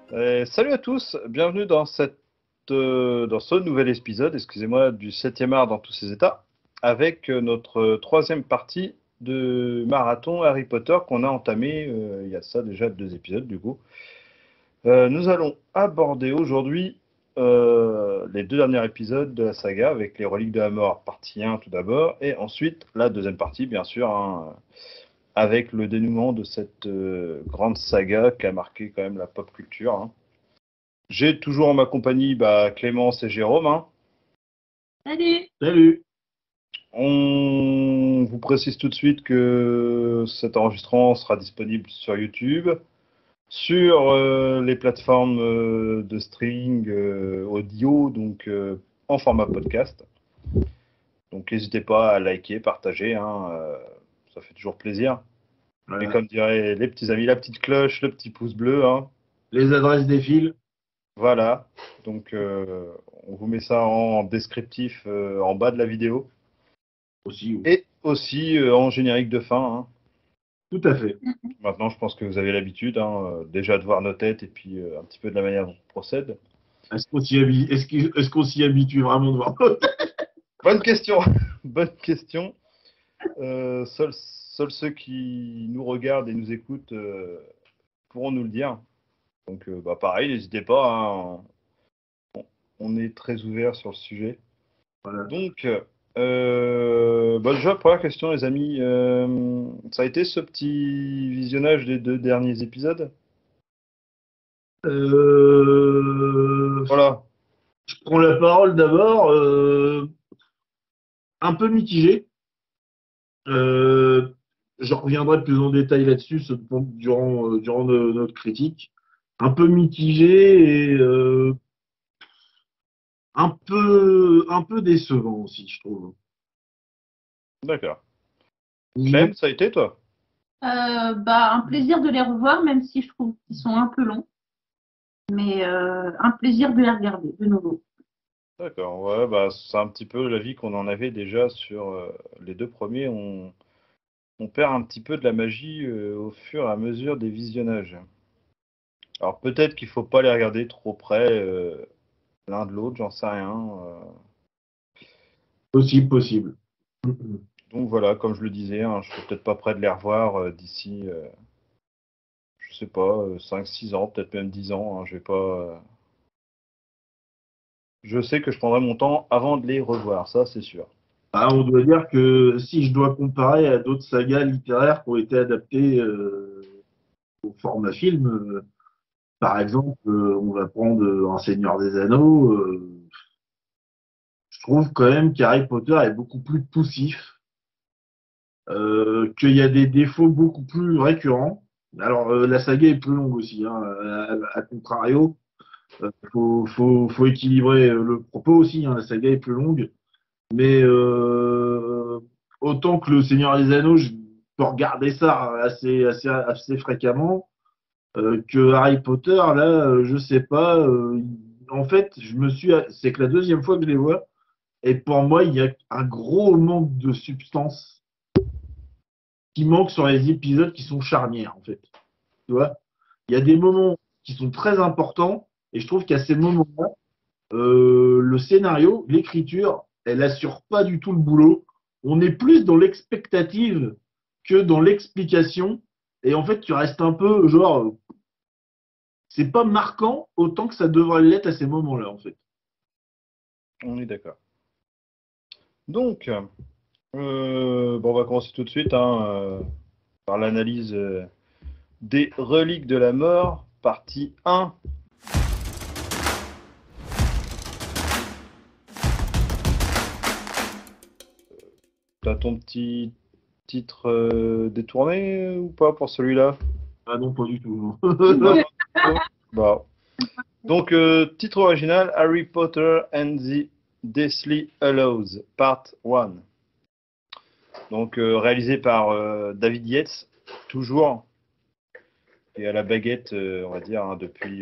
Salut à tous, bienvenue dans ce nouvel épisode, excusez-moi, du 7e art dans tous ses états, avec notre troisième partie de marathon Harry Potter qu'on a entamé il y a ça déjà 2 épisodes du coup. Nous allons aborder aujourd'hui les 2 derniers épisodes de la saga avec les Reliques de la Mort, partie 1 tout d'abord, et ensuite la deuxième partie bien sûr, hein, avec le dénouement de cette grande saga qui a marqué quand même la pop culture, hein. J'ai toujours en ma compagnie Clémence et Jérôme, hein. Salut! Salut. On vous précise tout de suite que cet enregistrement sera disponible sur YouTube, sur les plateformes de streaming audio, donc en format podcast. Donc n'hésitez pas à liker, partager, hein, ça fait toujours plaisir. Et Voilà. comme diraient les petits amis, la petite cloche, le petit pouce bleu, hein. Les adresses défilent Voilà. Donc on vous met ça en descriptif en bas de la vidéo. aussi. Oui. Et aussi en générique de fin, hein. Tout à fait. Maintenant, je pense que vous avez l'habitude, hein, déjà de voir nos têtes et puis un petit peu de la manière dont on procède. Est-ce qu'on s'y habitue vraiment de voir? Bonne question. Bonne question. Seuls ceux qui nous regardent et nous écoutent pourront nous le dire. Donc, pareil, n'hésitez pas, hein, on est très ouvert sur le sujet. Voilà. Donc, déjà, première question, les amis. Ça a été ce petit visionnage des 2 derniers épisodes? Voilà. Je prends la parole d'abord. Un peu mitigé. Euh, je reviendrai plus en détail là-dessus durant notre critique. Un peu mitigé et un peu décevant aussi, je trouve. D'accord. Niveau- Clem, ça a été toi? Un plaisir de les revoir, même si je trouve qu'ils sont un peu longs, mais un plaisir de les regarder de nouveau. D'accord, ouais, c'est un petit peu l'avis qu'on en avait déjà sur les 2 premiers. On perd un petit peu de la magie au fur et à mesure des visionnages. Alors peut-être qu'il faut pas les regarder trop près l'un de l'autre, j'en sais rien. Possible. Donc voilà, comme je le disais, hein, je suis peut-être pas prêt de les revoir d'ici, je sais pas, 5, 6 ans, peut-être même 10 ans, hein, je vais pas. Je sais que je prendrai mon temps avant de les revoir, ça c'est sûr. Ah, on doit dire que si je dois comparer à d'autres sagas littéraires qui ont été adaptées au format film, par exemple, on va prendre Un Seigneur des Anneaux, je trouve quand même qu'Harry Potter est beaucoup plus poussif, qu'il y a des défauts beaucoup plus récurrents. Alors, la saga est plus longue aussi, hein, à contrario. Faut équilibrer le propos aussi, hein, la saga est plus longue. Mais autant que Le Seigneur des Anneaux, je peux regarder ça assez fréquemment, que Harry Potter, là, je sais pas. En fait, c'est que la deuxième fois que je les vois, et pour moi, il y a un gros manque de substance qui manque sur les épisodes qui sont charnières, en fait. Tu vois, il y a des moments qui sont très importants, et je trouve qu'à ces moments-là, le scénario, l'écriture, elle assure pas du tout le boulot. On est plus dans l'expectative que dans l'explication. Et en fait, tu restes un peu genre, c'est pas marquant autant que ça devrait l'être à ces moments-là, en fait. On est d'accord. Donc, on va commencer tout de suite, hein, par l'analyse des reliques de la mort, partie 1. T'as ton petit titre détourné ou pas pour celui-là? Ah non, pas du tout. Non. Bah. Donc, titre original, Harry Potter and the Deathly Hallows, Part 1. Donc, réalisé par David Yates, toujours, et à la baguette, on va dire, hein,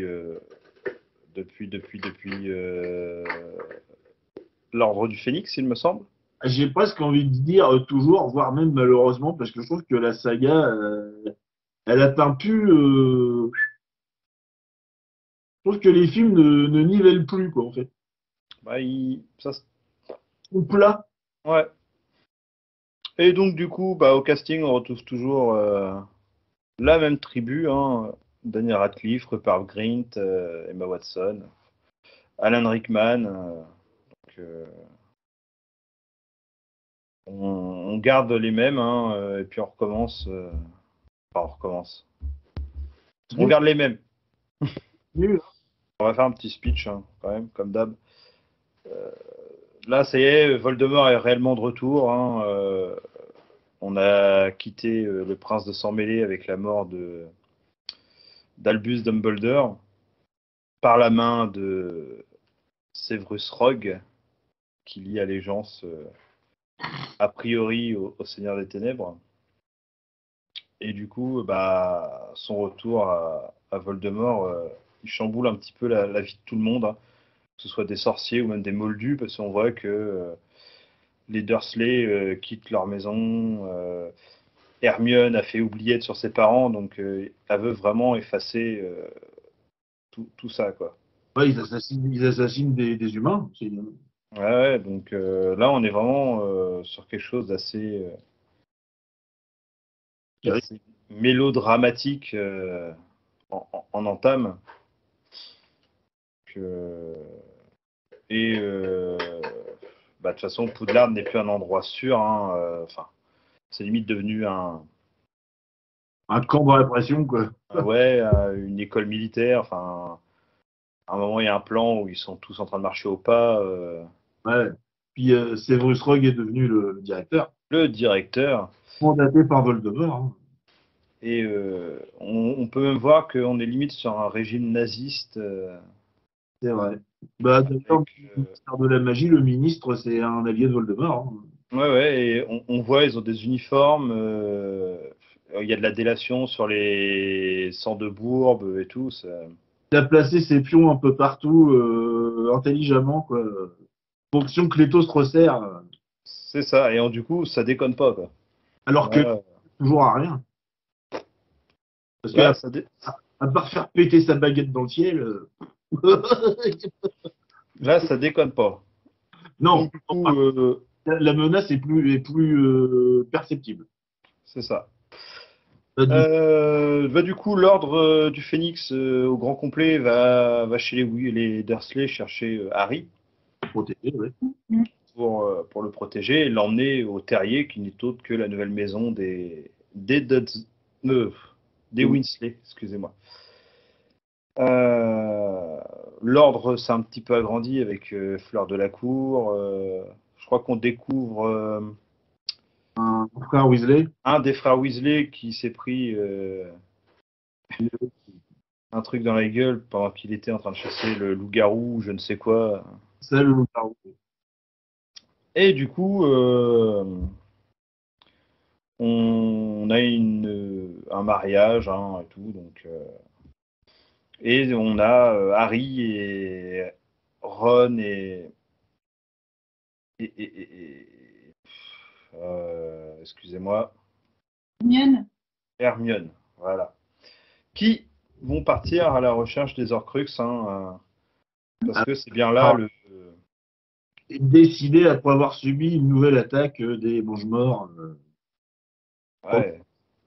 depuis l'Ordre du Phénix, il me semble. J'ai presque envie de dire toujours, voire même malheureusement, parce que je trouve que la saga, elle atteint plus. trouve que les films ne nivellent plus, quoi, en fait. Bah, ça, Ou plat. ouais. Et donc, du coup, bah, au casting, on retrouve toujours la même tribu, hein. Daniel Radcliffe, Rupert Grint, Emma Watson, Alan Rickman. Donc, on garde les mêmes, hein, et puis on recommence. Enfin, on recommence. On garde les mêmes. Nul. On va faire un petit speech, hein, quand même, comme d'hab. Là, ça y est, Voldemort est réellement de retour, hein. On a quitté le prince de Sang-Mêlé avec la mort d'Albus Dumbledore par la main de Severus Rogue, qui lie allégeance a priori au Seigneur des Ténèbres. Et du coup, bah, son retour à Voldemort, il chamboule un petit peu la vie de tout le monde, hein, que ce soit des sorciers ou même des moldus, parce qu'on voit que les Dursley quittent leur maison. Hermione a fait oubliette sur ses parents, donc elle veut vraiment effacer tout ça, quoi. Ouais, ils assassinent des humains. Ouais, ouais, donc là, on est vraiment sur quelque chose d'assez mélodramatique en entame. Et bah, de toute façon, Poudlard n'est plus un endroit sûr, hein, enfin, c'est limite devenu Un camp de répression, quoi. ouais, une école militaire. Enfin, à un moment, il y a un plan où ils sont tous en train de marcher au pas. Ouais. Puis Severus Rogue est devenu le directeur, Le directeur. mandaté par Voldemort. Hein. Et on peut même voir qu'on est limite sur un régime naziste. C'est vrai. Bah, d'ailleurs, Avec, le ministère de la magie, le ministre, c'est un allié de Voldemort. Hein. ouais, ouais, et on voit, ils ont des uniformes. Il y a de la délation sur les sangs de bourbe et tout. Il a placé ses pions un peu partout, intelligemment, quoi. Fonction que l'étau se resserre, C'est ça. Et du coup, ça déconne pas, quoi. alors que Là, toujours à rien. Parce là, qu'à ça dé- à part faire péter sa baguette dans le ciel, là, ça déconne pas. non, Donc, du coup, la menace est plus perceptible. c'est ça. Pas du Bah, du coup, l'ordre du Phénix au grand complet va chez les Dursley chercher Harry tout protégé, ouais. pour le protéger et l'emmener au terrier qui n'est autre que la nouvelle maison des Weasley, excusez-moi. L'ordre s'est un petit peu agrandi avec Fleur de la Cour. Je crois qu'on découvre Un frère Weasley. un des frères Weasley qui s'est pris un truc dans la gueule pendant qu'il était en train de chasser le loup-garou ou je ne sais quoi. C'est le loup-garou. Et du coup, on a un mariage, hein, et tout. Donc, et on a Harry et Ron excusez-moi, Mignonne. Hermione, voilà, qui vont partir à la recherche des Horcruxes, hein, parce que c'est bien là le. Décidé après avoir subi une nouvelle attaque des Mange-Morts. Ouais.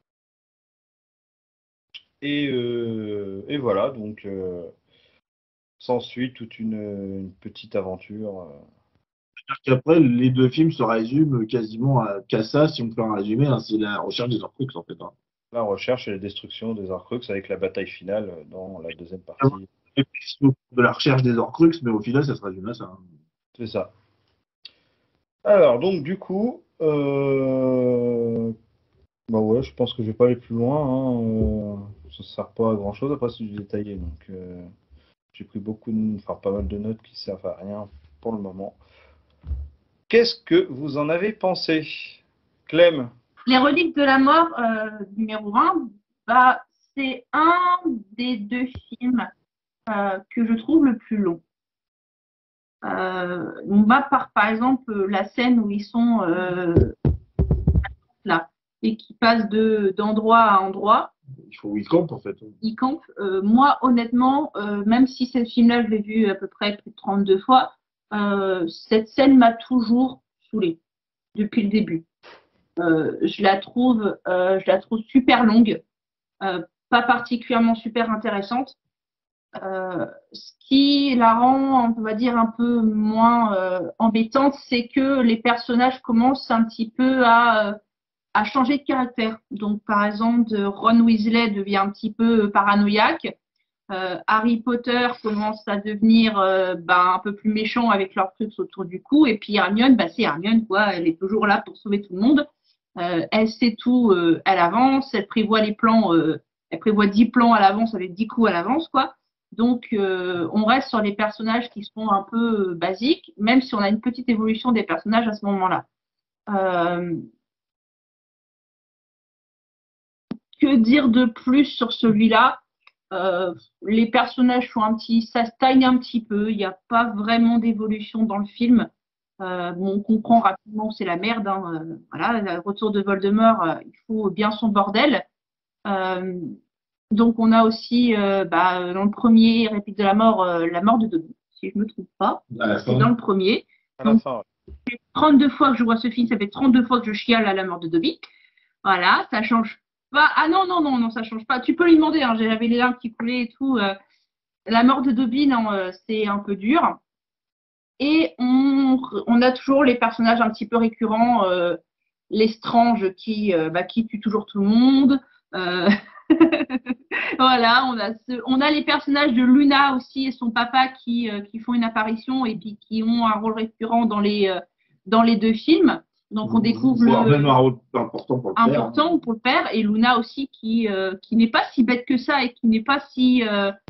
Et voilà, donc s'ensuit toute une petite aventure. Qu'après, les deux films se résument quasiment qu'à ça, si on peut en résumer. Hein, c'est la recherche des Horcruxes, en fait. Hein. La recherche et la destruction des Horcruxes avec la bataille finale dans la deuxième partie. Réflexion de la recherche des Horcruxes, mais au final, ça se résume à ça. Hein. C'est ça. Alors, donc, du coup, bah ouais, je pense que je vais pas aller plus loin, hein, ça ne sert pas à grand chose. Après, c'est du détaillé. Donc, j'ai pris enfin, pas mal de notes qui servent à rien pour le moment. Qu'est-ce que vous en avez pensé, Clem? Les reliques de la mort, numéro 1, bah, c'est un des deux films que je trouve le plus long. Par exemple, la scène où ils sont là et qui passent d'endroit à endroit, il campe, en fait. Il campe. Moi, honnêtement, même si ce film-là, je l'ai vu à peu près plus de 32 fois, cette scène m'a toujours saoulée depuis le début. Je la trouve super longue, pas particulièrement super intéressante. Ce qui la rend, on va dire, un peu moins embêtante, c'est que les personnages commencent un petit peu à changer de caractère. Donc, par exemple, Ron Weasley devient un petit peu paranoïaque. Harry Potter commence à devenir un peu plus méchant avec leurs trucs autour du cou. Et puis Hermione, c'est Hermione, quoi. Elle est toujours là pour sauver tout le monde. Elle sait tout, elle avance, elle prévoit les plans, elle prévoit 10 plans à l'avance avec 10 coups à l'avance, quoi. Donc, on reste sur les personnages qui sont un peu basiques, même si on a une petite évolution des personnages à ce moment-là. Que dire de plus sur celui-là? Les personnages sont ça se taille un petit peu. Il n'y a pas vraiment d'évolution dans le film. On comprend rapidement que c'est la merde. Voilà, le retour de Voldemort, il faut bien son bordel. Donc on a aussi dans le premier réplique de la mort de Dobby, si je ne me trompe pas. C'est dans le premier. Donc, ça fait 32 fois que je vois ce film, ça fait 32 fois que je chiale à la mort de Dobby. Voilà, ça change pas. Ah non, ça change pas. Tu peux lui demander, j'avais les larmes qui coulaient et tout. La mort de Dobby, non, c'est un peu dur. Et on a toujours les personnages un petit peu récurrents, Lestrange qui tue toujours tout le monde. Voilà, on a les personnages de Luna aussi et son papa qui font une apparition et puis qui ont un rôle récurrent dans les 2 films. Donc on découvre même un rôle important pour le père et Luna aussi qui n'est pas si bête que ça et qui n'est pas si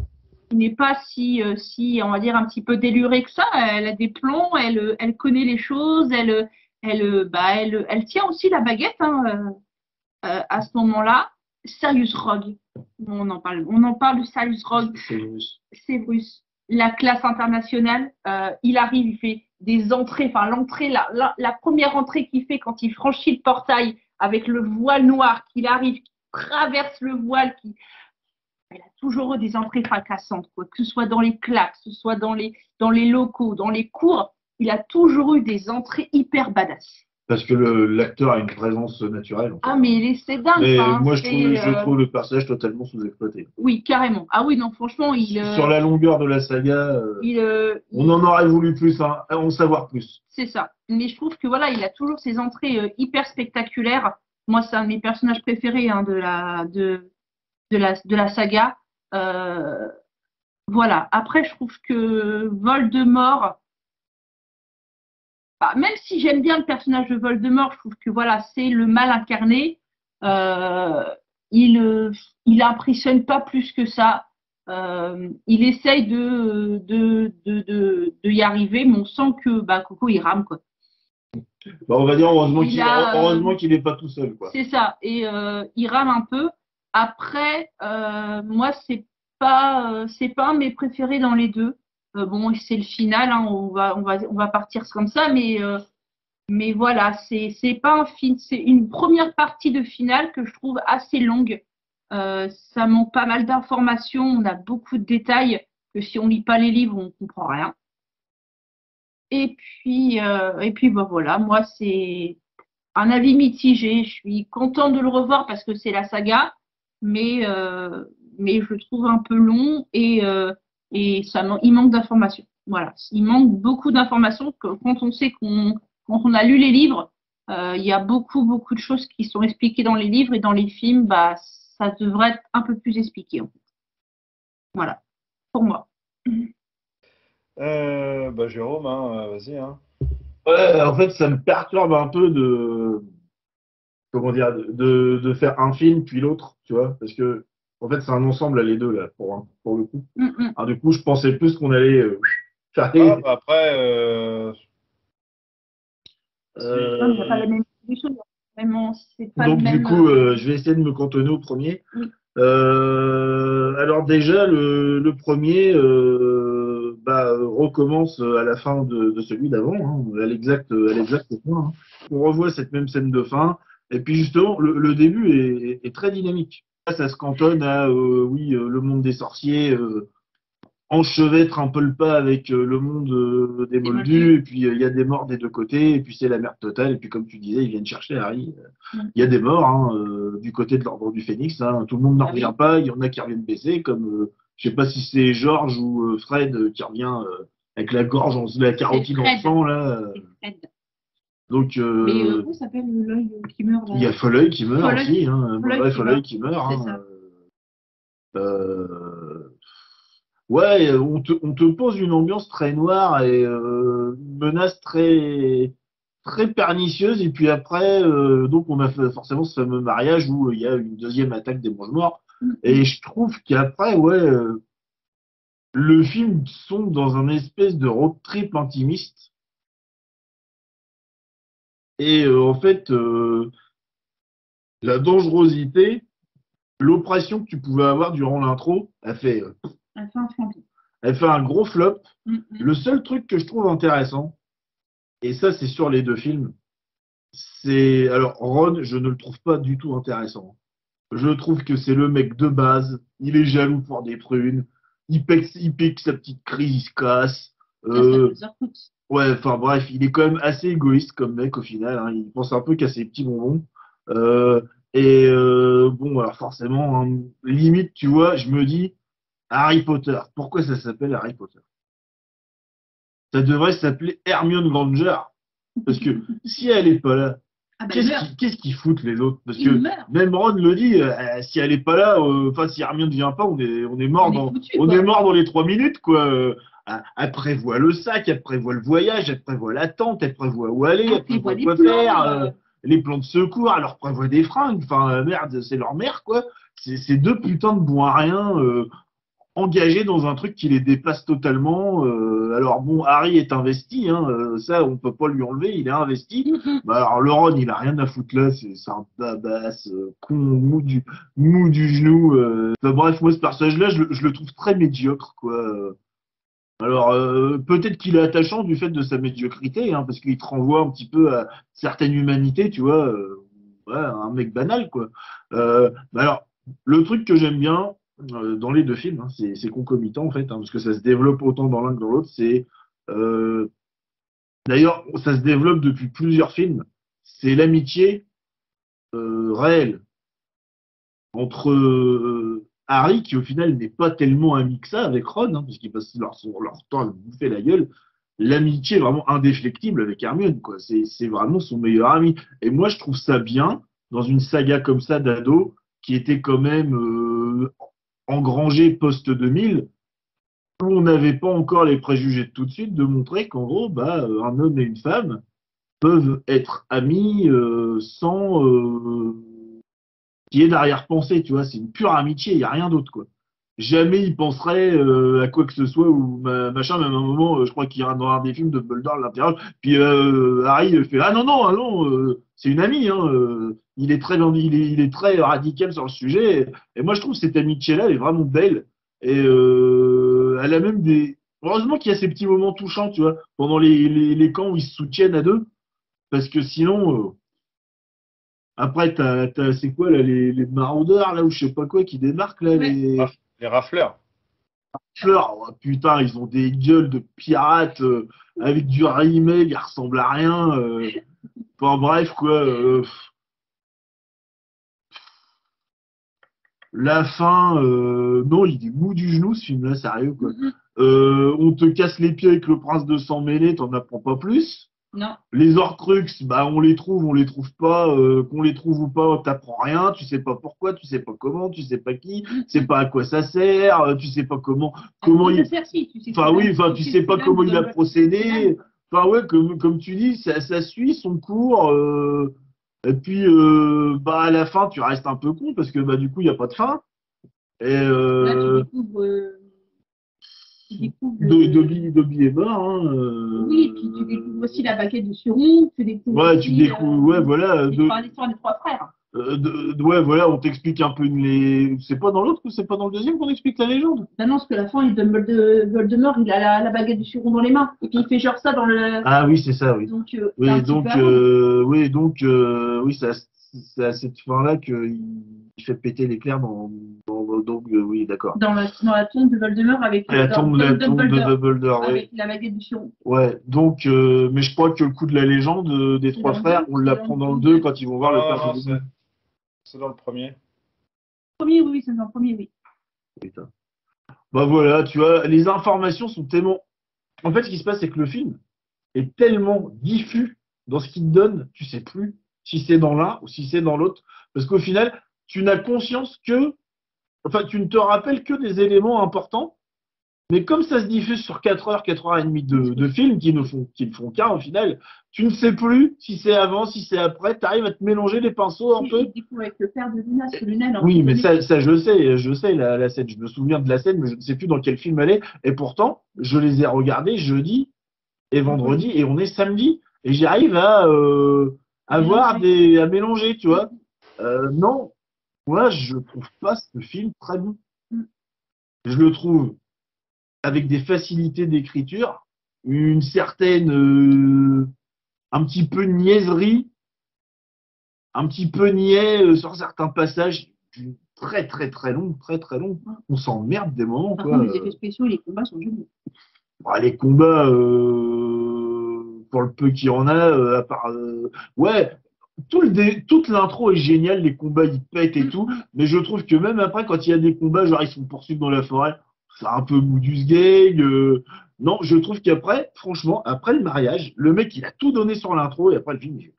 on va dire un petit peu délurée que ça. Elle a des plombs, elle connaît les choses, elle tient aussi la baguette à ce moment-là. Sirius Rogue, on en parle de Sirius Rogue. Severus, la classe internationale. Il arrive, il fait des entrées, la première entrée qu'il fait quand il franchit le portail avec le voile noir, qu'il arrive, qu'il traverse le voile, elle a toujours eu des entrées fracassantes, quoi. Que ce soit dans les claques, que ce soit dans les locaux, dans les cours, il a toujours eu des entrées hyper badass. Parce que l'acteur a une présence naturelle. Ah, mais c'est dingue. Mais moi, je trouve le personnage totalement sous-exploité. Oui, carrément. Ah oui, non, franchement, sur la longueur de la saga, on en aurait voulu plus, en savoir plus. C'est ça. Mais je trouve que voilà, il a toujours ces entrées hyper spectaculaires. Moi, c'est un de mes personnages préférés de la saga. Voilà. Après, je trouve que Voldemort, même si j'aime bien le personnage de Voldemort, je trouve que voilà, c'est le mal incarné. Il impressionne pas plus que ça. Il essaye de y arriver, mais on sent que Coco il rame, quoi. On va dire heureusement qu'il n'est pas tout seul, quoi. C'est ça. Et il rame un peu. Après, moi c'est pas un de mes préférés dans les 2. Bon, c'est le final, on va partir comme ça, mais voilà, c'est pas un film, c'est une première partie de finale que je trouve assez longue. Ça manque pas mal d'informations, on a beaucoup de détails que si on lit pas les livres, on comprend rien. Et puis voilà, moi c'est un avis mitigé. Je suis contente de le revoir parce que c'est la saga, mais je le trouve un peu long et il manque d'informations. Voilà, il manque beaucoup d'informations quand on sait quand on a lu les livres, il y a beaucoup de choses qui sont expliquées dans les livres et dans les films, ça devrait être un peu plus expliqué en fait. Voilà, pour moi. Jérôme, vas-y. Ouais, en fait, ça me perturbe un peu de faire un film puis l'autre, tu vois, parce que en fait, c'est un ensemble les deux là pour le coup. Alors, du coup, je pensais plus qu'on allait faire. Après. Il n'y a pas la même chose. Donc, du coup, je vais essayer de me cantonner au premier. Oui. Alors déjà, le premier recommence à la fin de celui d'avant, à l'exact point. On revoit cette même scène de fin. Et puis justement, le début est très dynamique. ça se cantonne à le monde des sorciers enchevêtre un peu le pas avec le monde des Des Moldus, Moldus. et puis il y a des morts des deux côtés, et puis c'est la merde totale, et puis comme tu disais, ils viennent chercher Harry. Mm. Il y a des morts hein, du côté de l'Ordre du Phénix, hein, tout le monde n'en Ah oui. revient pas, il y en a qui reviennent baisser, comme je sais pas si c'est George ou Fred qui revient avec la gorge, la carotide en Fred. sang, là. C'est Fred. Donc, Mais comment s'appelle l'œil qui meurt là? il y a Folleuil qui meurt Folleuil. aussi, hein, Folleuil qui Folleuil meurt. qui meurt. C'est Hein, ça. ouais, on te pose une ambiance très noire et une menace très, très pernicieuse. Et puis après, donc on a fait forcément ce fameux mariage où il y a une deuxième attaque des Mange-Morts. Et je trouve qu'après, ouais, le film sombre dans un espèce de road trip intimiste. Et en fait, la dangerosité, l'oppression que tu pouvais avoir durant l'intro, elle fait un gros flop. Le seul truc que je trouve intéressant, et ça c'est sur les deux films, c'est alors Ron, je ne le trouve pas du tout intéressant. Je trouve que c'est le mec de base, il est jaloux pour des prunes, il pique sa petite crise, il se casse. Ouais, enfin bref, il est quand même assez égoïste comme mec au final, hein. Il pense un peu qu'à ses petits bonbons. Euh, bon, alors forcément, hein, limite, tu vois, je me dis, Harry Potter, pourquoi ça s'appelle Harry Potter? Ça devrait s'appeler Hermione Granger. Parce que si elle est pas là, qu'est-ce qu'ils foutent les autres? Parce que même Ron le dit, si elle est pas là, enfin si Hermione ne vient pas, on est mort est mort dans les 3 minutes, quoi. Elle prévoit le sac, elle prévoit le voyage, elle prévoit l'attente, elle prévoit où aller, elle prévoit quoi faire, les plans de secours, elle leur prévoit des fringues. Enfin, merde, c'est leur mère, quoi. C'est deux putains de bons à rien. Engagés dans un truc qui les dépasse totalement. Alors bon, Harry est investi, hein, ça on peut pas lui enlever, il est investi. Bah, alors le Ron, il a rien à foutre là, c'est un babasse, con, mou du genou. Enfin, bref, moi ce personnage-là, je le trouve très médiocre, quoi. Alors peut-être qu'il est attachant du fait de sa médiocrité, hein, parce qu'il te renvoie un petit peu à certaines humanités, tu vois, ouais, un mec banal, quoi. Bah alors, le truc que j'aime bien dans les deux films, hein, c'est concomitant en fait, hein, parce que ça se développe autant dans l'un que dans l'autre. Euh, D'ailleurs, ça se développe depuis plusieurs films. C'est l'amitié réelle entre Harry, qui au final n'est pas tellement ami que ça avec Ron, hein, puisqu'ils passent leur temps à lui bouffer la gueule. L'amitié est vraiment indéflectible avec Hermione, quoi. C'est vraiment son meilleur ami. Et moi, je trouve ça bien dans une saga comme ça d'ado, qui était quand même engrangée post-2000, où on n'avait pas encore les préjugés de tout de suite, de montrer qu'en gros, bah, un homme et une femme peuvent être amis sans qu'il y ait d'arrière-pensée, tu vois. C'est une pure amitié, il n'y a rien d'autre, quoi. Jamais il penserait à quoi que ce soit ou machin. Même à un moment, je crois qu'il y a dans un des films de Dumbledore à l'intérieur. Puis Harry fait ah non, c'est une amie. Hein, il est très il est très radical sur le sujet. Et moi, je trouve que cette amitié-là, elle est vraiment belle. Et elle a même des. Heureusement qu'il y a ces petits moments touchants, tu vois, pendant les camps où ils se soutiennent à deux. Parce que sinon, après, c'est quoi, là, les maraudeurs, là, ou je sais pas quoi, qui débarquent, là, Les rafleurs. fleurs. Oh, putain, ils ont des gueules de pirates avec du rimel, ils ressemblent à rien. Enfin, bref, quoi. La fin, non, il est mou du genou, ce film-là, sérieux, quoi. On te casse les pieds avec le prince de sang mêlé, t'en apprends pas plus. Non. Les Horcruxes, bah on les trouve pas, qu'on les trouve ou pas, t'apprends rien, tu sais pas pourquoi, tu sais pas comment, tu sais pas qui, tu sais pas à quoi ça sert, tu sais pas comment il. Enfin oui, enfin tu sais pas comment il a procédé. Enfin ouais, comme tu dis, ça suit son cours. Et puis bah à la fin tu restes un peu con parce que bah du coup il y a pas de fin. Et Là tu découvres Dobby est mort. Hein, oui, puis tu découvres aussi la baguette de Suron, tu découvres ouais, aussi, tu découvres, ouais, voilà. l'histoire des trois frères. Ouais, voilà, on t'explique un peu C'est pas dans l'autre ou c'est pas dans le deuxième qu'on explique la légende? Ben non, parce que la fin, il donne Voldemort, il a la baguette du Suron dans les mains. Et puis il fait genre ça dans le. Ah oui, c'est ça, oui. Donc, oui, donc, oui, c'est à cette fin-là que il fait péter l'éclair donc oui, d'accord. Dans la tombe de Voldemort avec La tombe de Dumbledore, avec oui. la baguette du Chiron. Ouais, donc, mais je crois que le coup de la légende des C'est trois dans le frères, deux, on c'est l'apprend dans dans le le 2 deux. quand ils vont voir le Non, père non, de c'est dans le premier. Premier, oui, c'est dans le premier, oui. Putain. Bah voilà, tu vois, les informations sont tellement. En fait, ce qui se passe, c'est que le film est tellement diffus dans ce qu'il te donne, tu sais plus si c'est dans l'un ou si c'est dans l'autre. Parce qu'au final, tu n'as conscience que. Enfin, tu ne te rappelles que des éléments importants, mais comme ça se diffuse sur 4 heures, 4 heures et demie de films qui ne font qu'un au final, tu ne sais plus si c'est avant, si c'est après, tu arrives à te mélanger les pinceaux un peu. Du coup, avec le père de Luna, sur Luna, Oui, mais ça je sais la scène, je me souviens de la scène, mais je ne sais plus dans quel film elle est. Et pourtant, je les ai regardés jeudi et vendredi, et on est samedi, et j'arrive à voir à mélanger, tu vois. Non, moi, je trouve pas ce film très bon. Je le trouve avec des facilités d'écriture, une certaine, un petit peu de niaiserie, un petit peu niais sur certains passages, très très très long, très très long. On s'emmerde des moments, Par quoi. contre, les effets spéciaux et les combats sont géniaux. Les combats, pour le peu qu'il y en a, à part, ouais, toute l'intro est géniale, les combats ils pètent et tout, mais je trouve que même après, quand il y a des combats, genre ils sont poursuivis dans la forêt, c'est un peu mou du sgeg. Non, je trouve qu'après, franchement, après le mariage, le mec il a tout donné sur l'intro et après le film, il fait.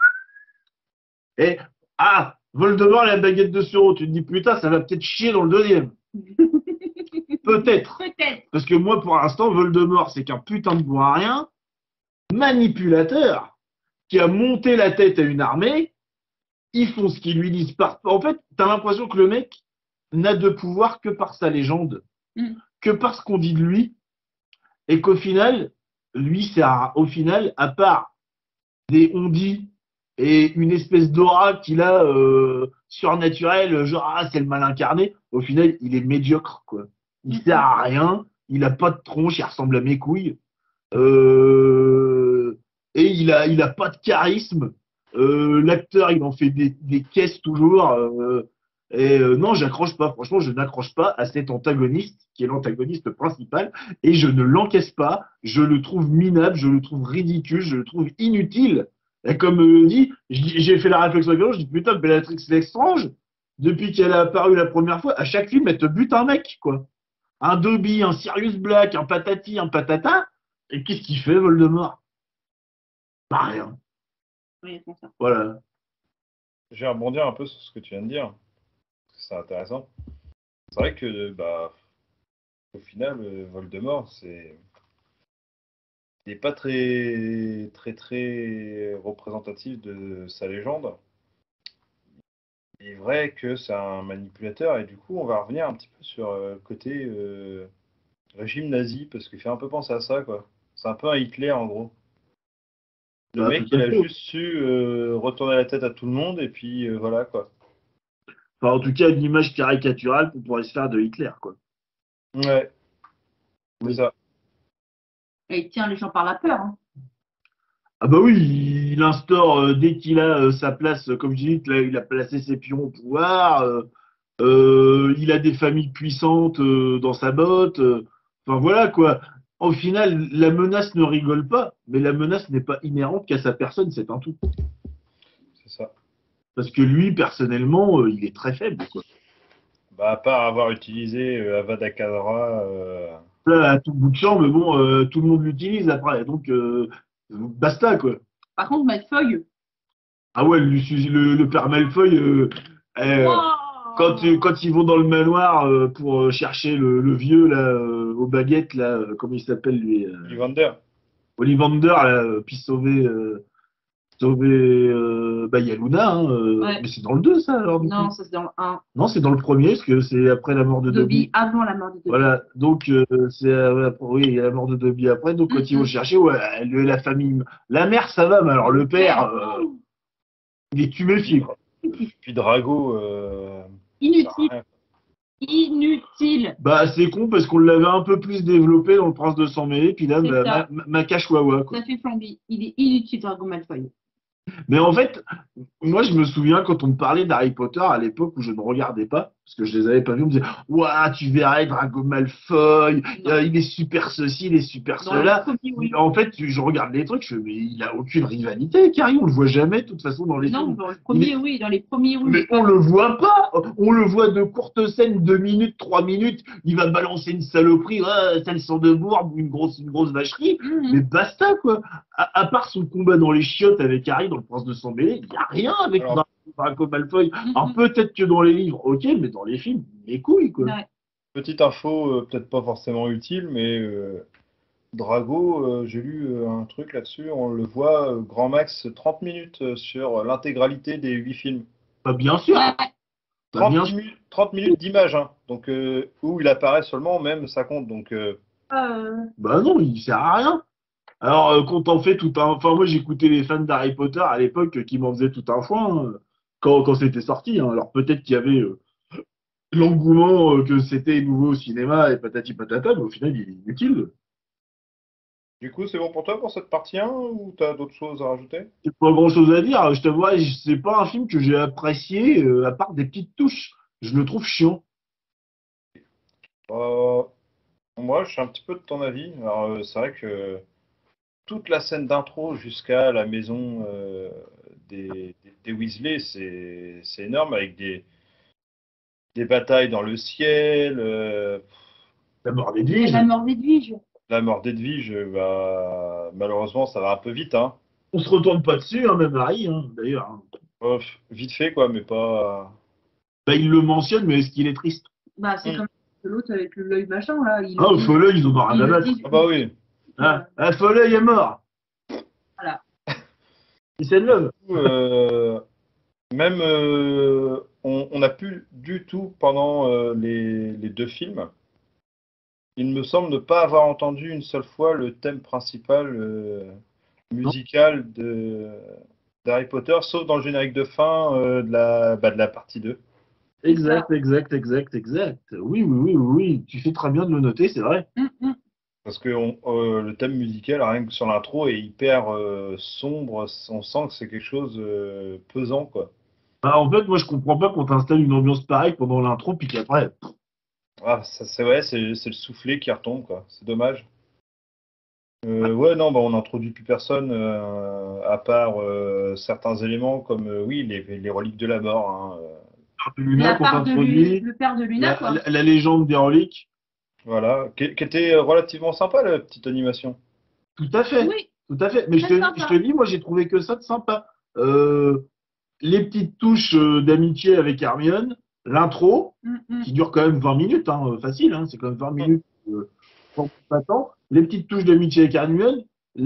Et Voldemort et la baguette de Suro, tu te dis putain, ça va peut-être chier dans le deuxième. Peut-être. Peut-être. Parce que moi, pour l'instant, Voldemort, c'est qu'un putain de bon à rien, manipulateur, qui a monté la tête à une armée. Ils font ce qu'ils lui disent. En fait, t'as l'impression que le mec n'a de pouvoir que par sa légende, que par ce qu'on dit de lui, et qu'au final, lui, au final, à part des on-dit et une espèce d'aura qu'il a surnaturelle, genre c'est le mal incarné, au final, il est médiocre, quoi. Il sert à rien, il a pas de tronche, il ressemble à mes couilles. Et il a pas de charisme. L'acteur, il en fait des caisses toujours. Non, j'accroche pas. Franchement, je n'accroche pas à cet antagoniste qui est l'antagoniste principal et je ne l'encaisse pas. Je le trouve minable, je le trouve ridicule, je le trouve inutile. Et comme dit, j'ai fait la réflexion avec l'autre, je dis putain, Bellatrix Lestrange, depuis qu'elle a apparu la première fois, à chaque film, elle te bute un mec, quoi. Un Dobby, un Sirius Black, un patati, un patata. Et qu'est-ce qu'il fait, Voldemort? Pas rien. Oui, c'est ça. Voilà. Je vais rebondir un peu sur ce que tu viens de dire, parce que c'est intéressant. C'est vrai que, au final, Voldemort, il n'est pas très, très, très représentatif de sa légende. Il est vrai que c'est un manipulateur, et du coup, on va revenir un petit peu sur le côté régime nazi, parce qu'il fait un peu penser à ça, quoi. C'est un peu un Hitler, en gros. Le mec, il a juste su retourner la tête à tout le monde, et puis voilà, quoi. Enfin, en tout cas, une image caricaturale pour pouvoir se faire de Hitler, quoi. Ouais, c'est ça. Et il tient les gens par la peur. Hein. Ah bah oui, il instaure, dès qu'il a sa place, comme je dis, il a placé ses pions au pouvoir, il a des familles puissantes dans sa botte. Enfin voilà, quoi. Au final, la menace ne rigole pas, mais la menace n'est pas inhérente qu'à sa personne, c'est un tout. C'est ça. Parce que lui, personnellement, il est très faible, quoi. À part avoir utilisé Avada Kedavra. Là, à tout bout de champ, mais bon, tout le monde l'utilise après, donc basta, quoi. Par contre, Malfoy. Ah ouais, le père Malfoy, quand ils vont dans le manoir pour chercher le vieux là, aux baguettes, là, comment il s'appelle lui Ollivander. Ollivander, là, puis sauver. Il y a Luna, hein, Ouais. mais c'est dans le 2, ça, alors. Non, ça c'est dans le 1. Non, c'est dans le premier, parce que c'est après la mort de Dobby. Avant la mort de Dobby. Voilà, donc oui, il y a la mort de Dobby après, donc quand ils vont chercher, ouais, la famille. La mère, ça va, mais alors le père, il est tuméfié, quoi. Puis Drago. Inutile. Inutile. Bah, c'est con parce qu'on l'avait un peu plus développé dans le Prince de Sang Mêlé, puis là, ma cache-wawa, quoi. Ça fait flambi. Il est inutile, Drago Malfoy. Mais en fait, moi, je me souviens quand on me parlait d'Harry Potter à l'époque où je ne regardais pas, parce que je les avais pas vus, on me disait, ouah, tu verrais Drago Malfoy, Non. il est super ceci, il est super Dans le cela. premier, oui. En fait, je regarde les trucs, je fais, mais il a aucune rivalité avec Harry, on le voit jamais, de toute façon, dans les Non, films. dans le Il premier, est- oui. Dans les premiers, oui. Mais on le voit pas, on le voit de courtes scènes, 2 minutes, 3 minutes, il va balancer une saloperie, ouais, ça le sent de bourbe, une grosse vacherie, Mhm. mais basta quoi. À part son combat dans les chiottes avec Harry dans le Prince de Sang-Mêlé, il n'y a rien avec Alors, Draco Malfoy. Alors Mhm. peut-être que dans les livres, ok, mais dans les films, les couilles quoi. Ouais. petite info, peut-être pas forcément utile, mais Drago, j'ai lu un truc là-dessus, on le voit grand max 30 minutes sur l'intégralité des 8 films. Bah bien sûr, Ouais. bah bien sûr. 30 minutes d'image, hein. Donc où il apparaît seulement, même ça compte. Donc Bah non, il sert à rien. Alors quand on fait tout un, enfin moi j'écoutais les fans d'Harry Potter à l'époque qui m'en faisaient tout un foin quand c'était sorti. Hein. Alors peut-être qu'il y avait l'engouement que c'était nouveau au cinéma et patati patata, mais au final, il est inutile. du coup, c'est bon pour toi pour cette partie 1 ou t'as d'autres choses à rajouter? C'est pas grand-chose à dire. Je t'avoue, c'est pas un film que j'ai apprécié, à part des petites touches. Je le trouve chiant. Euh, Moi, je suis un petit peu de ton avis. Alors, c'est vrai que toute la scène d'intro jusqu'à la maison des Weasley, c'est énorme avec des batailles dans le ciel, La mort Et d'Edwige. la mort d'Edwige. la mort d'Edwige, bah, malheureusement, ça va un peu vite, hein. On se retourne pas dessus, hein, même Harry, hein, d'ailleurs. Hein. Vite fait, quoi, mais pas. Bah, il le mentionne, mais est-ce qu'il est triste? Bah, c'est Hmm. comme l'autre avec l'œil machin, là. Il Ah, le au dit. Follet, ils en ont rien Il à le battre. dit. Ah bah oui. Hein, ah, Follet est mort. Voilà. Il s'est Du love. coup, même, on n'a plus du tout pendant les deux films. Il me semble ne pas avoir entendu une seule fois le thème principal musical d'Harry Potter, sauf dans le générique de fin de la partie 2. C'est ça. Exact, exact, exact, exact. Oui, oui, oui, oui, oui. Tu fais très bien de le noter, c'est vrai. Parce que le thème musical, rien que sur l'intro, est hyper sombre. On sent que c'est quelque chose pesant, quoi. Bah, en fait, moi, je comprends pas qu'on t'installe une ambiance pareille pendant l'intro, puis qu'après, Ah, ça, c'est ouais, c'est le soufflet qui retombe, quoi. C'est dommage. Ouais, non, bah, on n'introduit plus personne à part certains éléments comme, oui, les reliques de la mort, hein. Luna La qu'on part de lui, t'introduit, le père de Luna, la, quoi. la légende des reliques. Voilà, qui était relativement sympa, la petite animation. Tout à fait, Oui, tout à fait. Mais très je te sympa. dis, moi, j'ai trouvé que ça de sympa. Euh, les petites touches d'amitié avec Hermione, l'intro, qui dure quand même 20 minutes, hein, facile, hein, c'est quand même 20 minutes sans pas tant. Les petites touches d'amitié avec Hermione,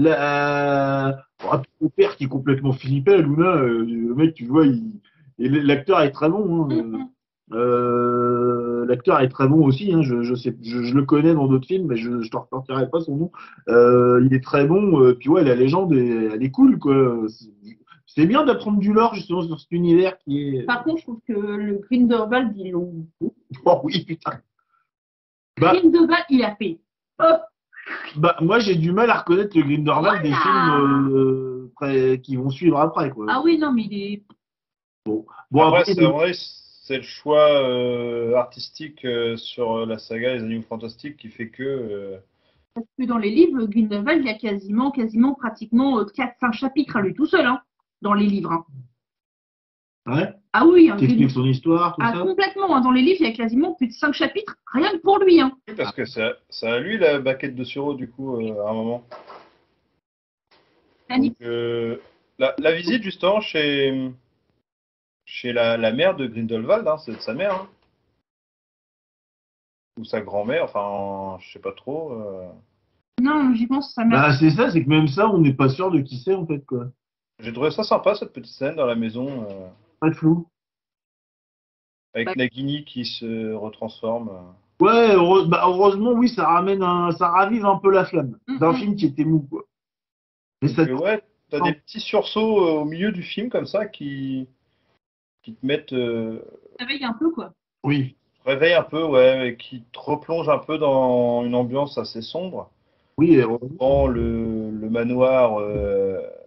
le père qui est complètement flippé, Luna, le mec, tu vois, et l'acteur est très bon. Hein, l'acteur est très bon aussi, hein, je le connais dans d'autres films, mais je ne te ressortirai pas son nom. Il est très bon, puis ouais, la légende, elle est cool, quoi. C'est bien d'apprendre du lore justement sur cet univers qui est. Par contre, je trouve que le Grindelwald, ils l'ont. Oh oui, putain. Bah, Grindelwald, il a fait. Hop, moi j'ai du mal à reconnaître le Grindelwald des films voilà. qui vont suivre après, quoi. Ah oui, non, mais il est. Bon, Après, après, en vrai, c'est le choix artistique sur la saga Les Animaux Fantastiques qui fait que. Parce que dans les livres, Grindelwald, il y a quasiment, pratiquement 4-5 chapitres à lui tout seul, hein, dans les livres. Hein. ouais, Ah oui, hein, t'expliques son histoire, tout ah, ça. complètement. Hein, dans les livres, il y a quasiment plus de 5 chapitres, rien que pour lui. Hein. Oui, parce que c'est à lui la baquette de sureau, du coup, à un moment. Donc, la visite, justement, chez la mère de Grindelwald, hein, c'est de sa mère, hein, ou sa grand-mère, enfin, je sais pas trop. Non, j'y pense, ça m'a. Bah, c'est ça, c'est que même ça, on n'est pas sûr de qui c'est, en fait, quoi. J'ai trouvé ça sympa, cette petite scène dans la maison, Pas de flou. avec Bah, Nagini qui se retransforme. Ouais, heureusement, oui, ça ravive un peu la flamme d'un film qui était mou, quoi. Mais Donc, ça, ouais, t'as des petits sursauts au milieu du film, comme ça, qui te mettent. ça réveille un peu, quoi. oui, Réveille un peu, ouais, et qui te replonge un peu dans une ambiance assez sombre. oui, Dans le manoir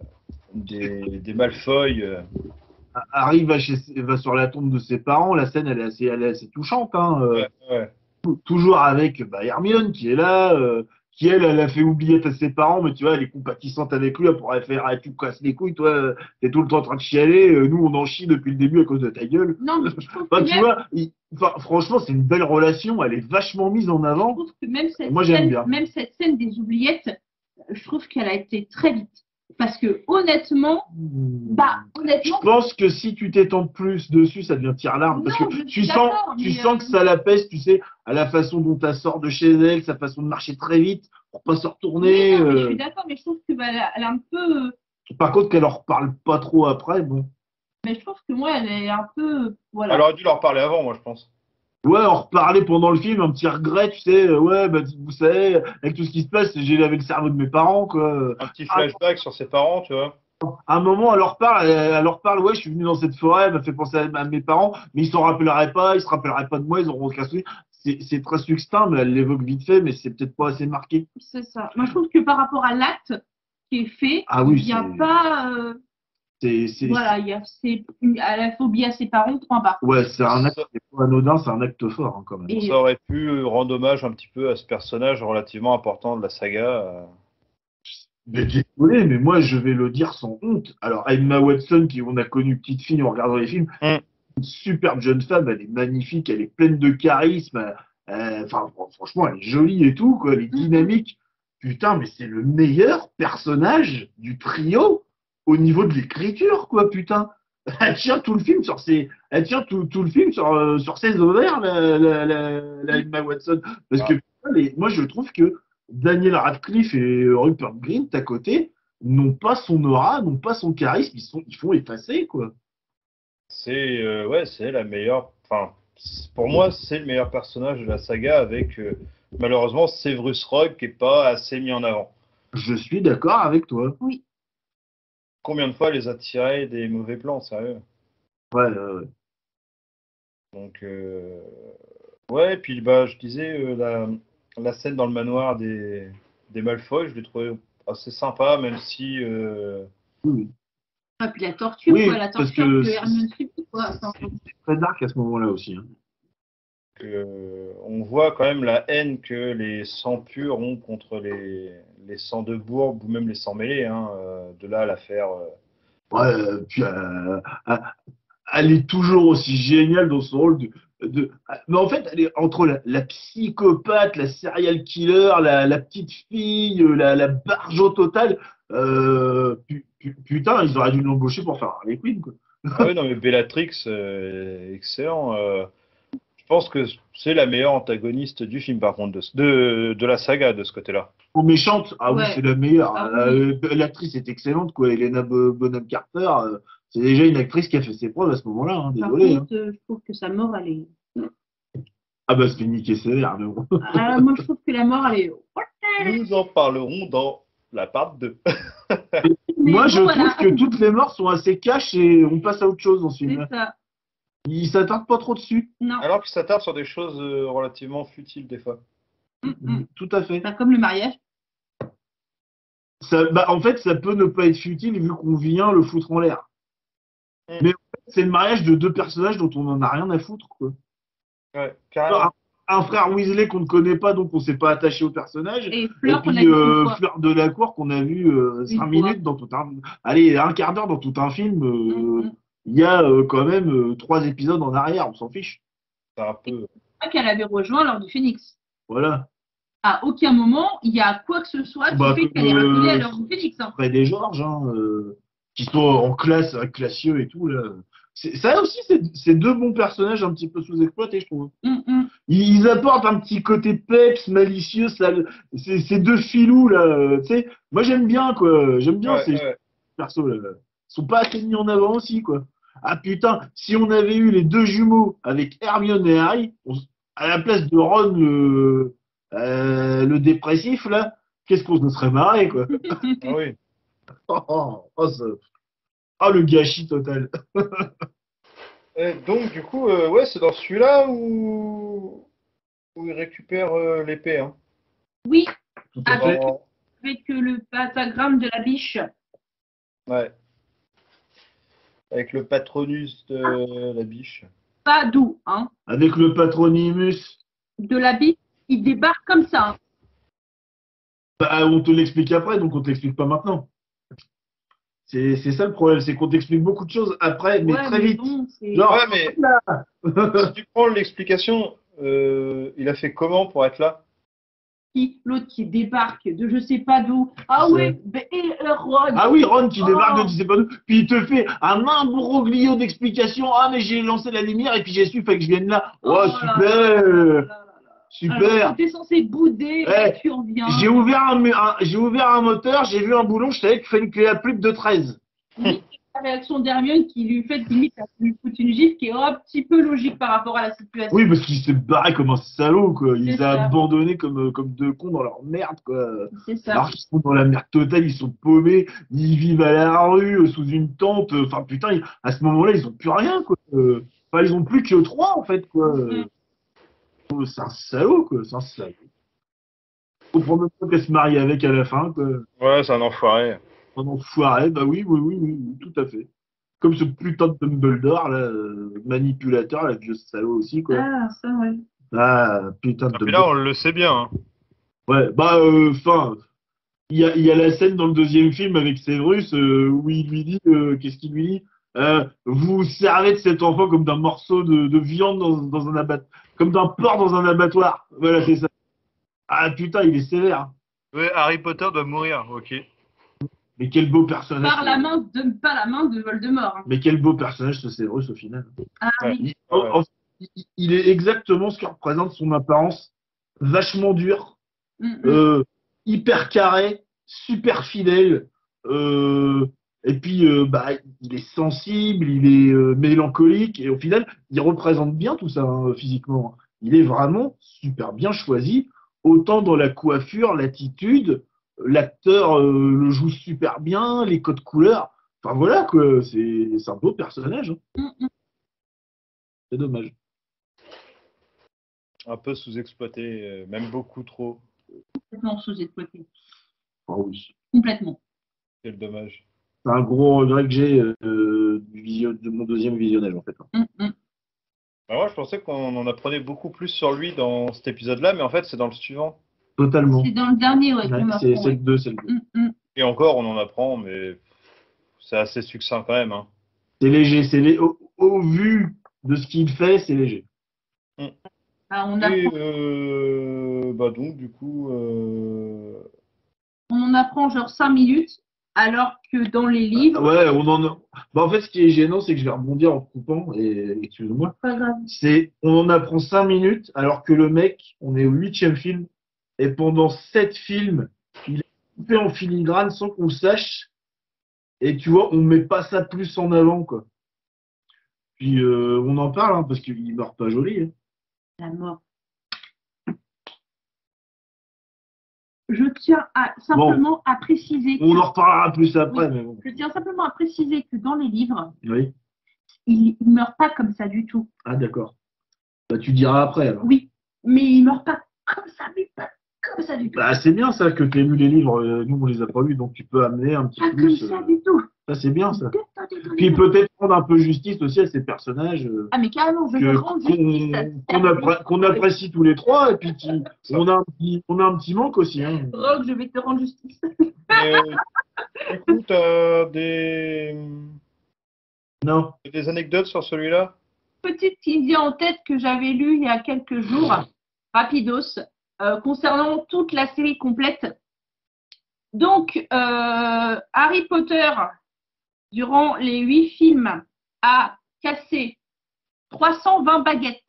des Malfoy. Harry va sur la tombe de ses parents. La scène, elle est assez touchante. Hein. Ouais, ouais. Toujours avec Hermione qui est là, qui elle a fait oublier à ses parents, mais tu vois, elle est compatissante avec lui, elle pourrait faire, ah, tu me casses les couilles, toi, t'es tout le temps en train de chialer, nous on en chie depuis le début à cause de ta gueule. Non, mais je trouve Enfin, que tu même, vois, franchement, c'est une belle relation, elle est vachement mise en je avant. trouve que même Et moi j'aime bien. même cette scène des oubliettes, je trouve qu'elle a été très vite. Parce que honnêtement, Je honnêtement, pense que si tu t'étends plus dessus, ça devient tire-larme. Parce non, que je tu suis sens, d'accord, tu mais sens que ça la pèse, tu sais, à la façon dont elle sort de chez elle, sa façon de marcher très vite pour pas se oui, retourner. non, mais je suis d'accord, mais je trouve que elle a un peu, Par contre, qu'elle leur parle pas trop après, bon. mais je trouve que moi, elle est un peu, Elle voilà. aurait dû leur parler avant, moi, je pense. Ouais, on reparlait pendant le film, un petit regret, tu sais, ouais, bah, vous savez, avec tout ce qui se passe, j'ai lavé le cerveau de mes parents, quoi. Un petit À flashback sur ses parents, tu vois. un moment, elle leur parle, ouais, je suis venu dans cette forêt, elle m'a fait penser à mes parents, mais ils s'en rappelleraient pas, ils se rappelleraient pas de moi, ils auront aucun souvenir. C'est très succinct, mais elle l'évoque vite fait, mais c'est peut-être pas assez marqué. C'est ça. Moi, je trouve que par rapport à l'acte qui est fait, Ah il oui, n'y a pas, voilà, elle a phobie à ses parents, point barre. ouais, c'est un acte Ça, qui est pas anodin, c'est un acte fort, hein, quand même. Et ça aurait pu rendre hommage un petit peu à ce personnage relativement important de la saga. Mais désolé, mais moi je vais le dire sans honte. Alors Emma Watson, qui on a connu petite fille en regardant les films, Mm. une superbe jeune femme, elle est magnifique, elle est pleine de charisme. Enfin, franchement, elle est jolie et tout, quoi, elle est dynamique. Putain, mais c'est le meilleur personnage du trio au niveau de l'écriture, quoi, putain. Elle tient tout le film sur elle tient tout le film sur ses ovaires, la Emma Watson. Parce que Ah, putain, moi, je trouve que Daniel Radcliffe et Rupert Grint à côté n'ont pas son aura, n'ont pas son charisme, ils font effacer, quoi. c'est ouais, c'est la meilleure. Enfin, pour moi, c'est le meilleur personnage de la saga avec malheureusement Severus Rogue qui est pas assez mis en avant. Je suis d'accord avec toi. oui, Combien de fois elle les a tirés des mauvais plans, sérieux? Ouais, Donc ouais, et puis bah je disais la scène dans le manoir des Malfoy, je l'ai trouvé assez sympa, même si oui, et puis la torture, quoi, oui, la parce torture que que Hermione subit, quoi. Enfin, c'est très dark à ce moment-là aussi, hein. on voit quand même la haine que les sangs purs ont contre les sangs de Bourbe ou même les sangs mêlés, hein, de là à l'affaire. Ouais, puis elle est toujours aussi géniale dans son rôle mais en fait, elle est entre la psychopathe, la serial killer, la petite fille, la barjo totale. Putain, ils auraient dû l'embaucher pour faire Harley Quinn, quoi. Ah oui, non, mais Bellatrix, excellent. Je pense que c'est la meilleure antagoniste du film, par contre, de la saga, de ce côté-là. En méchante, ah oui, c'est ouais, la meilleure. ah oui, L'actrice est excellente, quoi. Helena Bonham Carter, c'est déjà une actrice qui a fait ses preuves à ce moment-là, hein, par désolé, hein. contre, je trouve que sa mort, elle est. Ah bah, c'est niqué sévère, mais bon. Ah, moi, je trouve que la mort, elle est. Nous en parlerons dans la part 2. Mais Moi, bon, je voilà, trouve que toutes les morts sont assez cash et on passe à autre chose dans ce c'est film. ça. Il s'attarde pas trop dessus. Non, Alors qu'il s'attarde sur des choses relativement futiles des fois. Tout à fait. Bah, comme le mariage. Bah, en fait, ça peut ne pas être futile vu qu'on vient le foutre en l'air. Mm. Mais en fait, c'est le mariage de deux personnages dont on en a rien à foutre, quoi. Ouais, carrément. Un frère Weasley qu'on ne connaît pas, donc on s'est pas attaché au personnage. Et Et Fleur, qu'on a puis vu une fois. Fleur de la Cour qu'on a vu 5 Une fois. minutes dans tout un. Allez, un quart d'heure dans tout un film. Mm. Il y a quand même 3 épisodes en arrière, on s'en fiche. C'est un peu. Pas qu'elle avait rejoint l'Ordre du Phénix. Voilà. À aucun moment, il y a quoi que ce soit qui Bah, fait qu'elle est rappelée à l'Ordre du Phénix. Hein. Fred et Georges, hein, qui sont en classe, classieux et tout. Là. Ça aussi, c'est deux bons personnages un petit peu sous-exploités, je trouve. Ils apportent un petit côté peps, malicieux. Ces deux filous, là, tu sais. Moi, j'aime bien, quoi. J'aime bien Ouais, ces ouais. persos, là. Ils sont pas assez mis en avant aussi, quoi. Ah putain, si on avait eu les deux jumeaux avec Hermione et Harry, à la place de Ron, le dépressif, là, qu'est-ce qu'on se serait marré, quoi. Ah oui. Le gâchis total. Et donc, du coup, ouais, c'est dans celui-là où il récupère l'épée. Hein. Oui, Tout à fait. Dans- avec le pentagramme de la biche. Ouais. Avec le patronus de la biche. Pas d'où, hein. Avec le patronymus. De la biche, il débarque comme ça. Hein. Bah, on te l'explique après, donc on te l'explique pas maintenant. C'est ça le problème, c'est qu'on t'explique beaucoup de choses après, mais Ouais, très mais vite. bon, c'est- Genre, Ouais, mais si tu prends l'explication, il a fait comment pour être là? L'autre qui débarque de je sais pas d'où. Ah C'est- ouais, et Ron. Ah oui, Ron qui Oh. débarque de tu sais pas d'où, puis il te fait un imbroglio d'explications. Ah, mais j'ai lancé la lumière et puis j'ai su, fait que je vienne là. Oh, Oh là super, là là là. super. Alors, t'es censé bouder, Ouais. tu reviens. J'ai ouvert un moteur, j'ai vu un boulon, je savais qu'il fallait qu'il y ait plus de 13. La réaction d'Hermione qui lui fait limite à lui foutre une gifle qui est un petit peu logique par rapport à la situation. Oui, parce qu'il s'est barré comme un salaud, quoi. Il C'est les a ça. abandonnés comme deux cons dans leur merde, quoi. C'est ça. Alors qu'ils sont dans la merde totale, ils sont paumés, ils vivent à la rue, sous une tente. Enfin, putain, à ce moment-là, ils ont plus rien, quoi. Enfin, ils ont plus que 3, en fait, quoi. C'est un salaud, quoi. C'est un salaud. Je comprends même pas qu'elle se marie avec à la fin, quoi. Ouais, c'est un enfoiré. Un enfoiré, bah oui, tout à fait. Comme ce putain de Dumbledore, là, manipulateur, là, vieux salaud aussi, quoi. Ah, ça, ouais. Ah, putain de Et puis là, Dumbledore. on le sait bien. Hein. Ouais, bah, enfin, il y a la scène dans le deuxième film avec Severus où il lui dit, qu'est-ce qu'il lui dit? Vous servez de cet enfant comme d'un morceau de viande dans un abattoir, comme d'un porc dans un abattoir. Voilà, c'est ça. Ah putain, il est sévère. Hein. Ouais, Harry Potter doit mourir, ok. Mais quel beau personnage. Par la main de, pas la main de Voldemort. Hein. Mais quel beau personnage ce Severus au final. Ah Ouais. oui. Il est exactement ce que représente son apparence, vachement dur, hyper carré, super fidèle, et puis bah, il est sensible, il est mélancolique, et au final, il représente bien tout ça hein, physiquement. Il est vraiment super bien choisi, autant dans la coiffure, l'attitude, l'acteur le joue super bien, les codes couleurs. Enfin voilà, quoi, c'est un beau personnage. Hein. C'est dommage. Un peu sous-exploité, même beaucoup trop. Complètement sous-exploité. Ah oui. Complètement. Quel dommage. C'est un gros regret que j'ai de mon deuxième visionnage en fait. Bah, moi, je pensais qu'on en apprenait beaucoup plus sur lui dans cet épisode-là, mais en fait, c'est dans le suivant. Totalement. C'est dans le dernier, ouais. Ouais, que c'est m'apprends, le 2, c'est le 2. Et encore, on en apprend, mais c'est assez succinct quand même. Hein. C'est léger, au vu de ce qu'il fait, c'est léger. Ah, on Et apprend, bah donc, du coup, on en apprend genre 5 minutes, alors que dans les livres, Ouais, bah, en fait, ce qui est gênant, c'est que je vais rebondir en coupant, et excuse-moi. pas grave. On en apprend 5 minutes, alors que le mec, on est au 8e film, et pendant 7 films, il est fait en filigrane sans qu'on le sache, et tu vois, on met pas ça plus en avant, quoi. Puis on en parle, hein, parce qu'il meurt pas joli. Hein. La mort. Je tiens simplement à préciser On en reparlera plus après, Oui. mais bon. Je tiens simplement à préciser que dans les livres, Oui. il ne meurt pas comme ça du tout. Ah, d'accord. Bah, tu diras après, alors. Oui, mais il ne meurt pas comme ça, mais pas comme ça du tout. Bah, c'est bien ça que tu aies lu les livres. Nous, on les a pas lus, donc tu peux amener un petit Pas plus. comme ça du tout. Ça, c'est bien, ça. Du tout. Puis peut-être rendre un peu justice aussi à ces personnages Ah, mais carrément, je veux rendre justice à qu'on apprécie tous les trois, et puis on a un petit manque aussi. Hein. Rogue, je vais te rendre justice. du coup, t'as Non. des anecdotes sur celui-là? Petite qui me vient en tête que j'avais lu il y a quelques jours, rapidos, concernant toute la série complète. Donc, Harry Potter, durant les 8 films, a cassé 320 baguettes.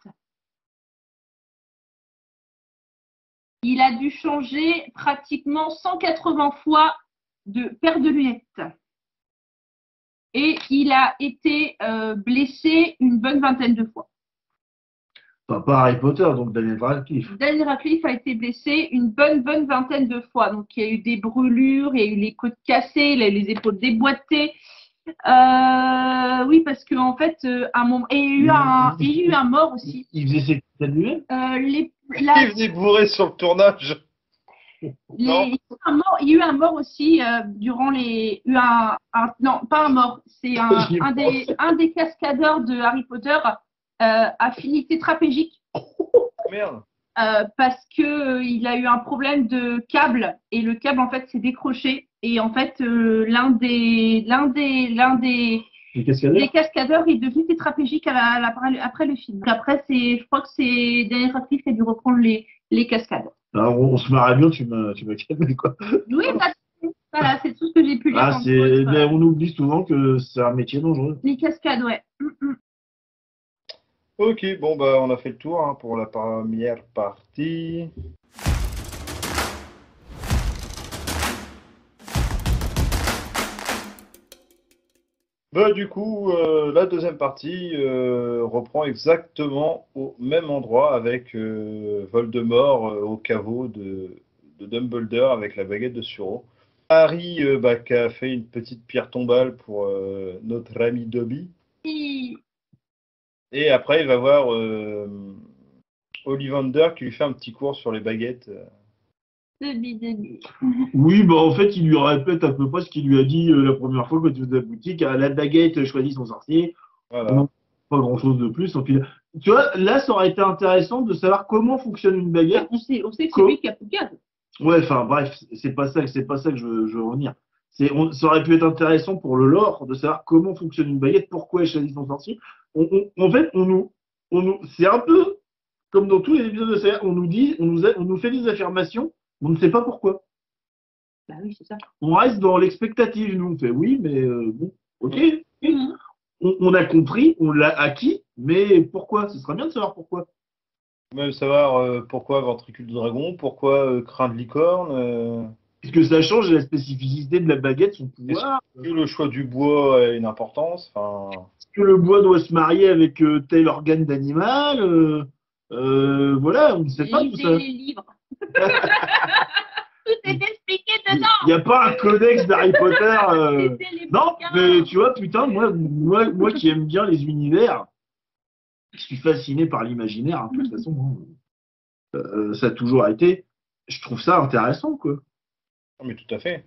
Il a dû changer pratiquement 180 fois de paire de lunettes. Et il a été blessé une bonne vingtaine de fois. Enfin, pas Harry Potter, donc Daniel Radcliffe. Daniel Radcliffe a été blessé une bonne vingtaine de fois. Donc, il y a eu des brûlures, il y a eu les côtes cassées, il a eu les épaules déboîtées. Oui, parce qu'en fait, un moment, et il y a eu un mort aussi. Il faisait ses lunettes. Il venait bourré sur le tournage. Non. Il y a eu un mort aussi durant les. Non, pas un mort. C'est un des cascadeurs de Harry Potter a fini tétraplégique Merde. parce que il a eu un problème de câble et le câble en fait s'est décroché et en fait l'un des Les cascadeurs est devenu tétraplégique après le film. Après je crois que c'est Daniel Radcliffe qui a dû reprendre les cascades. Alors, on se marrait bien, tu m'as calmé, quoi. Oui, voilà, c'est tout ce que j'ai pu lire. Mais on oublie souvent que c'est un métier dangereux. Les cascades, ouais. Ok, bon bah on a fait le tour hein, pour la première partie. Bah du coup, la deuxième partie reprend exactement au même endroit avec Voldemort au caveau de Dumbledore avec la baguette de Suro. Harry qui a fait une petite pierre tombale pour notre ami Dobby. Et après, il va voir Ollivander qui lui fait un petit cours sur les baguettes. Dobby. Oui, bah en fait, il lui répète à peu près ce qu'il lui a dit la première fois quand il faisait la boutique. La baguette choisit son sorcier. Voilà. Non, pas grand-chose de plus. Donc, tu vois, là, ça aurait été intéressant de savoir comment fonctionne une baguette. On sait que c'est lui qui a Poudlard. Ouais, enfin bref, c'est pas ça que je veux revenir. Ça aurait pu être intéressant pour le lore de savoir comment fonctionne une baguette, pourquoi elle choisit son sorcier. En fait, c'est un peu comme dans tous les épisodes de série, on nous fait des affirmations, on ne sait pas pourquoi. Bah oui, c'est ça. On reste dans l'expectative, nous on fait oui, mais bon, ok. On a compris, on l'a acquis, mais pourquoi? Ce serait bien de savoir pourquoi. Même savoir pourquoi ventricule de dragon, pourquoi crin de licorne. Est-ce que ça change la spécificité de la baguette, son pouvoir? Est-ce que le choix du bois a une importance? Enfin, Est-ce que le bois doit se marier avec tel organe d'animal? Voilà, on ne sait pas tout ça. Les livres. Tout est expliqué dedans. Il n'y a pas un codex d'Harry Potter. Non, mais tu vois, putain, moi qui aime bien les univers, je suis fasciné par l'imaginaire, hein, de toute façon. Hein. Ça a toujours été. Je trouve ça intéressant, quoi. non, mais tout à fait.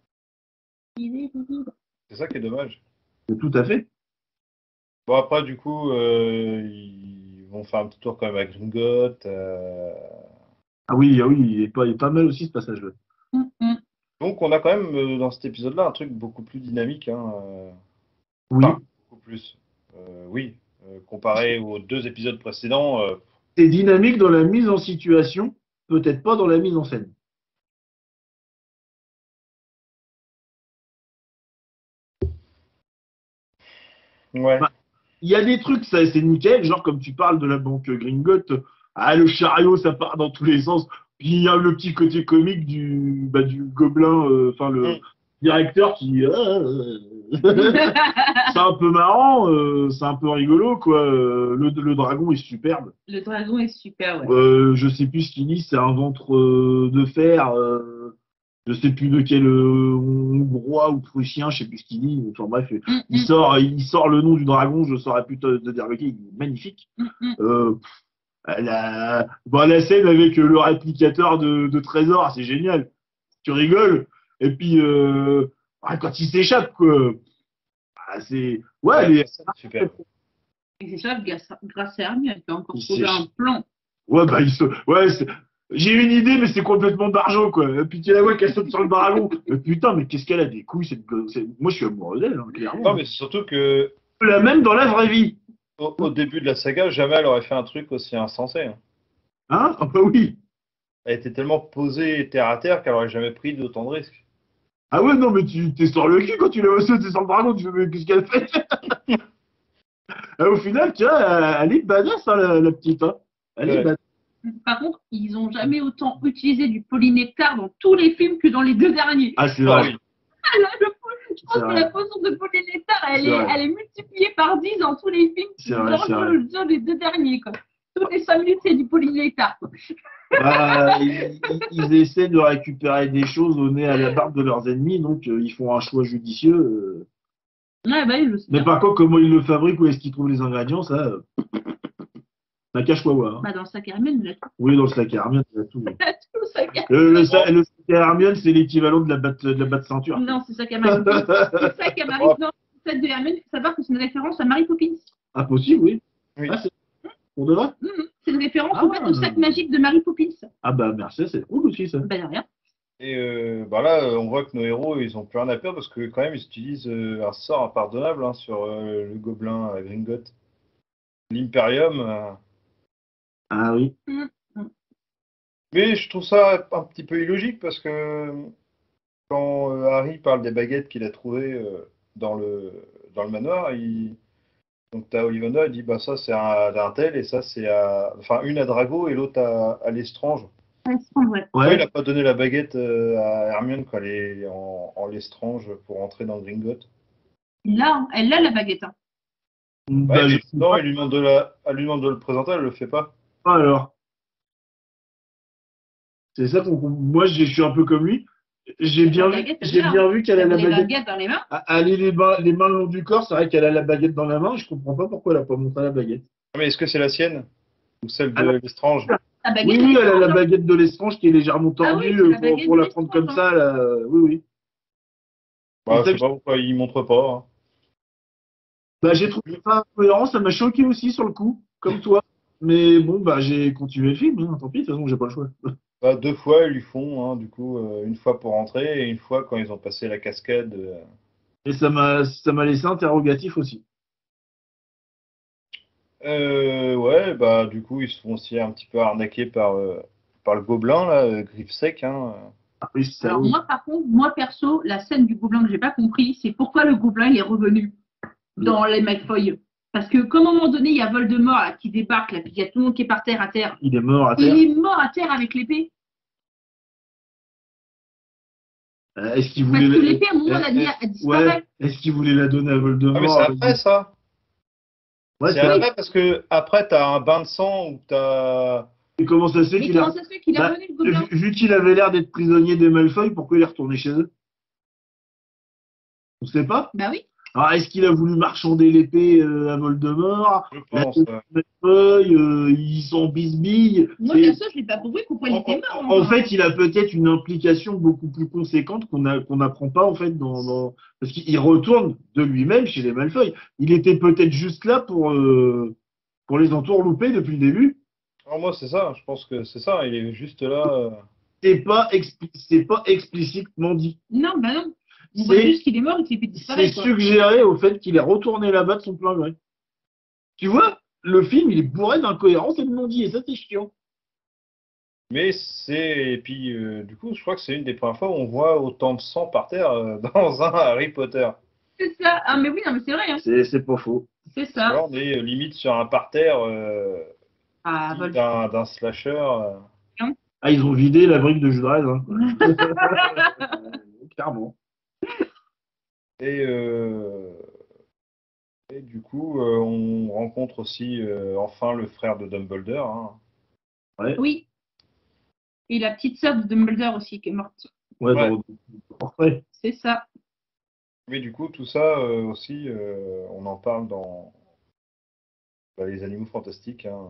C'est ça qui est dommage. Tout à fait. Bon, après, du coup, ils vont faire un petit tour quand même à Gringotts. Ah oui, il est pas mal aussi ce passage-là. Donc, on a quand même dans cet épisode-là un truc beaucoup plus dynamique. Hein, Oui. Enfin, beaucoup plus. Oui, comparé aux deux épisodes précédents. C'est dynamique dans la mise en situation, peut-être pas dans la mise en scène. Ouais. Bah, il y a des trucs, ça c'est nickel, genre comme tu parles de la banque Gringotts, le chariot ça part dans tous les sens, puis il y a le petit côté comique du gobelin, enfin le directeur qui c'est un peu marrant, c'est un peu rigolo quoi. Le dragon est superbe. Le dragon est super, ouais. Je sais plus ce qu'il dit, c'est un ventre de fer. Je sais plus de quel hongrois ou prussien, je sais plus ce qu'il dit. Enfin bref, il sort le nom du dragon, je saurais plus te dire lequel, il est magnifique. La scène avec le réplicateur de Trésor, c'est génial. Tu rigoles. Et puis quand il s'échappe, quoi. C'est super. Et c'est ça, grâce à Hermione, qui a encore trouvé un plan. Ouais, j'ai une idée, mais c'est complètement d'argent, quoi. Et puis tu la vois qu'elle saute sur le dragon. Putain, mais qu'est-ce qu'elle a des couilles, cette gosse. Moi, je suis amoureux d'elle, hein, clairement. Non, mais c'est surtout que. La même dans la vraie vie. Au début de la saga, jamais elle aurait fait un truc aussi insensé. Hein? Ah bah oui. Elle était tellement posée terre à terre qu'elle aurait jamais pris d'autant de risques. Ah ouais, non, mais tu t'es sur le cul quand tu la vois sauter sur le dragon, tu fais, mais qu'est-ce qu'elle fait? Au final, tu vois, elle est badass, hein, la petite. Hein. Elle est badass. Par contre, ils n'ont jamais autant utilisé du polynectar dans tous les films que dans les deux derniers. Ah, c'est vrai. Je pense que la potion de polynectar, elle est multipliée par 10 dans tous les films dans les deux derniers. Quoi. Toutes les 5 minutes, c'est du polynectar. Ils essaient de récupérer des choses au nez à la barbe de leurs ennemis, donc ils font un choix judicieux. Ouais, bah, je sais mais bien. par contre, comment ils le fabriquent, où est-ce qu'ils trouvent les ingrédients, ça. Nakachihuahua. Hein. Bah, dans le sac Hermione, il a tout. Oui, dans le sac à Hermione, il y a tout. Oui. Il a tout, le sac Hermione. Le sac à Hermione, c'est l'équivalent de la batte ceinture. Non, c'est le sac à Marie Poppins. C'est le sac à Marie Poppins. Le sac de Hermione, il faut savoir que c'est une référence à Mary Poppins. Impossible, oui. Oui. Ah, c'est pour de vrai? C'est une référence Ah, en fait au sac magique de Mary Poppins. Ah bah merci, c'est cool aussi ça. Ben, rien. Et bah là, on voit que nos héros, ils ont plus rien à perdre parce que quand même, ils utilisent un sort impardonnable hein, sur le gobelin Gringotts. L'Imperium. Ah oui. Mais je trouve ça un petit peu illogique parce que quand Harry parle des baguettes qu'il a trouvées dans le manoir, donc t'as Ollivander, il dit bah ça c'est un tel et ça c'est enfin une à Drago et l'autre à l'Estrange. Ouais. Pourquoi il n'a pas donné la baguette à Hermione quand elle est en l'Estrange pour entrer dans Gringotts? Elle a la baguette. Hein. Ouais, Bah, mais non, elle lui demande de le présenter, elle le fait pas. alors, c'est ça moi je suis un peu comme lui. J'ai bien vu qu'elle a la baguette dans les mains. Elle a les mains le long du corps, c'est vrai qu'elle a la baguette dans la main, je comprends pas pourquoi elle a pas montré la baguette. Mais est-ce que c'est la sienne ou celle de l'Estrange? Oui, elle a la baguette de l'Estrange qui est légèrement tordue pour la prendre comme ça. Oui. Bah, je sais pas pourquoi il montre pas. Hein. Bah, j'ai trouvé ça incohérent, ça m'a choqué aussi sur le coup, comme toi. Mais bon, bah j'ai continué le film, hein, tant pis, de toute façon, j'ai pas le choix. Bah, 2 fois, ils lui font, hein, du coup, une fois pour rentrer et une fois quand ils ont passé la cascade. Et ça m'a laissé interrogatif aussi. Ouais, bah, du coup, ils se font aussi un petit peu arnaquer par le gobelin, là, griffe sec. Hein. Ah, oui, ça, Alors oui. moi, par contre, perso, la scène du gobelin que j'ai pas compris, c'est pourquoi le gobelin il est revenu dans les McFoy. Parce que comme à un moment donné, il y a Voldemort là, qui débarque, là, puis il y a tout le monde qui est par terre à terre. Il est mort à terre. Il est mort à terre avec l'épée. Est-ce qu'il Parce voulait que l'épée, à un moment, elle disparaît. Ouais. Est-ce qu'il voulait la donner à Voldemort? Ah, mais c'est après ça. Ouais, c'est après parce que après, t'as un bain de sang où t'as. Et comment ça se fait qu'il comment ça se fait qu'il est revenu, le gobelin? Vu qu'il avait l'air d'être prisonnier des Malfoy, pourquoi il est retourné chez eux? On sait pas. Bah oui. Alors, est-ce qu'il a voulu marchander l'épée à Voldemort? Je pense. Malfoy, ils sont bisbilles. Moi, perso, je l'ai pas compris pourquoi il était mort. En fait, il a peut-être une implication beaucoup plus conséquente qu'on n'apprend pas, en fait, parce qu'il retourne de lui-même chez les Malfoy. Il était peut-être juste là pour les entourlouper depuis le début. Alors moi, c'est ça. Je pense que c'est ça. Il est juste là. C'est pas explicitement dit. Non, bah non. On voit juste qu'il est mort et qu'il fait disparaître. C'est suggéré au fait qu'il est retourné là-bas de son plein gré. Tu vois, le film, il est bourré d'incohérences et de non-dits, et ça, c'est chiant. Mais et puis du coup, je crois que c'est une des premières fois où on voit autant de sang par terre dans un Harry Potter. C'est ça. Ah mais oui, non mais c'est vrai. Hein. C'est pas faux. C'est ça. Alors, on est limite sur un parterre d'un slasher. Ah, ils ont vidé la brique de jus de raisin. Clairement. Et du coup, on rencontre aussi enfin le frère de Dumbledore. Hein. Ouais. Oui. Et la petite sœur de Dumbledore aussi qui est morte. Ouais. Dans le portrait. C'est ça. Mais du coup, tout ça aussi, on en parle dans les Animaux Fantastiques. Hein.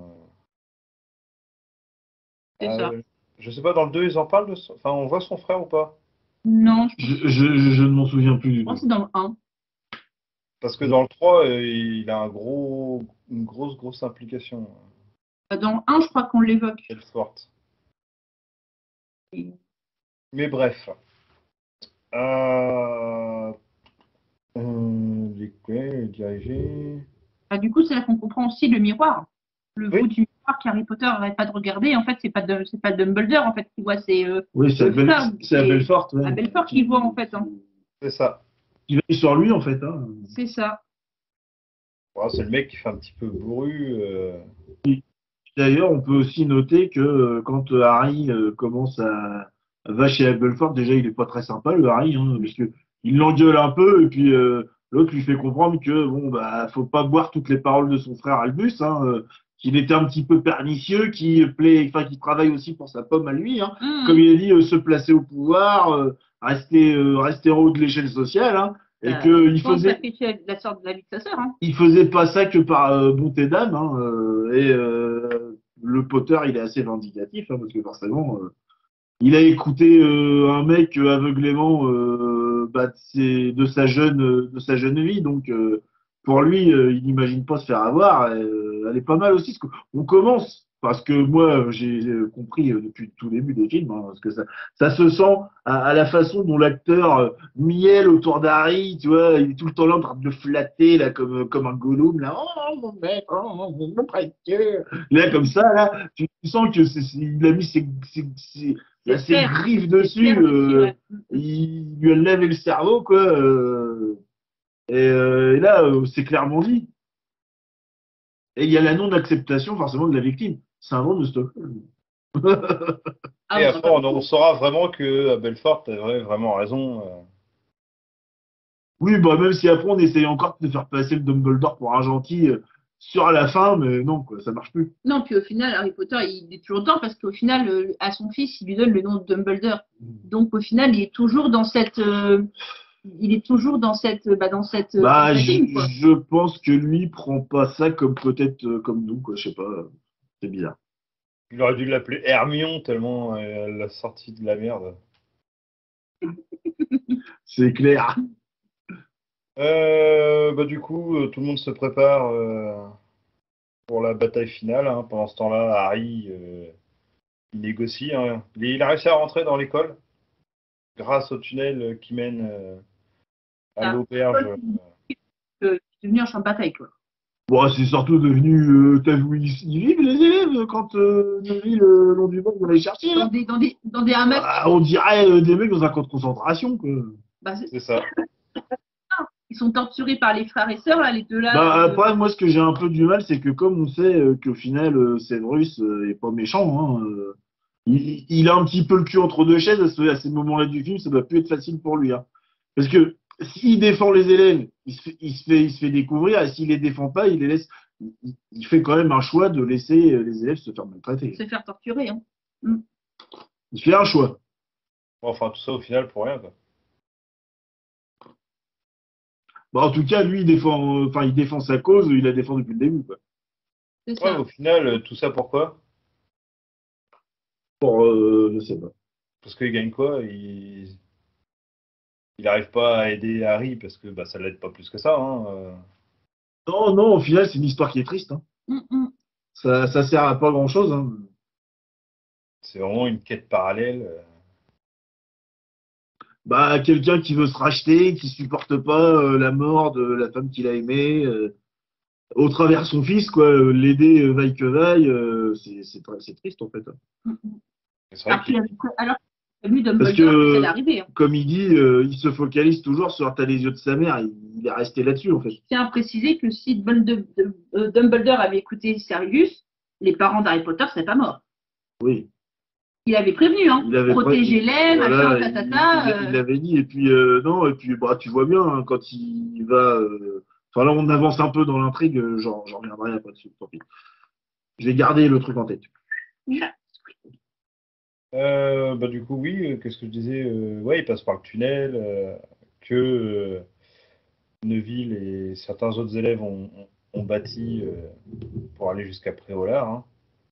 C'est ça. Je sais pas, dans le 2, ils en parlent enfin, on voit son frère ou pas? Non. Je ne m'en souviens plus du tout. C'est dans le 1. Parce que dans le 3, il a une grosse implication. Dans le 1, je crois qu'on l'évoque. Elle forte. Mais bref. Diriger. Du coup, c'est là qu'on comprend aussi le miroir. Le bout du miroir qu'Harry Potter n'arrête pas de regarder. En fait, c'est pas Dumbledore en fait qui voit. C'est à Belfort. À Belfort qu'il voit en fait. Hein. C'est ça. Il veille sur lui en fait. Hein. C'est ça. Ouais, c'est le mec qui fait un petit peu bourru. D'ailleurs, on peut aussi noter que quand Harry va chez Belfort, déjà il est pas très sympa le Harry, hein, parce que il l'engueule un peu et puis l'autre lui fait comprendre que bon bah faut pas boire toutes les paroles de son frère Albus, hein, qu'il était un petit peu pernicieux, qui travaille aussi pour sa pomme à lui, hein, comme il a dit, se placer au pouvoir, rester en haut de l'échelle sociale, hein, et que il faisait la sorte de la vie de sa sœur. Hein. Il faisait pas ça que par bonté d'âme, hein, et le Potter, il est assez vindicatif, hein, parce que forcément, il a écouté un mec aveuglément de sa jeune vie, donc pour lui, il n'imagine pas se faire avoir. Elle est pas mal aussi. On commence, parce que moi, j'ai compris depuis le tout début des films, hein, parce que ça se sent à la façon dont l'acteur miel autour d'Harry, tu vois, il est tout le temps là en train de le flatter, là, comme un Gollum, là, oh mon mec, oh mon précieux. Là, comme ça, là, tu sens que il a mis ses griffes dessus, ouais. il lui a lavé le cerveau, quoi. Et là, c'est clairement dit. Et il y a la non-acceptation forcément de la victime. Syndrome de Stockholm. Ah, Et on après, on saura vraiment que Belfort avait vraiment raison. Oui, bah même si après on essaye encore de faire passer le Dumbledore pour un gentil sur la fin, mais non, quoi, ça marche plus. Non, puis au final, Harry Potter, il est toujours dedans parce qu'au final, à son fils, il lui donne le nom de Dumbledore. Donc au final, il est toujours dans cette, dans cette Bah, team, quoi. je pense que lui prend pas ça comme peut-être comme nous, quoi, je sais pas. C'est bizarre. Il aurait dû l'appeler Hermione tellement elle l'a sorti de la merde. C'est clair. Du coup, tout le monde se prépare pour la bataille finale, hein. Pendant ce temps-là, Harry il négocie, hein. Il a réussi à rentrer dans l'école grâce au tunnel qui mène à Ah, l'auberge. c'est devenu un champ de bataille, quoi. Bon, c'est surtout devenu. T'as vu où ils vivent, les élèves, quand Neville, le long du monde, on va les chercher, là? Dans des hamacs. Ah, on dirait des mecs dans un camp de concentration, quoi. Bah, C'est ça. ils sont torturés par les frères et sœurs, là, les deux là. Bah, après, moi, ce que j'ai un peu du mal, c'est que comme on sait qu'au final, Severus est pas méchant, hein, il a un petit peu le cul entre deux chaises à ces moments-là du film, ça doit plus être facile pour lui, hein. Parce que s'il défend les élèves, il se fait découvrir, et s'il les défend pas, il les laisse. Il fait quand même un choix de laisser les élèves se faire maltraiter. Se faire torturer, hein. Mm. Il fait un choix. Bon, enfin, tout ça au final pour rien, quoi. Bah, en tout cas, lui, il défend sa cause, il la défend depuis le début, quoi. C'est Ouais, ça. au final, tout ça pourquoi? Pour, je sais pas. Parce qu'il gagne quoi? Il n'arrive pas à aider Harry parce que bah, ça l'aide pas plus que ça, hein. Non, non, au final, c'est une histoire qui est triste, hein. Mm, mm. Ça sert à pas grand-chose, hein. C'est vraiment une quête parallèle. Bah, quelqu'un qui veut se racheter, qui supporte pas la mort de la femme qu'il a aimée, au travers son fils, quoi, l'aider vaille que vaille, c'est triste en fait, hein. Mm, mm. C'est vrai qu'il Alors qu'il a vu Parce Dumbledore que ça allait que, arriver, hein. comme il dit, il se focalise toujours sur T'as les yeux de sa mère, il est resté là-dessus en fait. Je tiens à préciser que si Dumbledore avait écouté Sirius, les parents d'Harry Potter seraient pas morts. Oui. Il avait prévenu, hein. Il avait Protégez-les, voilà, machin, tatata. il avait dit, et puis non, et puis bah, tu vois bien, hein, quand il va. Enfin là, on avance un peu dans l'intrigue, j'en reviendrai après dessus, tant pis. Je vais garder le truc en tête. du coup, oui, qu'est-ce que je disais? Ouais, il passe par le tunnel, que Neville et certains autres élèves ont bâti pour aller jusqu'à Préolard, hein.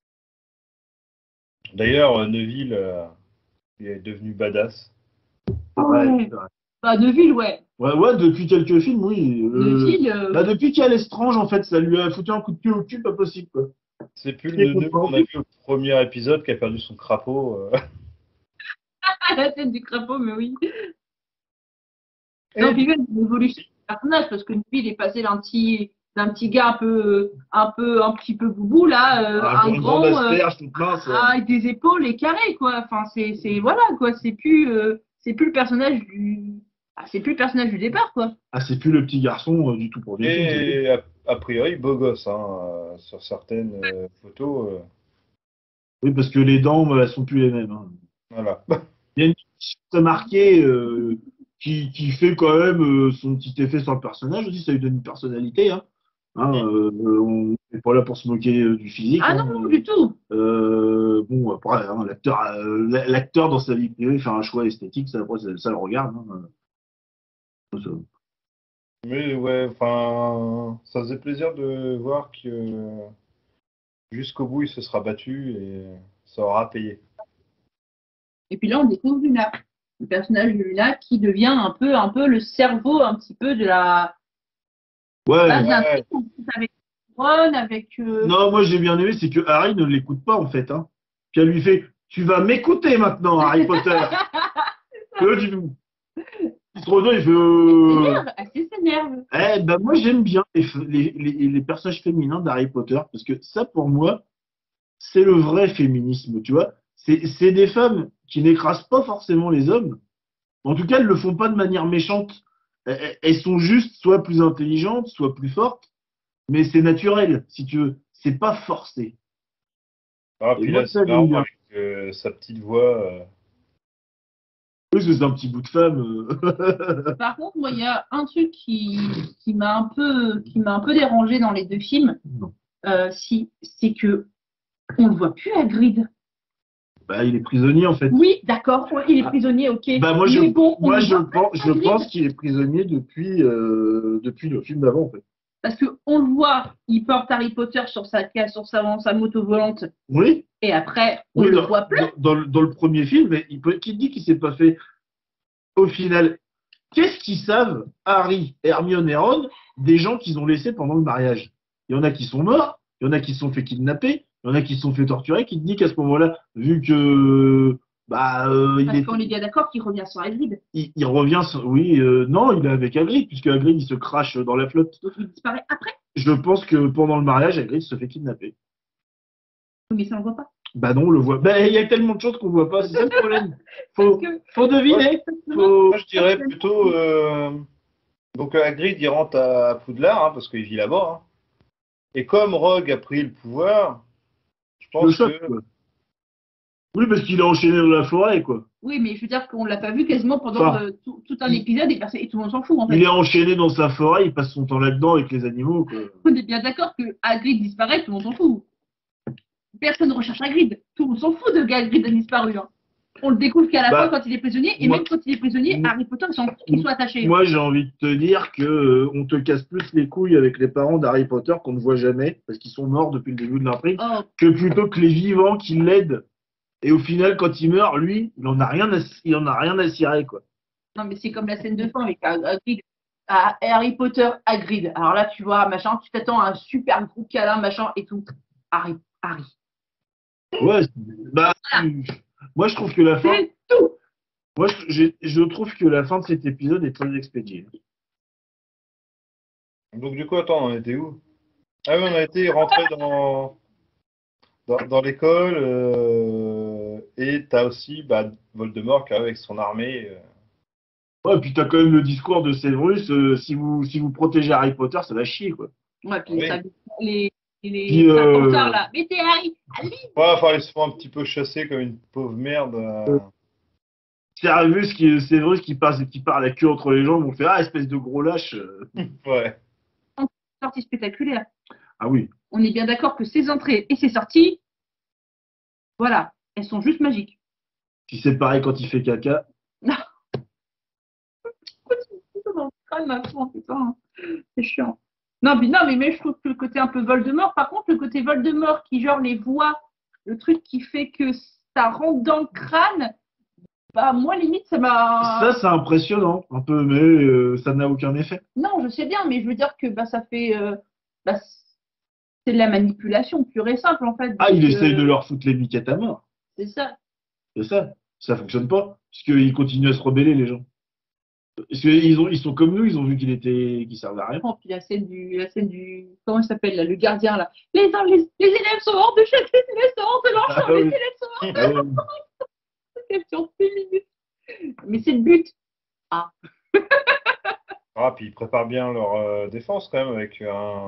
D'ailleurs, Neville il est devenu badass. Ouais. Bah, Neville, ouais. Ouais, depuis quelques films, oui. Neville, Bah, depuis qu'il y a l'estrange, en fait, ça lui a foutu un coup de pied au cul, pas possible, quoi. C'est plus C'est le Neville qu'on a vu au premier épisode qui a perdu son crapaud. à la tête du crapaud, mais oui. Non, puis même l'évolution du personnage, parce que Neville est passé d'un petit gars un petit peu boubou, là, un Une grande grand, asperge toute mince. avec des épaules et carré, quoi. Enfin, voilà, quoi. C'est plus le personnage c'est plus le personnage du départ, quoi. Ah, c'est plus le petit garçon du tout pour du film. Et a priori, beau gosse, hein, sur certaines photos. Oui, parce que les dents, elles sont plus les mêmes, hein. Voilà. Il y a une petite marquée qui fait quand même son petit effet sur le personnage aussi, ça lui donne une personnalité, hein. On n'est pas là pour se moquer du physique, Ah hein. non, du tout. Bon, après, hein, l'acteur dans sa vie privée fait un choix esthétique, ça, après, ça le regarde, hein. Ça- Mais ouais, enfin, ça faisait plaisir de voir que Jusqu'au bout, il se sera battu et ça aura payé. Et puis là, on découvre Luna, le personnage de Luna qui devient un peu le cerveau un petit peu de la Ouais. base d'un Ouais. truc avec Ron, avec Non, moi j'ai bien aimé, c'est que Harry ne l'écoute pas en fait. Hein. Puis elle lui fait, tu vas m'écouter maintenant, Harry Potter. Là, il se retourne, il fait. elle s'énerve. Eh ben moi j'aime bien les personnages féminins d'Harry Potter parce que ça pour moi c'est le vrai féminisme, tu vois. C'est des femmes qui n'écrasent pas forcément les hommes. En tout cas, elles le font pas de manière méchante. Elles sont juste soit plus intelligentes, soit plus fortes, mais c'est naturel, si tu veux. C'est pas forcé. Ah, Et puis moi là, ça c'est j'aime marrant bien. avec sa petite voix. Parce que c'est un petit bout de femme. Par contre, moi, il y a un truc qui m'a un peu dérangé dans les deux films, Non. c'est que on le voit plus Hagrid. Bah, il est prisonnier en fait. Oui, d'accord, ouais, il est prisonnier, ok. Bah Mais bon, on moi le voit je Hagrid. pense qu'il est prisonnier depuis le film d'avant en fait. Parce qu'on le voit, il porte Harry Potter sur sa moto volante, Oui, et après, on oui le voit plus. dans le premier film, mais qui dit qu'il s'est pas fait au final. Qu'est-ce qu'ils savent, Harry, Hermione et Ron, des gens qu'ils ont laissés pendant le mariage? Il y en a qui sont morts, il y en a qui se sont fait kidnapper, il y en a qui se sont fait torturer. Qui te dit qu'à ce moment-là, vu que Parce qu'on est bien d'accord qu'il revient sur Hagrid. il revient, oui, non, il est avec Hagrid, puisque Hagrid il se crache dans la flotte. Donc il disparaît après. Je pense que pendant le mariage, Hagrid se fait kidnapper. Mais ça, on ne voit pas. Bah non, on le voit. Bah, il y a tellement de choses qu'on voit pas, c'est ça le problème. Faut, Parce que, faut deviner. Faut... Moi, je dirais plutôt. Donc, Hagrid, il rentre à Poudlard, hein, parce qu'il vit là-bas. Hein. Et comme Rogue a pris le pouvoir, je Le pense choc, que. quoi. Oui, parce qu'il a enchaîné dans la forêt, quoi. oui, mais je veux dire qu'on ne l'a pas vu quasiment pendant Enfin, tout un épisode et tout le monde s'en fout en fait. il est enchaîné dans sa forêt, il passe son temps là-dedans avec les animaux, quoi. On est bien d'accord que Hagrid disparaît, tout le monde s'en fout. Personne ne recherche Hagrid. Tout le monde s'en fout de Hagrid a disparu. Hein. On le découvre qu'à la Bah, fin quand il est prisonnier, et moi- même quand il est prisonnier, Harry Potter s'en fout qu'il soit attaché. Moi, j'ai envie de te dire que on te casse plus les couilles avec les parents d'Harry Potter qu'on ne voit jamais, parce qu'ils sont morts depuis le début de l'intrigue, Oh, que plutôt que les vivants qui l'aident. Et au final, quand il meurt, lui, il en a rien à cirer, quoi. non, mais c'est comme la scène de fin avec Hagrid. Harry Potter, Hagrid. Alors là, tu vois, machin, tu t'attends à un super gros câlin, machin et tout. Harry. Ouais, bah, moi, je trouve que la fin, C'est tout. moi, je trouve que la fin de cet épisode est très expédiée. Donc, du coup, attends, on était où? Ah oui, on a été rentré dans l'école. Et t'as aussi Voldemort qui arrive avec son armée. Ouais, puis t'as quand même le discours de Severus, si vous protégez Harry Potter, ça va chier, quoi. Ouais, puis Oui. Puis, Serpentards, là. Mettez Harry. Ouais, enfin, ils se font un petit peu chasser comme une pauvre merde. Severus qui passe et qui part la queue entre les jambes, on fait ah espèce de gros lâche. Ouais. Sortie spectaculaire. Ah oui. On est bien d'accord que ses entrées et ses sorties, voilà, elles sont juste magiques. Si c'est pareil quand il fait caca. C'est chiant. Non, mais je trouve que le côté un peu Voldemort, par contre, le côté Voldemort qui, genre, les voit, le truc qui fait que ça rentre dans le crâne, bah, moi, limite, ça m'a. Ça, c'est impressionnant, un peu, mais ça n'a aucun effet. Non, je sais bien, mais je veux dire que bah, ça fait. Bah, c'est de la manipulation pure et simple, en fait. Ah, il Donc, essaye de leur foutre les miquettes à mort. c'est ça. C'est ça. Ça fonctionne pas, puisqu'ils continuent à se rebeller, les gens. Parce ils sont comme nous, ils ont vu qu'il servait à rien. Oh, puis la scène du, comment il s'appelle là, le gardien là. Les élèves sont hors de chez les élèves sont hors de leur chambre, Ah oui. les élèves sont hors de Ah ouais. leur chambre. Question 6 minutes. Mais c'est le but. Ah, puis ils préparent bien leur défense quand même avec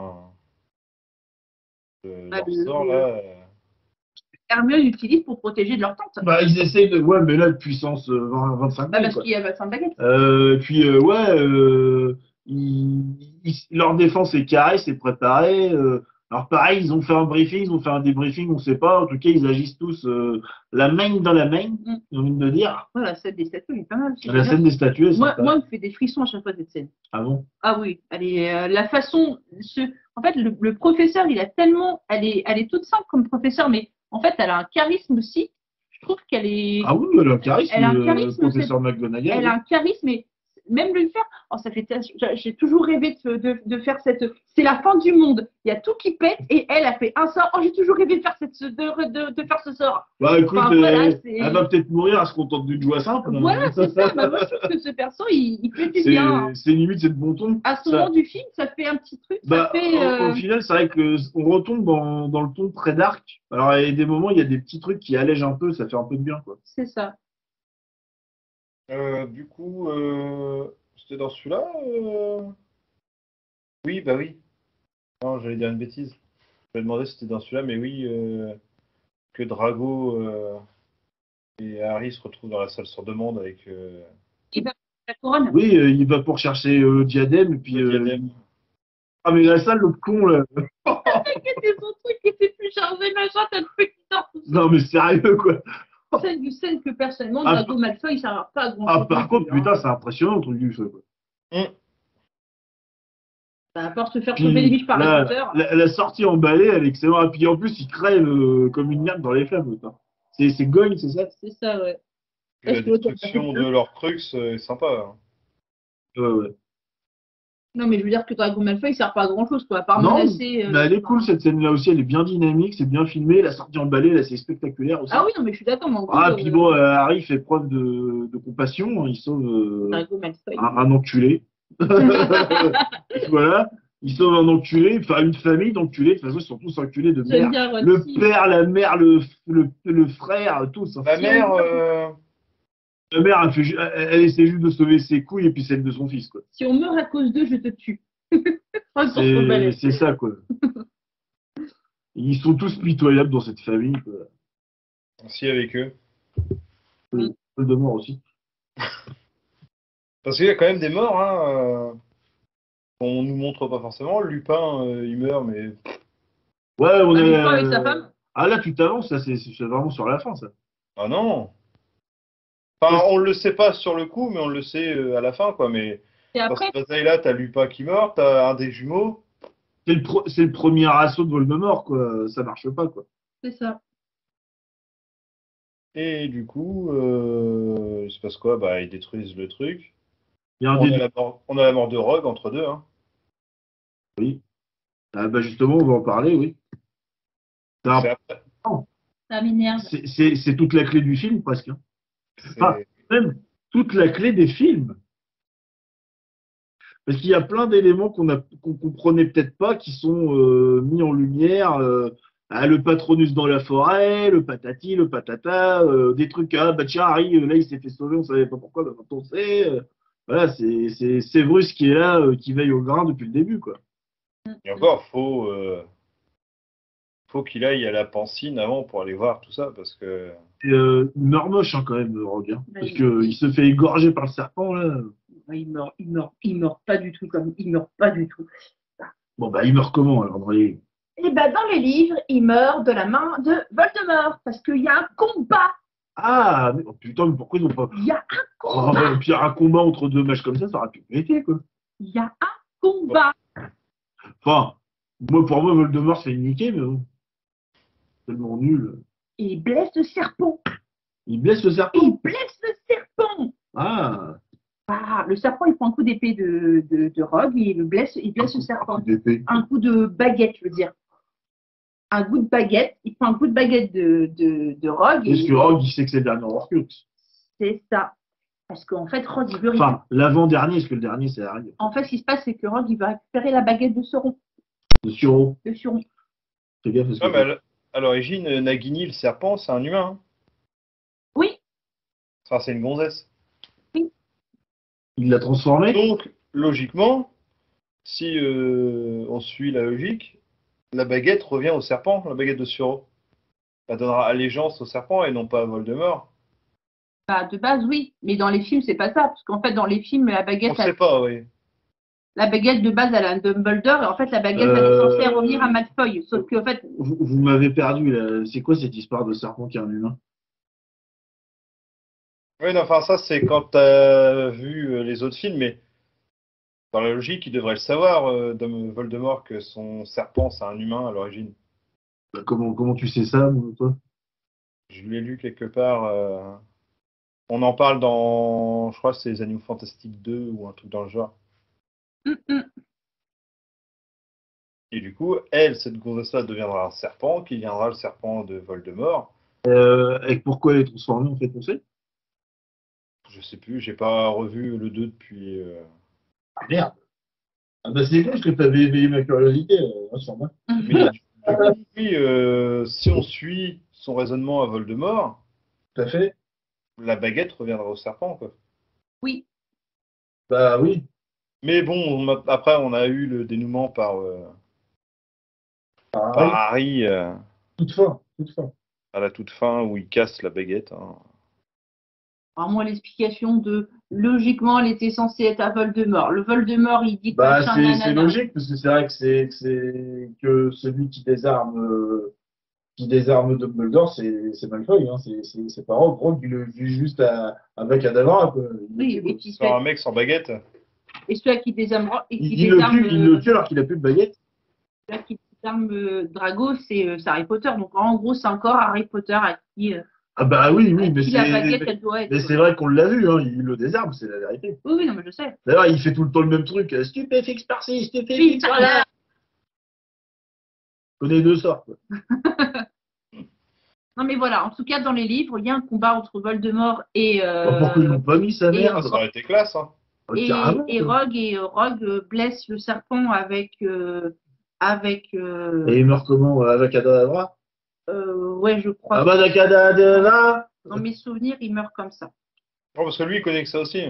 leur sort là. Hermione utilise pour protéger de leur tante. Bah, ils essayent de. Ouais, mais là, de puissance 25 Bah, 000, parce quoi. qu'il y a 25 baguettes. Puis, ouais, leur défense est carrée, c'est préparé. Alors pareil, ils ont fait un briefing, ils ont fait un débriefing, on sait pas. En tout cas, ils agissent tous la main dans la main, j'ai envie de dire. Ouais, la scène des statues, elle est pas mal. La scène des statues, elle est Moi, sympa. moi, elle me fait des frissons à chaque fois cette scène. Ah bon? Ah oui, elle est, la façon, en fait, le professeur, il a tellement, elle est toute simple comme professeur, mais en fait, elle a un charisme aussi. Je trouve qu'elle est, Ah oui, elle a un charisme, elle a un charisme, professeur McGonagall. elle a un charisme, mais même le faire, oh, ça fait, j'ai toujours rêvé de faire cette, c'est la fin du monde, il y a tout qui pète et elle a fait un sort. Oh, j'ai toujours rêvé de faire de faire ce sort. Bah écoute, Enfin, voilà, elle va peut-être mourir, elle se contente d'une joie simple. Voilà, c'est ça. Bah, moi, je trouve que ce perso, il plaît bien. C'est limite, c'est de bon ton. À ce moment du film, ça fait un petit truc. Bah, Ça fait, au final, c'est vrai que on retombe dans le ton très dark. Alors, il y a des moments, il y a des petits trucs qui allègent un peu, ça fait un peu de bien, quoi. c'est ça. Du coup, c'était dans celui-là Oui, bah oui. Non, j'allais dire une bêtise. Je me demandais si c'était dans celui-là, mais oui, que Drago et Harry se retrouvent dans la salle sur demande avec Et ben, la couronne. Oui, il va pour chercher le diadème, et puis. le diadème. Ah, mais la salle, le con, là. C'était son truc qui était plus chargé, machin, t'as le truc qui sort tout Non, mais sérieux, quoi. scène que personnellement, Ah, Drago Malfoy, il sert pas à grand Ah, chose. par contre, putain, c'est impressionnant, le truc du feu, quoi. À part se faire Puis, sauver les biches par la, Harry Potter. la sortie emballée, elle est excellente. Et puis, en plus, il crève comme une merde dans les flammes, quoi. C'est Gogne, c'est ça? C'est ça, ouais. Puis la destruction de leur crux est sympa. Hein. Ouais, ouais. Non, mais je veux dire que Drago Malfoy, il sert pas à grand chose, quoi. À part Non, menacer. mais elle est cool, cette scène-là aussi, elle est bien dynamique, c'est bien filmé, la sortie emballée, là, c'est spectaculaire aussi. Ah oui, non, mais je suis d'accord. Mais en gros, Ah, puis bon, Harry fait preuve de compassion, il sauve Drago Malfoy. un enculé. Voilà, il sauve un enculé, enfin une famille d'enculés, de toute façon, ils sont tous enculés de J'aime merde. bien Le Roxy. père, la mère, le frère, tous. La mère, La mère, elle essaie juste de sauver ses couilles et puis celle de son fils, quoi. Si on meurt à cause d'eux, je te tue. C'est C'est ça, quoi. Ils sont tous pitoyables dans cette famille, quoi. aussi avec eux. De mort aussi. Parce qu'il y a quand même des morts, hein, qu'on nous montre pas forcément. Lupin, il meurt, mais Ouais, on est. Lupin avec sa femme. Ah là, tu t'avances, là, c'est vraiment sur la fin, ça. ah non. Enfin, on le sait pas sur le coup, mais on le sait à la fin, quoi. Mais Et dans après, cette bataille-là, t'as Lupin qui meurt, t'as un des jumeaux. C'est le premier assaut de Voldemort, quoi. Ça marche pas, quoi. c'est ça. Et du coup, il se passe quoi? Bah, ils détruisent le truc. Il y a un On des a on a la mort de Rogue entre deux. Hein. Oui. Ah, bah justement, on va en parler, oui. C'est un- C'est après. Ça m'énerve. c'est toute la clé du film, presque. Hein. C'est- Enfin, même toute la clé des films. Parce qu'il y a plein d'éléments qu'on comprenait peut-être pas, qui sont mis en lumière. Le Patronus dans la forêt, le patati, le patata, des trucs. Ah, bah tiens, Harry, là, il s'est fait sauver, on savait pas pourquoi, bah, maintenant on sait. Voilà, c'est Severus qui est là, qui veille au grain depuis le début, quoi. Et encore, faut qu'il aille à la Pancine avant pour aller voir tout ça, parce que Et, il meurt moche, hein, quand même, Rogue. Hein, Bah, parce qu'il se fait égorger par le serpent, là. Il meurt pas du tout comme il meurt pas du tout. Bon, bah, il meurt comment, alors, dans les... Et ben dans les livres, il meurt de la main de Voldemort parce qu'il y a un combat. Ah, mais, oh, putain, mais pourquoi ils ont pas... Il y a un Oh, combat. puis un combat entre deux matchs comme ça aurait pu péter, quoi. Il y a un combat. Enfin, pour moi, Voldemort se fait niquer, mais bon. Tellement nul. Et il blesse le serpent. Il blesse le serpent. Il blesse le serpent. Ah, Ah, le serpent, il prend un coup d'épée de Rogue et il blesse le serpent. d'épée. Un coup de baguette, je veux dire. Un coup de baguette. Il prend un coup de baguette de Rogue. Est-ce que Rogue, il sait que c'est le dernier Horcrux? C'est ça. Parce qu'en fait, Rogue, il veut rien. Enfin, l'avant-dernier, est-ce que le dernier, c'est Harry? En fait, ce qui se passe, c'est que Rogue, il va récupérer la baguette de Sauron. Le Suro. De Sauron. Fais gaffe, parce ouais, que... mais à l'origine, Nagini, le serpent, c'est un humain. Hein. Oui. Enfin, c'est une gonzesse. Il l'a transformé. Donc, logiquement, si on suit la logique, la baguette revient au serpent, la baguette de Suro. Elle donnera allégeance au serpent et non pas à Voldemort. Bah, de base, oui. Mais dans les films, c'est pas ça. Parce qu'en fait, dans les films, la On baguette, ne sait pas, oui. la baguette de base, elle a un Dumbledore, et en fait, la baguette, elle est censée revenir à Malfoy. Sauf qu'en fait, Vous m'avez perdu, là. C'est quoi cette histoire de serpent qui est un humain? Oui, non, enfin, ça, c'est quand t'as vu les autres films, mais dans la logique, il devrait le savoir, Voldemort, que son serpent, c'est un humain à l'origine. Bah, comment tu sais ça, toi? Je l'ai lu quelque part. On en parle dans, je crois, que c'est les Animaux Fantastiques 2 ou un truc dans le genre. hum, hum. Et du coup, elle, cette grossesse-là, deviendra un serpent, qui viendra le serpent de Voldemort. Et pourquoi elle est transformée, en fait, on sait? Je sais plus, j'ai pas revu le 2 depuis. Ah, merde. Ah bah c'est bon, parce que t'avais éveillé ma curiosité, sur moi. Mais du coup, oui, si on suit son raisonnement à Voldemort, Tout à fait. la baguette reviendra au serpent, quoi. Oui. Bah oui. Mais bon, après, on a eu le dénouement par Pareil. Harry Toutefois, toutefois. à la toute fin où il casse la baguette, hein. Alors, moi, l'explication de logiquement, elle était censée être à Voldemort. Le Voldemort, il dit que Bah machin, c'est nanana. logique, parce que c'est vrai que que celui qui désarme Dumbledore, c'est Malfoy, hein. C'est pas Rogue. Rogue, il le vit juste avec Cadavra, quoi. Oui, et puis C'est un mec sans baguette. et celui qui désarme, et qui Il le désarme, tue, il le tue alors qu'il a plus de baguette. celui qui désarme Drago, c'est Harry Potter. Donc, en gros, c'est encore Harry Potter à qui, Ah bah oui, oui, mais qui la baguette, elle doit être. mais c'est vrai qu'on l'a vu, hein, il le désarme, c'est la vérité. Oui, oui, non, mais je sais. D'ailleurs, il fait tout le temps le même truc. Stupéfixe par-ci, stupéfixe par-là. Je connais deux sorts, quoi. Non, mais voilà. En tout cas, dans les livres, il y a un combat entre Voldemort et Pourquoi ils l'ont pas mis, sa mère? Ça aurait été classe, hein. Carrément, et quoi. Rogue, blesse le serpent avec Et il meurt comment? Avec Cadavra? ouais, je crois Ah que bah, Cadavra! dans mes souvenirs, il meurt comme ça. Oh, parce que lui, il connaît que ça aussi.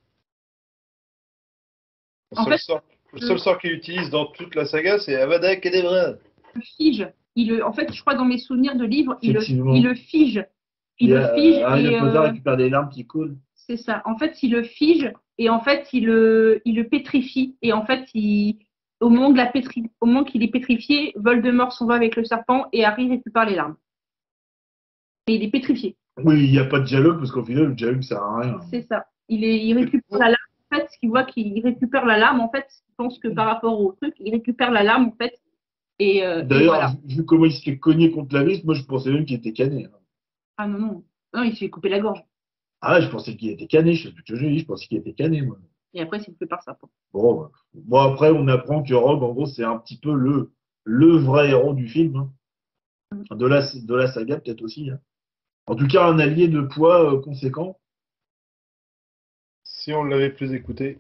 Le En seul fait, sort, le seul sort qu'il utilise dans toute la saga, c'est Avada Kedavra. le fige. En fait, je crois dans mes souvenirs de livre, Effectivement. il le fige. Il Il y le fige a Harry et Potter récupère des larmes qui coulent. c'est ça. En fait, il le fige et en fait, il le pétrifie. Et en fait, au moment qu'il est pétrifié, Voldemort s'en va avec le serpent et Harry récupère les larmes. Et il est pétrifié. Oui, il n'y a pas de dialogue parce qu'au final, le dialogue sert à rien. C'est ça. Il récupère la lame. En fait, ce qu'il voit qu'il récupère la lame, en fait, je pense que par rapport au truc, il récupère la lame, en fait. Et D'ailleurs, voilà. vu comment il s'est cogné contre la vis, moi je pensais même qu'il était cané, hein. Ah non, non. Non, il se fait couper la gorge. Ah, je pensais qu'il était cané, je sais plus ce que j'ai dit, je pensais qu'il était cané, moi. Et après, c'est fait par ça. Bon, bon, après, on apprend que Rogue, en gros, c'est un petit peu le vrai héros du film, hein. De la saga, peut-être aussi, hein. En tout cas, un allié de poids conséquent. Si on l'avait plus écouté.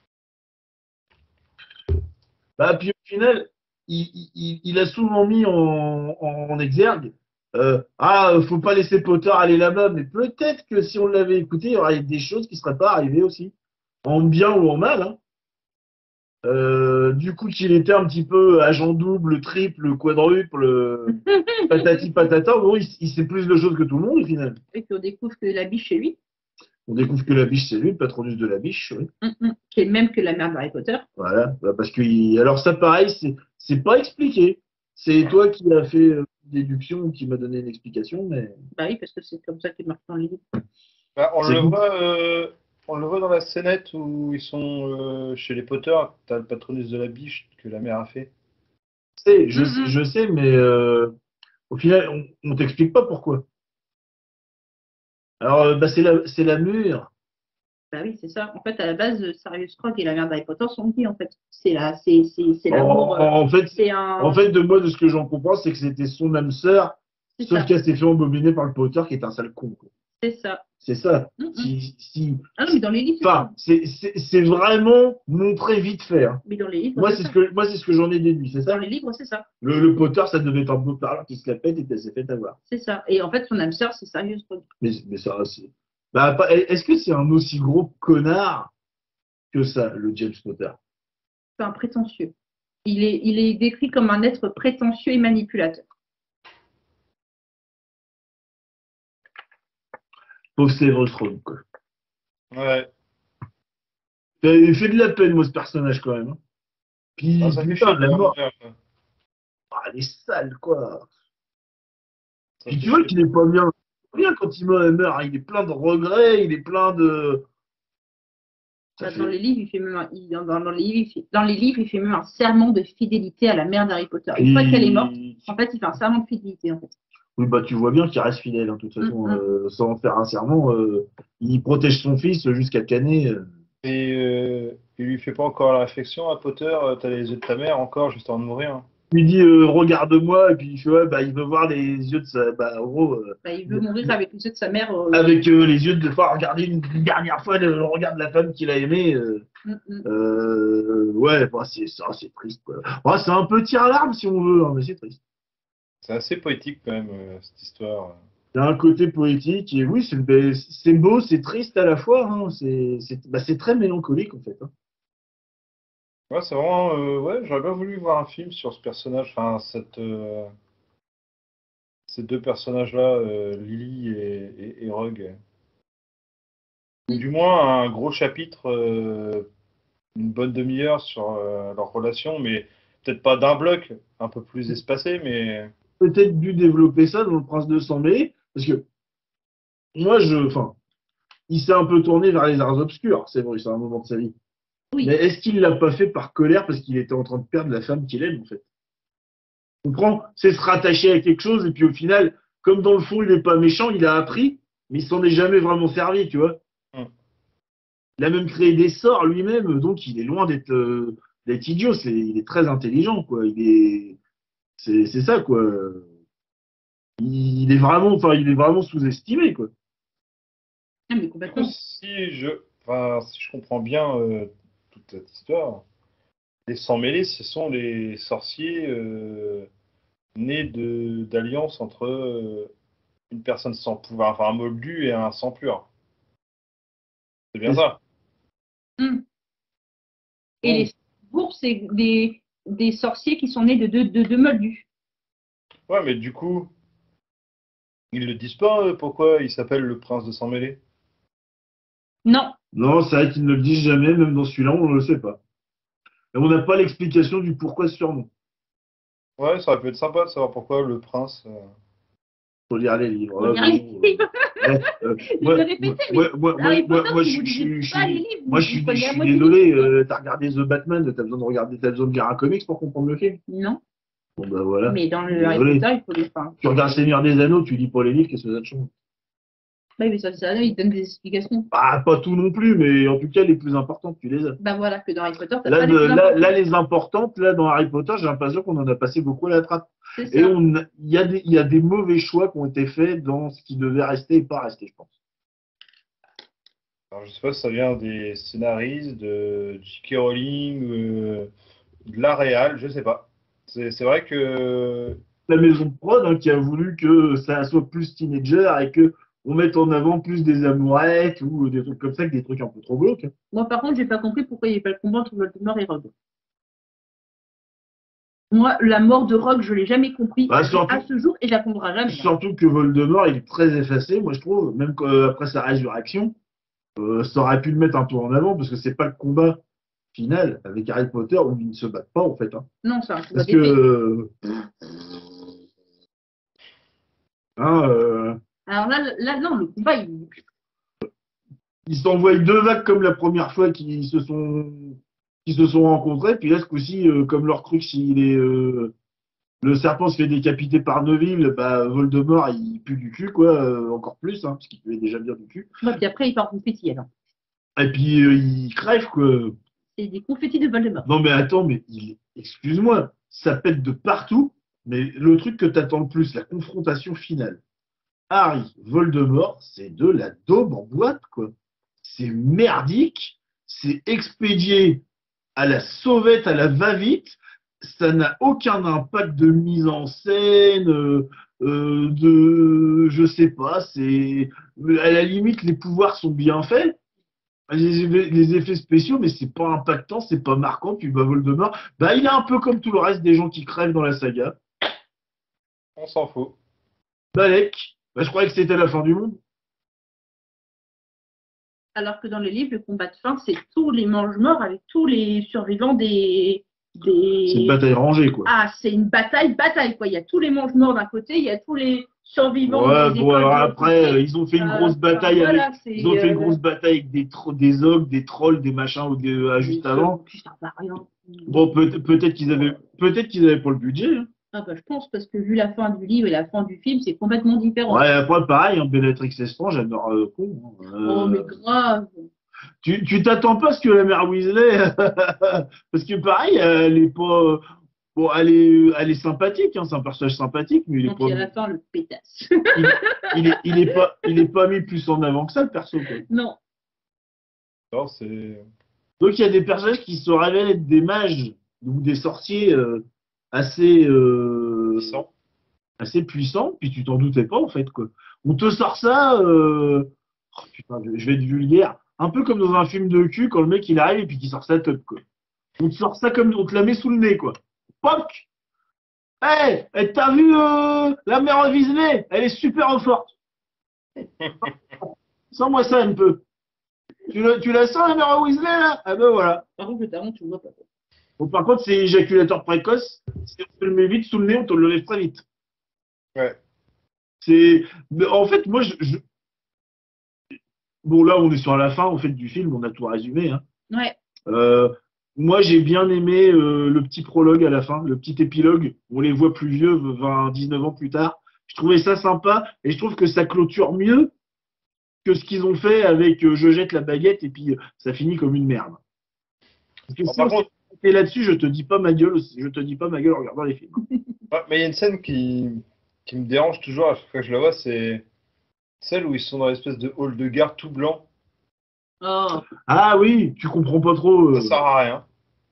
Bah, puis au final, il a souvent mis en exergue. Faut pas laisser Potter aller là-bas, mais peut-être que si on l'avait écouté, il y aurait des choses qui ne seraient pas arrivées aussi, en bien ou en mal, hein. Du coup, qu'il était un petit peu agent double, triple, quadruple, patati patata, bon, il sait plus de choses que tout le monde au final. Et qu'on découvre que la biche, c'est lui. On découvre que la biche, c'est lui, le patronus de la biche, oui. Qui est le même que la mère d'Harry Potter. Voilà, bah, parce que alors ça, pareil, c'est pas expliqué. C'est toi qui as fait une déduction ou qui m'a donné une explication, mais Bah oui, parce que c'est comme ça qu'il marque dans le livre. Bah, c'est vous. on le voit dans la scénette où ils sont chez les Potter. T'as le patronus de la biche que la mère a fait. Je sais, mais au final, on t'explique pas pourquoi. Alors, bah, c'est la mûre. Bah oui, c'est ça. En fait, à la base, Sirius Rogue et la mère d'Harry Potter sont liés, en fait. C'est En, l'amour. en fait, C'est un. en fait, de moi, de ce que j'en comprends, c'est que c'était son âme sœur, C'est sauf ça. qu'elle s'est fait embobiner par le Potter qui est un sale con, quoi. C'est ça. C'est ça. Ah non, mais dans les livres, c'est Enfin, ça. c'est vraiment montré vite fait, hein. Mais dans les livres, Moi, c'est ça. moi, c'est ce que j'en ai déduit, c'est Dans ça? les livres, c'est ça. Le Potter, ça devait être un beau parleur qui se la pète et qu'elle s'est fait avoir. C'est ça. Et en fait, son âme sœur, c'est Sirius Rogue. Mais ça, c'est. Bah, est-ce que c'est un aussi gros connard que ça, le James Potter? C'est un prétentieux. Il est décrit comme un être prétentieux et manipulateur. Pauvre Severus Rogue, quoi. Ouais. Il fait de la peine, moi, ce personnage, quand même. Hein. Ah, Puis, ça fait putain, chier de la le mort, revoir. elle est sale, quoi. Ça Puis fait tu vois chier. qu'il est pas bien. Bien quand il meurt, hein. Il est plein de regrets, il est plein de. Ça Bah, dans fait. les livres, il fait même dans les livres, dans les livres, il fait même un serment de fidélité à la mère d'Harry Potter. Une fois qu'elle est morte, Et- en fait, il fait un serment de fidélité, en fait. Oui, bah tu vois bien qu'il reste fidèle, hein, de toute Mm, façon, mm. sans faire un serment. Il protège son fils jusqu'à Canet. Et il lui fait pas encore la réflexion à Potter, t'as les yeux de ta mère encore juste avant de mourir. Hein. Il lui dit regarde-moi, et puis il fait ouais, bah il veut voir les yeux de sa. Bah en gros, Bah, il veut mourir avec les yeux de sa mère. avec les yeux de. Enfin, regarder une dernière fois le regard de la femme qu'il a aimée. Mm, mm. Ouais, bah, c'est triste, quoi. Ouais, c'est un peu tir à l'arme si on veut, hein, mais c'est triste. C'est assez poétique quand même, cette histoire. Il y a un côté poétique, et oui, c'est beau, c'est triste à la fois, hein, c'est très mélancolique en fait. Hein. Ouais, c'est vraiment. Ouais, j'aurais bien voulu voir un film sur ce personnage, enfin, ces deux personnages-là, Lily et Rogue. Ou du moins un gros chapitre, une bonne demi-heure sur leur relation, mais peut-être pas d'un bloc, un peu plus espacé, mais. Peut-être dû développer ça dans Le Prince de Sang-Mêlé, parce que enfin, il s'est un peu tourné vers les arts obscurs, c'est vrai, c'est un moment de sa vie. Mais Oui, est-ce qu'il l'a pas fait par colère parce qu'il était en train de perdre la femme qu'il aime en fait? Tu comprends? C'est se rattacher à quelque chose et puis au final, comme dans le fond il n'est pas méchant, il a appris, mais il s'en est jamais vraiment servi, tu vois. Hmm. Il a même créé des sorts lui-même, donc il est loin d'être idiot. Il est très intelligent, quoi. C'est ça, quoi. Il est vraiment sous-estimé, quoi. ah, mais Du coup, complètement. si je comprends bien toute cette histoire, les sans-mêlés, ce sont les sorciers nés d'alliance entre une personne sans pouvoir, enfin un moldu et un sang pur. C'est bien C'est ça. Mm. Et Donc, les bourgs, c'est des sorciers qui sont nés de deux moldus. ouais, mais du coup, ils le disent pas pourquoi il s'appelle le prince de sang-mêlé. Non, Non, c'est vrai qu'ils ne le disent jamais, même dans celui-là, on ne le sait pas. Et on n'a pas l'explication du pourquoi ce surnom. Ouais, ça aurait pu être sympa de savoir pourquoi le prince. Faut lire les livres. faut Ah, lire les bon, livres. Je vais moi, répéter, mais Harry Potter, moi, si vous lisez pas les livres, moi, vous prenez je la suis moitié du désolé. film, quoi. T'as regardé The Batman, t'as besoin de lire un comics pour comprendre le film. Non, Bon, bah voilà. mais dans Je suis le Harry désolé. Potter, il faut les. Enfin, Tu regardes Seigneur des Anneaux, tu lis pas les livres, qu'est-ce que ça te change? oui, mais ça, il donne des explications. Bah, pas tout non plus, mais en tout cas, les plus importantes, tu les as. Bah voilà, que dans Harry Potter, t'as pas les plus Là, importants. les importantes, là, dans Harry Potter, j'ai l'impression qu'on en a passé beaucoup à la trappe. C'est Et ça. il y a des mauvais choix qui ont été faits dans ce qui devait rester et pas rester, je pense. Alors, je sais pas si ça vient des scénaristes, de J.K. Rowling, de la réal, je sais pas. C'est vrai que. La maison de prod hein, qui a voulu que ça soit plus teenager et que on mette en avant plus des amourettes ou des trucs comme ça que des trucs un peu trop glauques. Hein. Moi, par contre, j'ai pas compris pourquoi il n'y avait pas le combat entre Voldemort et Rogue. Moi, la mort de Rogue, je l'ai jamais compris Bah, à ce jour et je la comprendrai jamais. Hein. surtout que Voldemort, il est très effacé, moi je trouve, même après sa résurrection, ça aurait pu le mettre un peu en avant parce que c'est pas le combat final avec Harry Potter où ils ne se battent pas en fait. Hein. Non, c'est un combat Parce d'épée. que hein, Alors là, non, le combat, ils s'envoient deux vagues comme la première fois qu'ils se sont rencontrés, puis là ce coup-ci, comme leur truc, s'il est le serpent se fait décapiter par Neville, bah Voldemort il pue du cul quoi, encore plus, hein, parce qu'il puait déjà bien du cul. ouais, puis après, il part en confetti, alors. Et puis il crève quoi. C'est des confettis de Voldemort. Non mais attends, mais excuse-moi, ça pète de partout, mais le truc que t'attends le plus, la confrontation finale. Harry, Voldemort, c'est de la daube en boîte, quoi. C'est merdique, c'est expédié à la sauvette, à la va-vite, ça n'a aucun impact de mise en scène, je sais pas, c'est à la limite les pouvoirs sont bien faits, les effets spéciaux, mais c'est pas impactant, c'est pas marquant. Puis bah, Voldemort, bah il est un peu comme tout le reste des gens qui crèvent dans la saga. On s'en fout. Balek, bah, je croyais que c'était la fin du monde. Alors que dans le livre, le combat de fin, c'est tous les mange-morts avec tous les survivants C'est une bataille rangée, quoi. Ah, c'est une bataille, quoi. Il y a tous les mange-morts d'un côté, il y a tous les survivants Ouais, des bon, écoles alors de l'autre après, côté. ils ont fait une grosse bataille voilà, avec. Ils ont fait une grosse bataille avec des ogres, des trolls, des machins juste avant. Puis ça va rien. Bon, peut-être qu'ils avaient pas le budget. Hein. Ah bah, je pense, parce que vu la fin du livre et la fin du film, c'est complètement différent. Ouais, après, pareil, hein, Bellatrix Lestrange, j'adore con. Oh, mais grave. Tu t'attends pas à ce que la mère Weasley. Parce que pareil, elle est pas. Bon, elle est sympathique, hein, c'est un personnage sympathique, mais il est Donc, pas. à la fin, le pétasse. Il est pas mis plus en avant que ça, le perso, quoi. Non. Non, c'est. Donc il y a des personnages qui se révèlent être des mages ou des sorciers assez, Puissant. assez puissants, puis tu t'en doutais pas en fait quoi. On te sort ça, oh, putain, je vais être vulgaire, un peu comme dans un film de cul quand le mec il arrive et puis qu'il sort sa tête quoi. On te sort ça comme on te la met sous le nez quoi. Poc. Hey, t'as vu la mère Weasley? Elle est super forte. Sens-moi ça un peu. Tu la sens la mère Weasley là? Ah ben voilà. Par contre, le talent, tu le vois pas. Bon, par contre, c'est éjaculateur précoce. Si on te le met vite sous le nez, on te le lève très vite. Ouais. Mais en fait, moi, bon, là, on est sur la fin, en fait, du film, on a tout résumé. Hein. Ouais. Moi, j'ai bien aimé le petit prologue à la fin, le petit épilogue. On les voit plus vieux, 19 ans plus tard. Je trouvais ça sympa et je trouve que ça clôture mieux que ce qu'ils ont fait avec je jette la baguette et puis ça finit comme une merde. Parce que Par contre, et là-dessus, je te dis pas ma gueule en regardant les films. ouais, mais il y a une scène qui me dérange toujours à chaque fois que je la vois, c'est celle où ils sont dans l'espèce de hall de gare tout blanc. Oh. Ah oui, tu comprends pas trop. Ça sert à rien.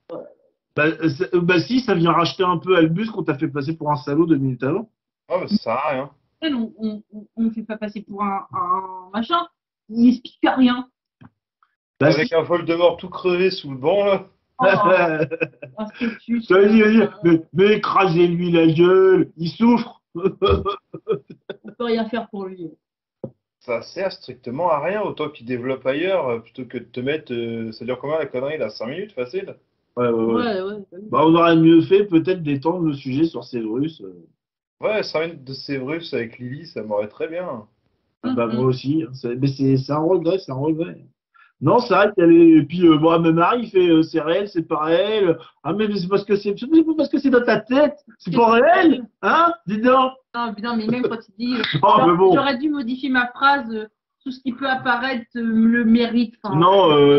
Bah si, ça vient racheter un peu Albus qu'on t'a fait passer pour un salaud 2 minutes avant. Ah, mais ça sert à rien. On ne fait pas passer pour un machin. Il explique rien. Bah, Avec un Voldemort tout crevé sous le banc, là. Oh, institut, mais écrasez-lui la gueule, il souffre. on peut rien faire pour lui. Ça sert strictement à rien, autant qu'il développe ailleurs, plutôt que de te mettre. Ça dure combien la connerie, là? 5 minutes, facile? Ouais. Ouais. Bah, on aurait mieux fait peut-être d'étendre le sujet sur Severus. Ouais, 5 minutes de Severus avec Lily, ça m'aurait très bien. Ah bah moi aussi. Mais c'est un regret, c'est un regret. Non, c'est vrai qu'elle est. Et puis, bon, même Harry, il fait c'est réel, c'est pas réel. Ah, mais c'est parce que c'est dans ta tête. C'est pas réel. Hein? Dis donc. Non, mais même quand il dit Oh, mais bon. j'aurais dû modifier ma phrase, tout ce qui peut apparaître le mérite. Non, oh,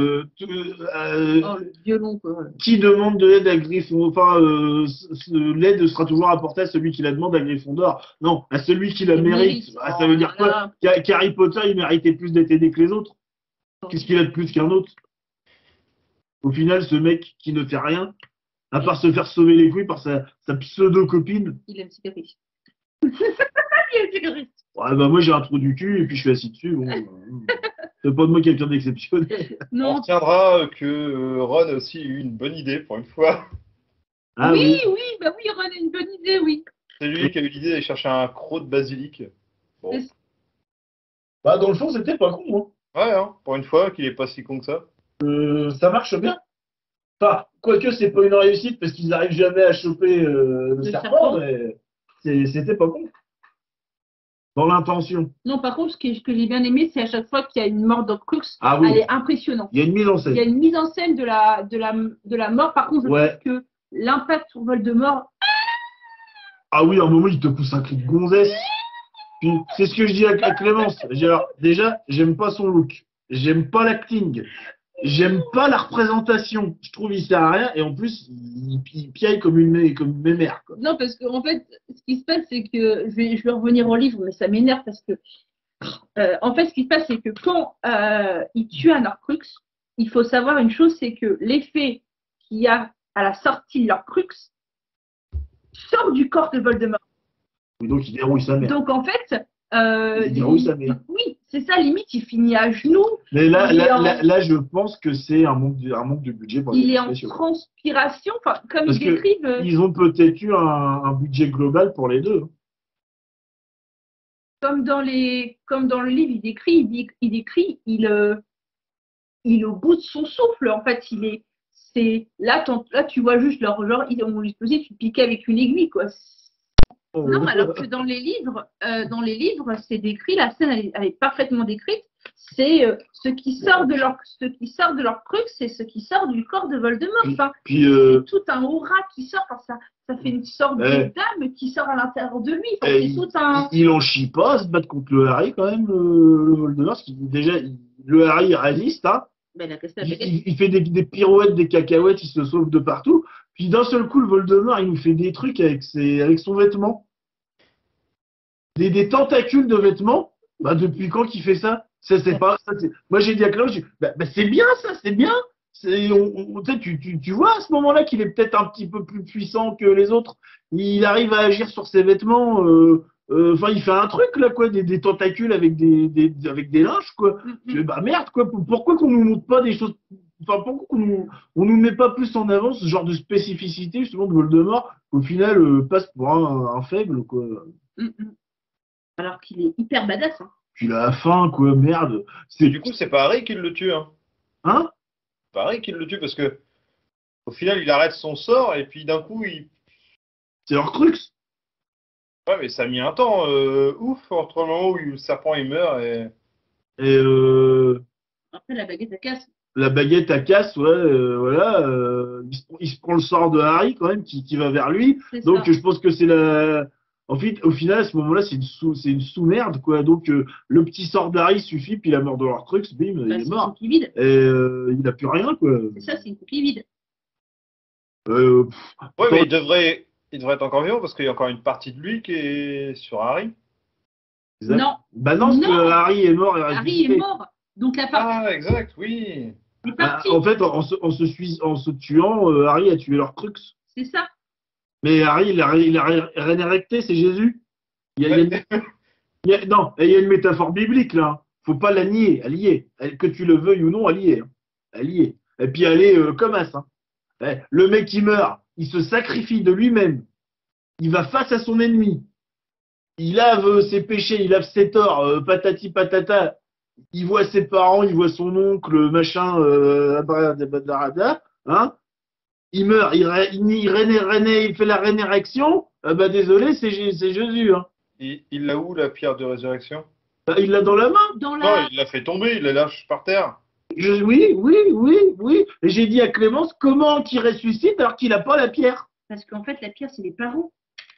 le violon, quoi. qui demande de l'aide à Gryffondor? Enfin, l'aide sera toujours apportée à celui qui la demande à Gryffondor. Non, à celui qui la mérite. Ah, ça veut dire quoi? Qu'Harry Potter, il méritait plus d'être aidé que les autres? Qu'est-ce qu'il a de plus qu'un autre? Au final, ce mec qui ne fait rien, à part se faire sauver les couilles par sa pseudo-copine. Il aime cigarette. Il aime cigarette. Ouais, bah moi j'ai un trou du cul et puis je suis assis dessus. Bon, c'est pas de moi quelqu'un d'exceptionnel. On retiendra que Ron a aussi eu une bonne idée pour une fois. Ah, oui, Ron a une bonne idée, oui. C'est lui qui a eu l'idée d'aller chercher un croc de basilic. Bon. Bah, dans le fond, c'était pas con, hein. Ouais, hein, pour une fois qu'il est pas si con que ça. Ça marche bien. Enfin, quoique c'est pas une réussite parce qu'ils n'arrivent jamais à choper le serpent, mais c'était pas con. Dans l'intention. Non, par contre, ce que j'ai bien aimé, c'est à chaque fois qu'il y a une mort d'Horcrux, Ah oui. elle est impressionnante. Il y a une mise en scène. Il y a une mise en scène de la mort. Par contre, je trouve que l'impact sur Voldemort. Ah oui, à un moment, il te pousse un cri de gonzesse. Puis, c'est ce que je dis à Clémence. Alors, déjà, j'aime pas son look. J'aime pas l'acting. J'aime pas la représentation. Je trouve qu'il sert à rien. Et en plus, il piaille comme une mémère, quoi. Non, parce qu'en fait, ce qui se passe, c'est que je vais revenir au livre, mais ça m'énerve parce que en fait, ce qui se passe, c'est que quand il tue un Horcrux, il faut savoir une chose, c'est que l'effet qu'il y a à la sortie de l'Horcrux sort du corps de Voldemort. Et donc, il dérouille sa mère. Donc, en fait, il dérouille sa mère. Oui, c'est ça, limite, il finit à genoux. Mais là, je pense que c'est un manque de budget pour il est en transpiration, enfin, comme ils décrivent. Ils ont peut-être eu un budget global pour les deux. Comme dans le livre, il décrit, il est au bout de son souffle. En fait, là, là, tu vois juste genre, ils ont l'explosif, tu piquais avec une aiguille, quoi. Non, alors que dans les livres, c'est décrit, la scène, elle est parfaitement décrite. C'est ce qui sort de leur crux, c'est ce qui sort du corps de Voldemort. Enfin, c'est tout un aura qui sort. Enfin, ça fait une sorte d'âme qui sort à l'intérieur de lui. Enfin, c'est tout un. Il en chie pas à se battre contre le Harry quand même, le Voldemort. Parce que déjà, le Harry résiste, hein. Ben, Il fait des pirouettes, des cacahuètes, il se sauve de partout. Puis d'un seul coup, le Voldemort, il nous fait des trucs avec son vêtement. Des tentacules de vêtements. Bah, depuis quand qu'il fait ça? Moi, j'ai dit à Claude, c'est bien ça, c'est bien. Tu vois à ce moment-là qu'il est peut-être un petit peu plus puissant que les autres. Il arrive à agir sur ses vêtements. Enfin, il fait un truc là, quoi, des tentacules avec des linges, quoi. Merde, quoi. Pourquoi qu'on nous montre pas des choses? Enfin, pourquoi on nous met pas plus en avant ce genre de spécificité justement de Voldemort, au final passe pour un faible, quoi. Alors qu'il est hyper badass. Hein. Qu'il a faim, quoi, merde. Du coup, c'est pas Harry qui le tue, hein. Hein? C'est pas Harry qui le tue parce que au final, il arrête son sort et puis d'un coup, C'est leur crux. Ouais, mais ça a mis un temps ouf entre le moment où le serpent il meurt et. Après, la baguette à casse. La baguette à casse, ouais, voilà. Il se prend le sort de Harry quand même, qui va vers lui. Donc, je pense que c'est la. En fait, au final, à ce moment-là, c'est une sous-merde, quoi. Donc, le petit sort d'Harry suffit, puis la mort de leur crux, bim, il est mort. C'est une vide. Et il n'a plus rien, quoi. C'est ça, c'est une coquille vide. Ouais, mais il devrait être encore vivant parce qu'il y a encore une partie de lui qui est sur Harry. Non. Bah non, parce que Harry est mort. Harry est mort. Donc la partie. Ah, exact, oui. En fait, en se tuant, Harry a tué leur crux. C'est ça. Mais Harry, il a rien érecté, c'est Jésus. Non, il y a une métaphore biblique là. Faut pas la nier, elle y est. Que tu le veuilles ou non, elle y est. Elle y est. Et puis elle est comme as. Hein. Le mec qui meurt, il se sacrifie de lui-même. Il va face à son ennemi. Il lave ses péchés, il lave ses torts, patati patata. Il voit ses parents, il voit son oncle, machin, hein. Il meurt, il fait la résurrection. Désolé, c'est Jésus. Hein. Il l'a où la pierre de résurrection? Il l'a dans la main. Non, il l'a fait tomber, il la lâche par terre. Oui. Et j'ai dit à Clémence, comment qu'il ressuscite alors qu'il n'a pas la pierre? Parce qu'en fait, la pierre, c'est les parents.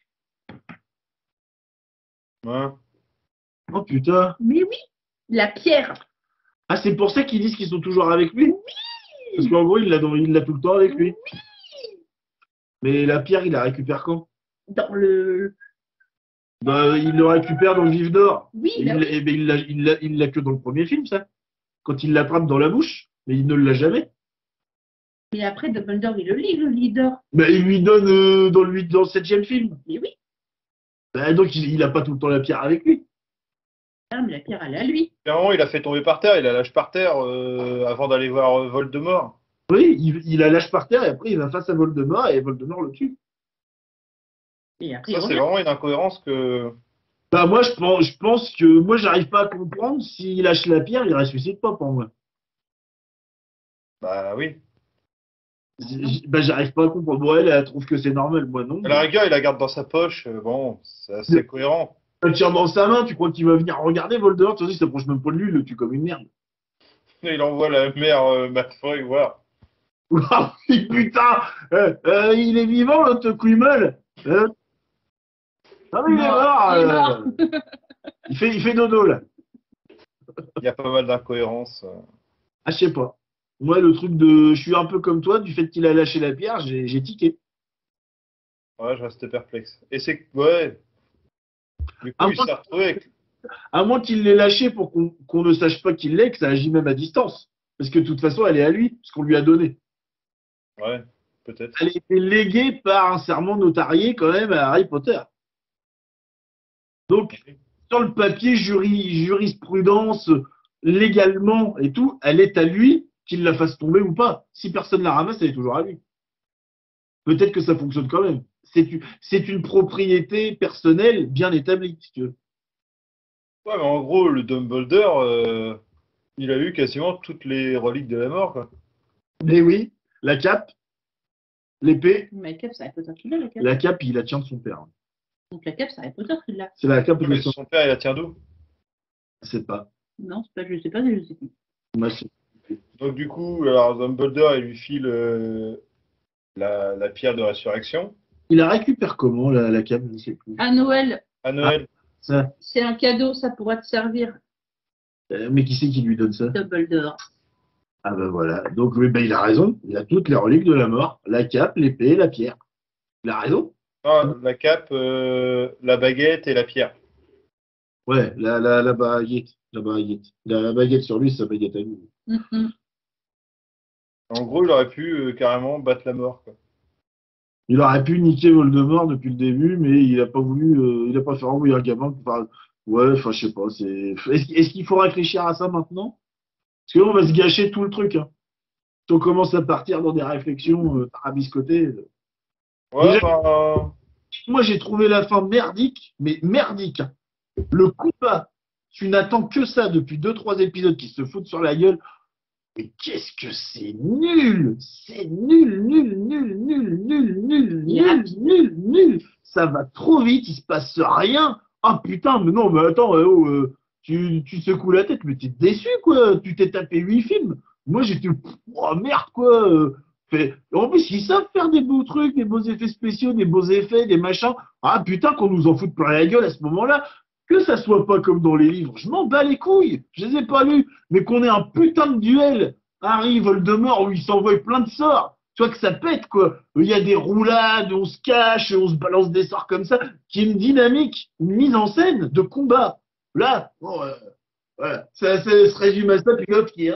Ouais. Oh putain. Mais oui, la pierre. Ah, c'est pour ça qu'ils disent qu'ils sont toujours avec lui? Oui. Parce qu'en gros, il l'a tout le temps avec lui. Oui. Mais la pierre, il la récupère quand? Dans le. Il le récupère dans le vif d'or. Oui, il l'a que dans le premier film, ça. Quand il l'attrape dans la bouche, mais il ne l'a jamais. Mais après, Dumbledore, il le lit, le leader. Il lui donne dans le 7e film. Mais oui. Donc, il n'a pas tout le temps la pierre avec lui. Ah, mais la pierre, elle est à lui. Clairement, il a fait tomber par terre, il la lâche par terre avant d'aller voir Voldemort. Oui, il la lâche par terre et après il va face à Voldemort et Voldemort le tue. Et après, ça, c'est vraiment une incohérence que. Moi, je pense que moi, j'arrive pas à comprendre s'il lâche la pierre, il ressuscite pas pour moi. Bah oui. J'arrive pas à comprendre. Bon, elle trouve que c'est normal, moi non. À la rigueur, il la garde dans sa poche. Bon, c'est assez cohérent. Il tire dans sa main, tu crois qu'il va venir regarder Voldemort? Tu sais, il s'approche même pas de lui, il le tue comme une merde. Et il envoie la mère Malfoy voir. Ah oui, putain, il est vivant, l'autre Quimmel. Ah oui, il est mort. Il fait dodo, là. Il y a pas mal d'incohérences. Ah, je sais pas. Moi, le truc de... Je suis un peu comme toi, du fait qu'il a lâché la pierre, j'ai tiqué. Ouais, je reste perplexe. Et c'est... Ouais. Du coup, il s'est retrouvé avec... À moins qu'il l'ait lâché pour qu'on ne sache pas qu'il l'est, que ça agit même à distance. Parce que de toute façon, elle est à lui, ce qu'on lui a donné. Ouais, peut-être. Elle a été léguée par un serment notarié quand même à Harry Potter. Donc, sur le papier, jurisprudence, légalement et tout, elle est à lui, qu'il la fasse tomber ou pas. Si personne la ramasse, elle est toujours à lui. Peut-être que ça fonctionne quand même. C'est une propriété personnelle bien établie, si tu veux. Ouais, mais en gros, le Dumbledore, Il a eu quasiment toutes les reliques de la mort, quoi. Mais oui, la cape, l'épée, Mais la cape, c'est Harry Potter qui l'a, la cape. la cape, il la tient de son père. Donc la cape, c'est Harry Potter qui l'a. C'est la cape de Mais son son père, il la tient d'où? Je sais pas. Non, c'est pas, je sais pas, je sais plus. Moi, c'est- Donc du coup, alors Dumbledore, il lui file la pierre de résurrection. Il la récupère comment, la cape? Je sais plus. À Noël, À Noël, Ça. c'est un cadeau, ça pourra te servir. Mais qui c'est qui lui donne ça? Dumbledore. Ah ben voilà. Donc oui, ben, il a raison. Il a toutes les reliques de la mort. La cape, l'épée, la pierre. Il a raison. ah, la cape, la baguette et la pierre. Ouais, la baguette. La baguette. La baguette sur lui, c'est sa baguette à lui. Mhm. En gros, il aurait pu carrément battre la mort, quoi. Il aurait pu niquer Voldemort depuis le début, mais il a pas voulu, il a pas fait envoyer un gamin pour faire. Ouais, enfin, je sais pas. Est-ce qu'il faut réfléchir à ça maintenant? Parce que là, on va se gâcher tout le truc. Hein. Si on commence à partir dans des réflexions tarabiscotées. Ouais, Déjà, ben, moi, j'ai trouvé la fin merdique, mais merdique. Hein. Le combat, tu n'attends que ça depuis 2-3 épisodes qui se foutent sur la gueule. Mais qu'est-ce que c'est nul! C'est nul, nul, nul, nul, nul, nul, nul, nul, nul! Ça va trop vite, il se passe rien! Ah putain, mais non, mais attends, tu secoues la tête, mais t'es déçu quoi! Tu t'es tapé 8 films! Moi j'étais, oh merde quoi! En plus, ils savent faire des beaux trucs, des beaux effets spéciaux, des beaux effets, des machins. Ah putain, qu'on nous en fout plein la gueule à ce moment-là! Que ça soit pas comme dans les livres, je m'en bats les couilles! Je les ai pas lus! Mais qu'on ait un putain de duel Harry Voldemort où il s'envoie plein de sorts. Tu vois que ça pète quoi. Il y a des roulades, on se cache, on se balance des sorts comme ça, qui est une dynamique, une mise en scène de combat. Là, bon, voilà, ça se résume à ça, puis l'autre qui est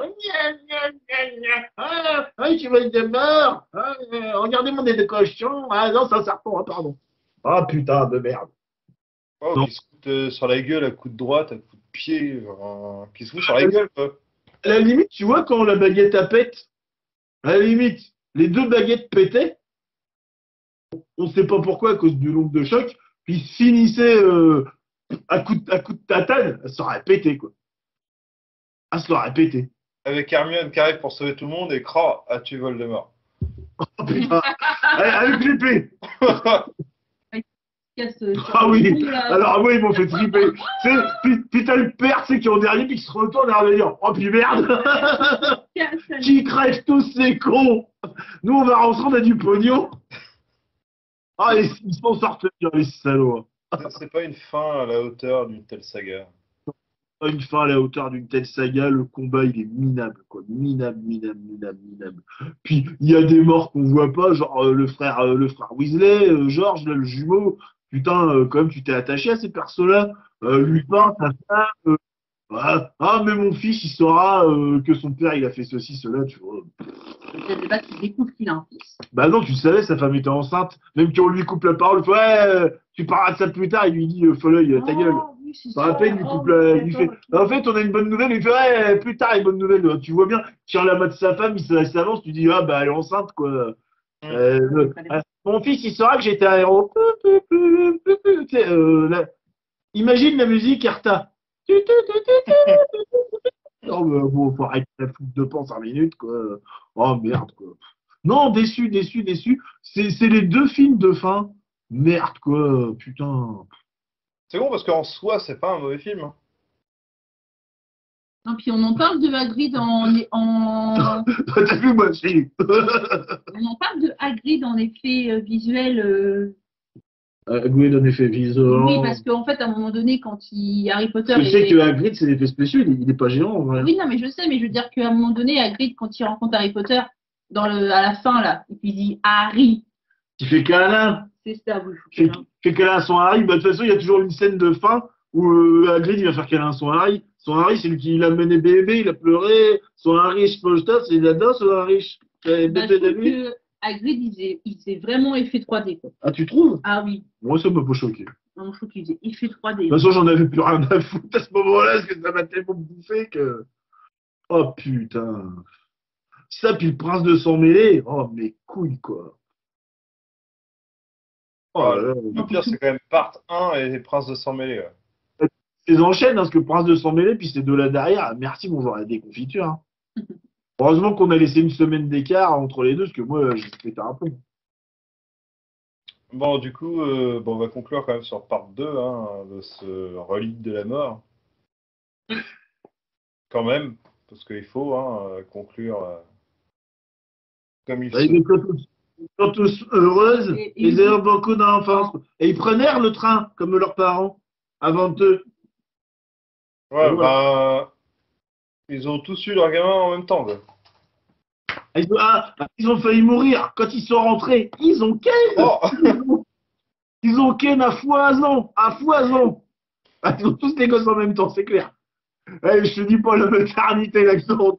tu vois de mort, regardez mon nez de cochon, ah non, c'est un serpent, ah, pardon. Ah putain de merde. oh, Non. qui se fout sur la gueule à coup de droite, à coup de pied, qui se fout sur la gueule, quoi. À la limite, tu vois, quand la baguette à pète, à la limite, les deux baguettes pétaient, on ne sait pas pourquoi, à cause du nombre de chocs, puis ils se finissaient à coup de tatane, ça aurait pété, quoi. Ah, ça aurait pété. Avec Hermione qui arrive pour sauver tout le monde et Cra a tué Voldemort. Oh putain, avec l'épée. Casse, Ah oui, fond, là. alors moi, ils m'ont fait triper. Puis t'as le père, tu sais, qui est en dernier, puis qui se retourne et va dire, oh puis merde, Casse, qui crèvent tous ces cons. Nous, on va rentrer, on a du pognon. Ah, ils s'en sortent bien, les salauds. C'est pas une fin à la hauteur d'une telle saga. Pas une fin à la hauteur d'une telle saga, le combat il est minable, quoi. Minable, minable, minable, minable. Puis il y a des morts qu'on voit pas, genre le frère Weasley, George, là, le jumeau. Putain, quand même, tu t'es attaché à ces persos-là. Lupin, sa femme. Voilà. Ah, mais mon fils, il saura que son père, il a fait ceci, cela, tu vois. je sais pas qu'il découvre qu'il a un fils. Bah non, tu savais, sa femme était enceinte. Même quand on lui coupe la parole, il fait, ouais, tu parleras de ça plus tard, il lui dit, Folleuil, ta gueule. Oh, oui, c'est Ça rappelle, il lui Oh, coupe la. oui, Il lui fait. d'accord, En fait, on a une bonne nouvelle. Il fait, ouais, plus tard, une bonne nouvelle. Tu vois bien, tire la main de sa femme, il s'avance, tu dis, ah, bah, elle est enceinte, quoi. Mon fils, il saura que j'étais un héros. Tu sais, imagine la musique, Erta. Non, mais bon, faut arrêter la flûte de pan 5 minutes, quoi. Oh, merde, quoi. Non, déçu, déçu, déçu. C'est les deux films de fin. Merde, quoi. Putain. C'est bon parce qu'en soi, c'est pas un mauvais film, hein. Non, puis on en parle de Hagrid T'as vu, moi aussi. on en parle de Hagrid en effet visuel. Hagrid en effet visuel. Oui, parce qu'en fait, à un moment donné, quand Harry Potter Tu sais que Hagrid, c'est l'effet spéciaux, il est pas géant, en vrai. Oui, non, mais je sais, mais je veux dire qu'à un moment donné, Hagrid, quand il rencontre Harry Potter, à la fin, là, et puis il dit Harry, Tu fais câlin. c'est ça, oui. Fait câlin à son Harry. Bah, de toute façon, il y a toujours une scène de fin où Hagrid, il va faire câlin à son Harry. Son Harry, c'est lui qui l'a mené bébé, il a pleuré. Son Harry, je pense, c'est là-dedans, son Harry. Bah, je trouve que Hagrid, il faisait vraiment effet 3D, quoi. Ah, tu trouves? Ah oui. Moi, ça m'a pas choqué. Non, je trouve qu'il faisait effet 3D. De toute façon, j'en avais plus rien à foutre à ce moment-là, parce que ça m'a tellement bouffé que. Oh putain. Ça, puis le prince de sang mêlé. Oh, mes couilles, quoi. Oh là là. Le pire, c'est quand même part 1 et les Princes de sang mêlés. Ouais. les enchaînes, parce que Prince de sang mêlé, puis ces deux-là derrière, merci, bonjour, la déconfiture. Hein. Heureusement qu'on a laissé une semaine d'écart entre les deux, parce que moi, j'ai pété un plomb. Bon, du coup, on va conclure quand même sur part 2 hein, de ce relique de la mort. Quand même, parce qu'il faut conclure comme il Ils faut. étaient tous heureuses, Et ils avaient beaucoup d'enfance. Et ils prenaient le train, comme leurs parents, avant eux. Et Ouais, voilà. ils ont tous eu leur gamin en même temps, quoi. Ils ont failli mourir. Quand ils sont rentrés, ils ont ken. Oh Ils ont ken à foison. À foison. Ils ont tous des gosses en même temps, c'est clair. Je te dis pas la maternité, l'accent.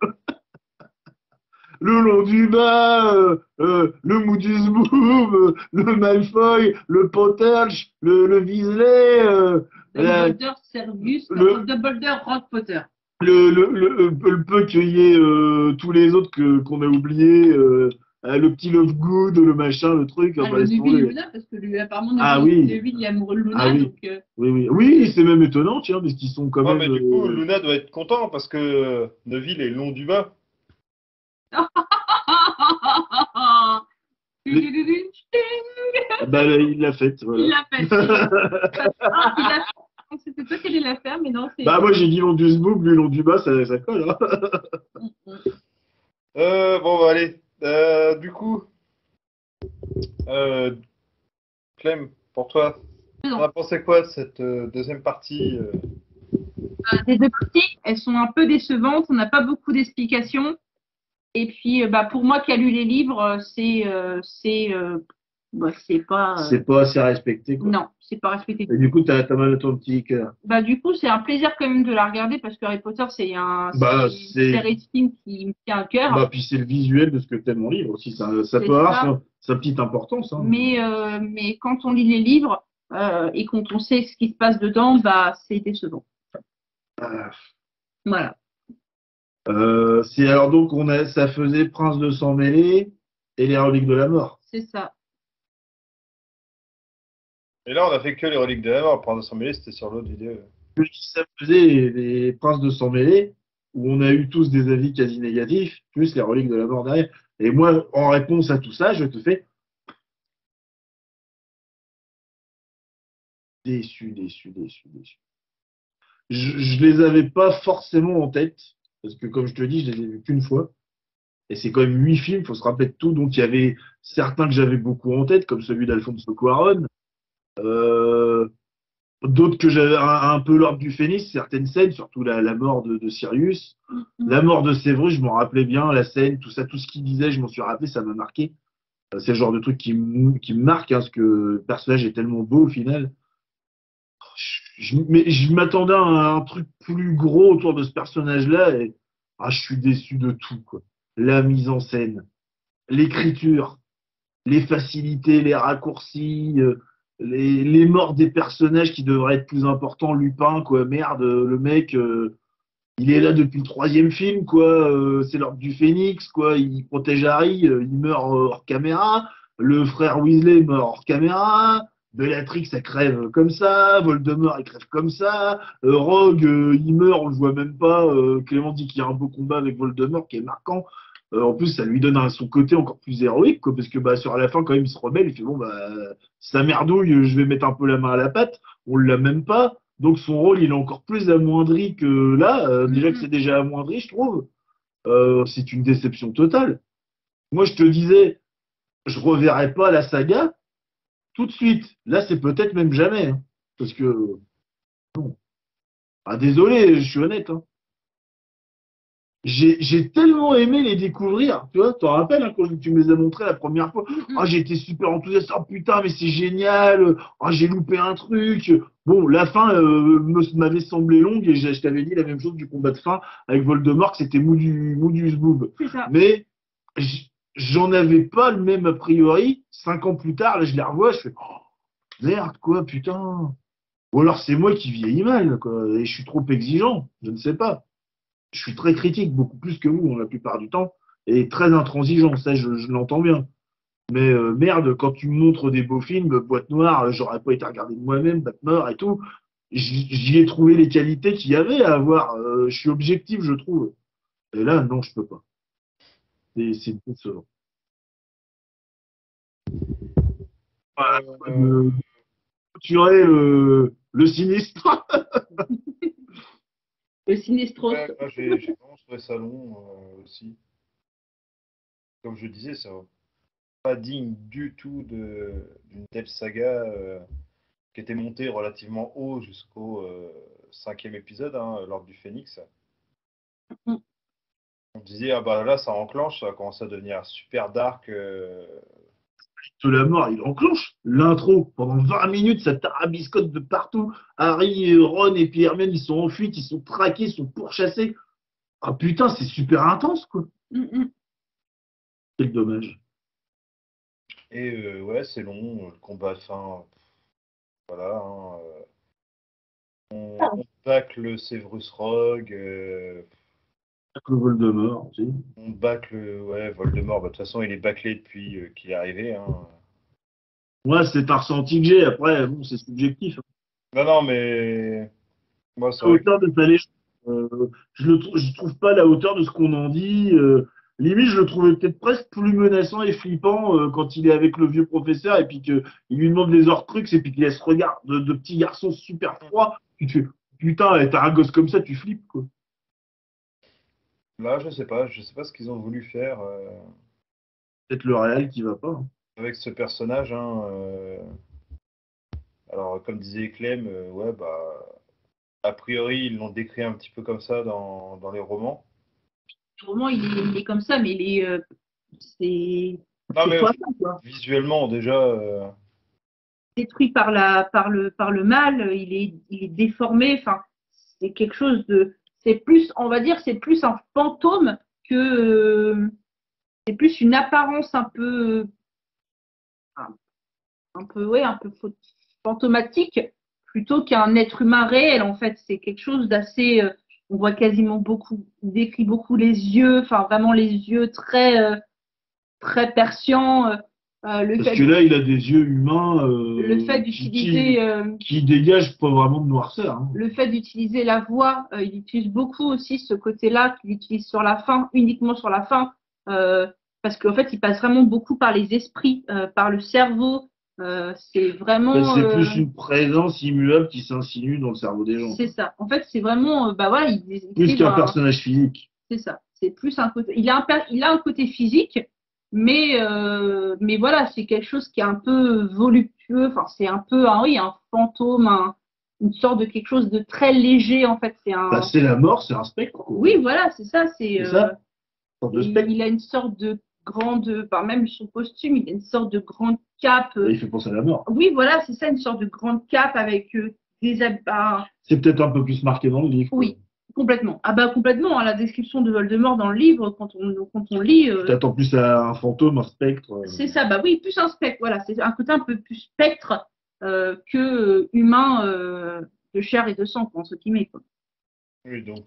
Le long du bas, le Moodys Boom, le Malfoy, le Potterch, le Weasley, Dumbledore, Servus, Dumbledore, Rock Potter. le peu qu'il y ait tous les autres qu'on a oubliés, le petit Lovegood, le machin, le truc. Ah, le Neville Luna, parce que lui, apparemment, Neville, il est amoureux de Luna. Oui. Donc, Oui, c'est même étonnant, tiens, parce qu'ils sont quand même. mais du coup, Luna doit être content parce que Neville est long du bas. Il l'a faite. Voilà. Il l'a faite. C'était toi qui allais la faire, mais non. Moi j'ai dit long du sboob, lui long du bas, ça colle. Hein. Allez. Du coup, Clem, pour toi, on a pensé quoi de cette deuxième partie Les deux parties, elles sont un peu décevantes, on n'a pas beaucoup d'explications. Et puis, pour moi qui a lu les livres, c'est pas. C'est pas assez respecté, quoi. Non, c'est pas respecté. Et du coup, t'as mal à ton petit cœur. Du coup, c'est un plaisir quand même de la regarder parce que Harry Potter, c'est une série de films qui me tient à cœur. Puis c'est le visuel de ce que t'aimes en livre aussi. Ça peut avoir sa petite importance. Hein. Mais quand on lit les livres et quand on sait ce qui se passe dedans, c'est décevant. Voilà. Alors donc ça faisait Prince de sang mêlé et les reliques de la mort. C'est ça. Et là, on a fait que les reliques de la mort. Prince de sang mêlé, c'était sur l'autre vidéo. Ça faisait les Princes de sang mêlé où on a eu tous des avis quasi négatifs, plus les reliques de la mort derrière. Et moi, en réponse à tout ça, je te fais déçu. Je les avais pas forcément en tête, parce que comme je te dis, je les ai vus qu'une fois. Et c'est quand même 8 films, il faut se rappeler de tout. Donc il y avait certains que j'avais beaucoup en tête, comme celui d'Alfonso Cuarón. D'autres que j'avais un peu l'ordre du Phénix, certaines scènes, surtout la mort de Sirius. La mort de Séverus, je m'en rappelais bien, la scène, tout ça, tout ce qu'il disait, je m'en suis rappelé, ça m'a marqué. C'est le genre de truc qui me marque, hein, parce que le personnage est tellement beau au final. Mais je m'attendais à un truc plus gros autour de ce personnage-là et je suis déçu de tout, quoi. La mise en scène, l'écriture, les facilités, les raccourcis, les morts des personnages qui devraient être plus importants. Lupin, quoi, merde, le mec, il est là depuis le 3e film, quoi. C'est l'ordre du Phénix, quoi. Il protège Harry, il meurt hors caméra. Le frère Weasley meurt hors caméra. Bellatrix, ça crève comme ça. Voldemort, il crève comme ça. Rogue, il meurt, on le voit même pas. Clément dit qu'il y a un beau combat avec Voldemort qui est marquant. En plus, ça lui donne son côté encore plus héroïque, quoi, parce que sur la fin, quand même, il se rebelle. Il fait bon, ça merdouille, je vais mettre un peu la main à la pâte. On l'a même pas. Donc son rôle, il est encore plus amoindri que là. Déjà que c'est déjà amoindri, je trouve. C'est une déception totale. Moi, je te disais, je reverrai pas la saga tout de suite. Là, c'est peut-être même jamais. Hein, parce que, bon. Désolé, je suis honnête. Hein. J'ai tellement aimé les découvrir. Tu vois, tu te rappelles hein, quand tu me les as montrés la première fois. J'ai été super enthousiaste. Oh putain, mais c'est génial. J'ai loupé un truc. Bon, la fin m'avait semblé longue et je t'avais dit la même chose du combat de fin avec Voldemort, que c'était mou du zboob. Mais j'en avais pas le même a priori. 5 ans plus tard, là, je les revois, je fais merde, quoi, putain. Ou alors c'est moi qui vieillis mal, quoi, et je suis trop exigeant. Je ne sais pas. Je suis très critique, beaucoup plus que vous, la plupart du temps, et très intransigeant, ça, je l'entends bien. Mais merde, quand tu me montres des beaux films, Boîte Noire, j'aurais pas été regardé de moi-même, Batmore et tout, j'y ai trouvé les qualités qu'il y avait à avoir. Je suis objectif, je trouve. Et là, non, je peux pas. C'est décevant. Voilà, Euh, clôturer le sinistre. Le Sinestros. ouais, moi, j'ai vraiment trouvé ça long aussi. Comme je disais, c'est pas digne du tout d'une telle saga qui était montée relativement haut jusqu'au cinquième épisode, hein, l'Ordre du Phénix. Mm. On disait, ah bah là, ça enclenche, ça commence à devenir super dark. De la mort, il enclenche l'intro. Pendant 20 minutes, ça tarabiscote de partout. Harry, Ron et puis Hermione, ils sont en fuite, ils sont traqués, ils sont pourchassés. Ah putain, c'est super intense, quoi. Mm. Quel dommage. Et ouais, c'est long, le combat de fin, voilà. Hein, on bacle Severus Rogue, Le Voldemort, aussi. on bacle ouais, Voldemort. Bah, de toute façon, il est bâclé depuis qu'il est arrivé. Hein. Moi, c'est un ressenti que j'ai. Après, bon, c'est subjectif. Non, non, mais moi, c'est À la vrai que hauteur de sa légende. Je trouve pas la hauteur de ce qu'on en dit. Limite, je le trouvais peut-être presque plus menaçant et flippant quand il est avec le vieux professeur et puis qu'il lui demande les Horcruxes et puis qu'il a ce regard de petit garçon super froid. Tu te fais, putain, t'as un gosse comme ça, tu flippes, quoi. là, je sais pas ce qu'ils ont voulu faire Peut-être le réel qui va pas, hein. avec ce personnage. Hein, alors, comme disait Clem, ouais, bah, a priori, ils l'ont décrit un petit peu comme ça dans les romans. Le roman, il est comme ça, mais c'est, Non, c'est mais quoi ça, quoi. visuellement, déjà, Détruit par le mal, il est déformé. Enfin, c'est quelque chose de, c'est plus, on va dire, c'est plus un fantôme que, c'est plus une apparence un, un peu, ouais, un peu fantomatique plutôt qu'un être humain réel. En fait, c'est quelque chose d'assez, on voit quasiment beaucoup, il décrit beaucoup les yeux, enfin vraiment les yeux très perçants. Le Parce fait que là, il a des yeux humains le fait d'utiliser qui dégagent pas vraiment de noirceur, hein. le fait d'utiliser la voix, il utilise beaucoup aussi ce côté-là qu'il utilise sur la fin, uniquement sur la fin, parce qu'en fait, il passe vraiment beaucoup par les esprits, par le cerveau. C'est vraiment, C'est plus une présence immuable qui s'insinue dans le cerveau des gens, c'est quoi. ça. En fait, c'est vraiment, bah voilà, il Plus décrit, qu'un personnage physique. c'est ça. C'est plus un côté. Il a un côté physique, mais voilà, c'est quelque chose qui est un peu voluptueux. Enfin, c'est un peu, oui, un fantôme, une sorte de quelque chose de très léger. En fait, c'est Bah, un. c'est la mort, c'est un spectre, quoi. Oui, voilà, c'est ça. C'est ça, une sorte de spectre. Il a une sorte de grande, enfin, même son costume, il a une sorte de grande cape. Bah, il fait penser à la mort. Oui, voilà, c'est ça, une sorte de grande cape avec des habits. C'est peut-être un peu plus marqué dans le livre, quoi. Oui, complètement. Ah bah complètement, hein, la description de Voldemort dans le livre, quand on lit, Tu t'attends plus à un fantôme, un spectre. c'est ça, bah oui, plus un spectre, voilà, c'est un côté un peu plus spectre que humain de chair et de sang, quoi, entre guillemets, quoi. oui, donc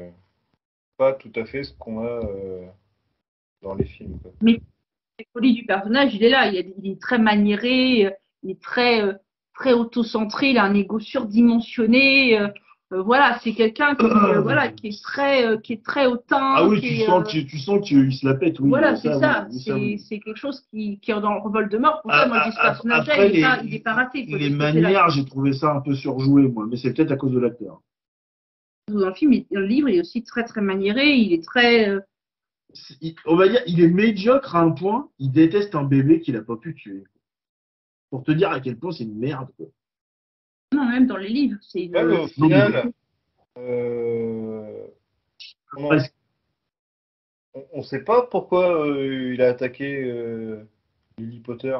pas tout à fait ce qu'on a dans les films. Quoi. Mais la folie du personnage, il est là, il est très maniéré, il est très auto-centré, il a un ego surdimensionné. Voilà, c'est quelqu'un voilà, qui est très hautain. Ah oui, qui est, tu sens qu'il se la pète, oui. voilà, c'est ça. Oui, ça, oui. C'est quelque chose qui est dans le Voldemort. Pour ça, moi, je dis ce personnage-là, Après, il est pas raté, quoi, de les ce côté-là. manières, j'ai trouvé ça un peu surjoué, moi, mais c'est peut-être à cause de l'acteur. Dans le film, dans le livre, il est aussi très maniéré. Il est très. On va dire, il est médiocre à un point, il déteste un bébé qu'il a pas pu tuer. Pour te dire à quel point c'est une merde, quoi. Non, même dans les livres, c'est Ouais, mais au une. final, euh, on Presque. ne sait pas pourquoi il a attaqué Lily Potter.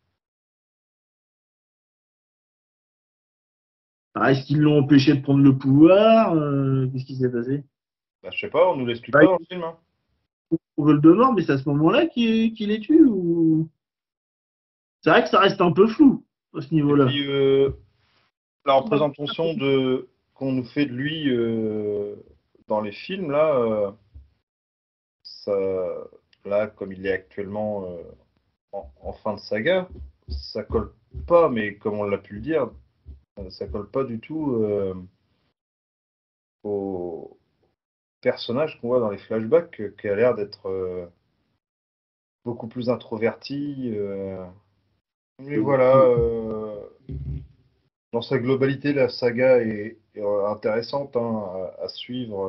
Ah, est-ce qu'ils l'ont empêché de prendre le pouvoir? Qu'est-ce qui s'est passé? Bah, je sais pas, on nous l'explique Bah, pas dans le film. Hein. Ils veulent de mort, mais c'est à ce moment-là qu'il les tue ou... C'est vrai que ça reste un peu flou à ce Et niveau-là. puis, la représentation qu'on nous fait de lui dans les films, là, ça, là, comme il est actuellement en fin de saga, ça colle pas, mais comme on l'a pu le dire, Ça colle pas du tout au personnage qu'on voit dans les flashbacks, qui a l'air d'être beaucoup plus introverti. Mais voilà, dans sa globalité, la saga est intéressante hein, à suivre,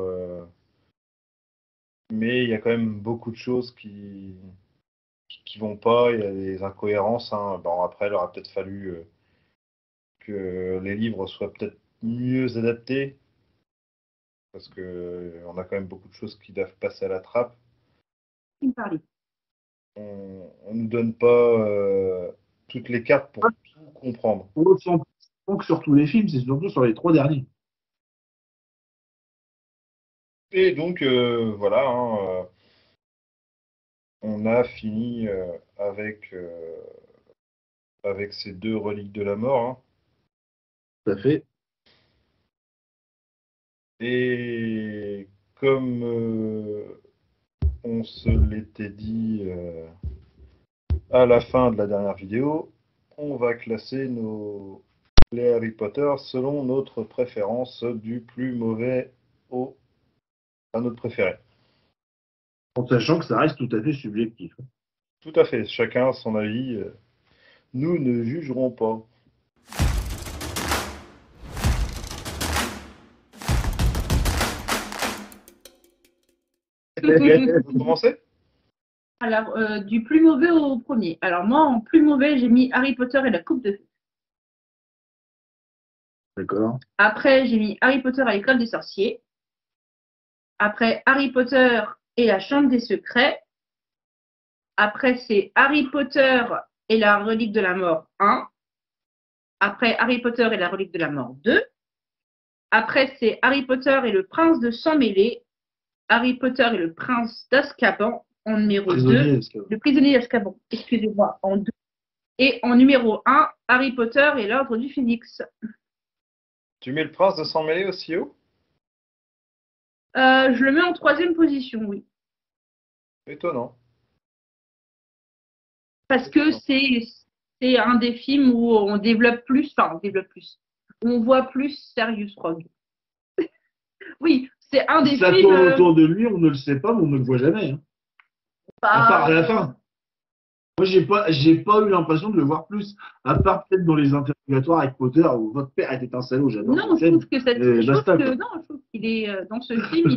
mais il y a quand même beaucoup de choses qui vont pas. Il y a des incohérences. Hein. Bon, après, il aurait peut-être fallu que les livres soient peut-être mieux adaptés, parce que on a quand même beaucoup de choses qui doivent passer à la trappe. Qui me parlait. On nous donne pas toutes les cartes pour tout comprendre. On ressent pas que sur tous les films, c'est surtout sur les 3 derniers. Et donc voilà, hein, on a fini avec ces 2 reliques de la mort. Hein. Tout à fait. Et comme on se l'était dit à la fin de la dernière vidéo, on va classer les Harry Potter selon notre préférence du plus mauvais à notre préféré. En sachant que ça reste tout à fait subjectif. Tout à fait, chacun a son avis. Nous ne jugerons pas. Vous commencez? Alors, du plus mauvais au premier. Alors, moi, en plus mauvais, j'ai mis Harry Potter et la Coupe de Feu. D'accord. Après, j'ai mis Harry Potter à l'école des sorciers. Après, Harry Potter et la Chambre des secrets. Après, c'est Harry Potter et la relique de la mort 1. Après, Harry Potter et la relique de la mort 2. Après, c'est Harry Potter et le prince de sang mêlé. Harry Potter et le prince d'Azkaban en numéro 2. Le prisonnier d'Azkaban, excusez-moi, en 2. Et en numéro 1, Harry Potter et l'ordre du Phénix. Tu mets le prince de sang mêlé aussi haut? Je le mets en 3e position, oui. Étonnant. Parce que c'est un des films où on développe plus, on voit plus Sirius Rogue. Oui, c'est un des ça films. Ça tourne autour de lui, on ne le sait pas, mais on ne le voit jamais. Hein. À part à la fin. Moi, j'ai pas eu l'impression de le voir plus, à part peut-être dans les interrogatoires avec Potter où votre père était un salaud. J'adore. Non, je trouve que je trouve qu'il est dans ce film,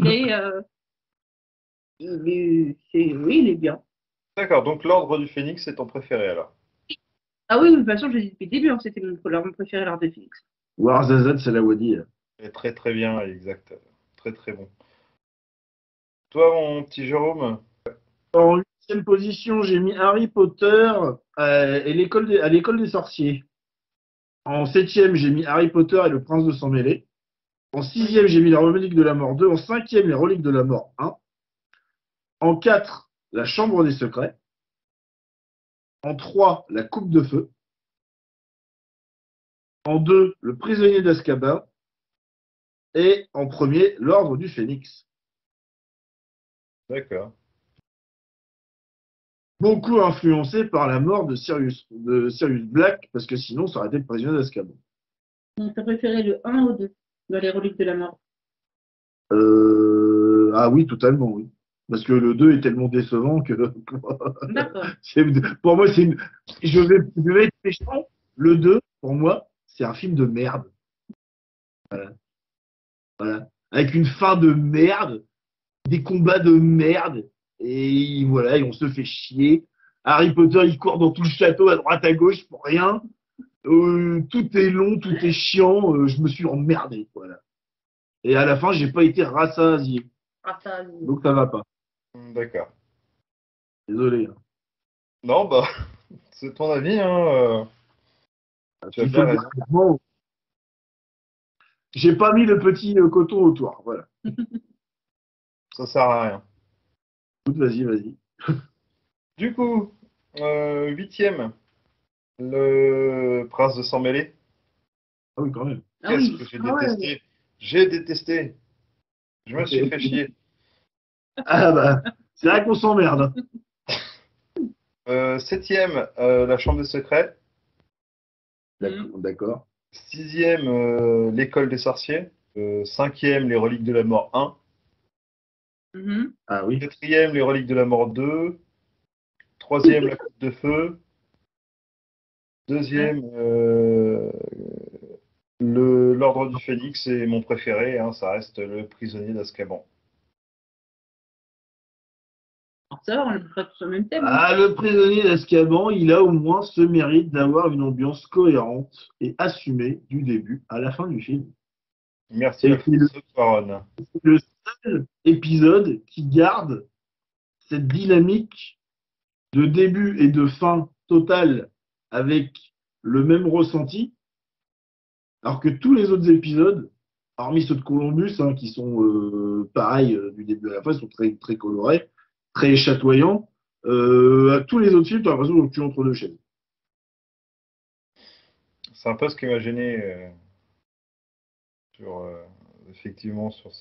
il est bien. D'accord, donc l'ordre du Phénix c'est ton préféré alors. Ah oui, de toute façon, je l'ai dit depuis le début, hein, c'était mon préféré, l'ordre du Phénix. Warzazat, c'est la Wadi. Très très bien, exact. Très très bon. Toi, mon petit Jérôme? En 8e position, j'ai mis Harry Potter et à l'école des sorciers. En 7e, j'ai mis Harry Potter et le prince de sang mêlé. En 6e, j'ai mis la relique de la mort 2. En 5e, les reliques de la mort 1. En 4, la chambre des secrets. En 3, la coupe de feu. En 2, le prisonnier d'Azkaban. Et en premier, l'ordre du Phénix. D'accord. Beaucoup influencé par la mort de Sirius Black, parce que sinon, ça aurait été le prisonnier d'Azkaban. Donc, t'as préféré le 1 ou 2 dans les reliques de la mort? Ah oui, totalement, oui. Parce que le 2 est tellement décevant que. D'accord. Pour moi, je vais être méchant. Le 2, pour moi, c'est un film de merde. Voilà. Avec une fin de merde, des combats de merde, et voilà, et on se fait chier. Harry Potter, il court dans tout le château à droite à gauche pour rien. Tout est long, tout est chiant. Je me suis emmerdé, voilà. Et à la fin, j'ai pas été rassasié. Donc ça va pas. D'accord. Désolé. Hein. Non, bah, c'est ton avis, hein. Tu as bien raison. J'ai pas mis le petit coton autour, voilà. Ça sert à rien. Vas-y. Du coup, 8e, le prince de sang mêlé. Ah oui, quand même. Qu'est-ce que j'ai détesté? Ouais. J'ai détesté. Je me suis fait chier. Ah bah, c'est vrai qu'on s'emmerde. 7e, la chambre des secrets. D'accord. Sixième, l'école des sorciers. Cinquième, les reliques de la mort 1. Mhm. Ah oui. Quatrième, les reliques de la mort 2. Troisième, la coupe de feu. Deuxième, l'ordre du Phénix. Et mon préféré, hein, ça reste le prisonnier d'Azkaban. Alors, ça va, on est à peu près tous sur le même thème. Ah, le prisonnier d'Azkaban, il a au moins ce mérite d'avoir une ambiance cohérente et assumée du début à la fin du film. Merci Et Alfonso Cuarón. c'est le seul épisode qui garde cette dynamique de début et de fin totale avec le même ressenti, alors que tous les autres épisodes, hormis ceux de Columbus, hein, qui sont pareils du début à la fin, ils sont très, très colorés, très chatoyants. À tous les autres films, tu as l'impression que tu es entre deux chaises. C'est un peu ce qui m'a gêné sur, effectivement sur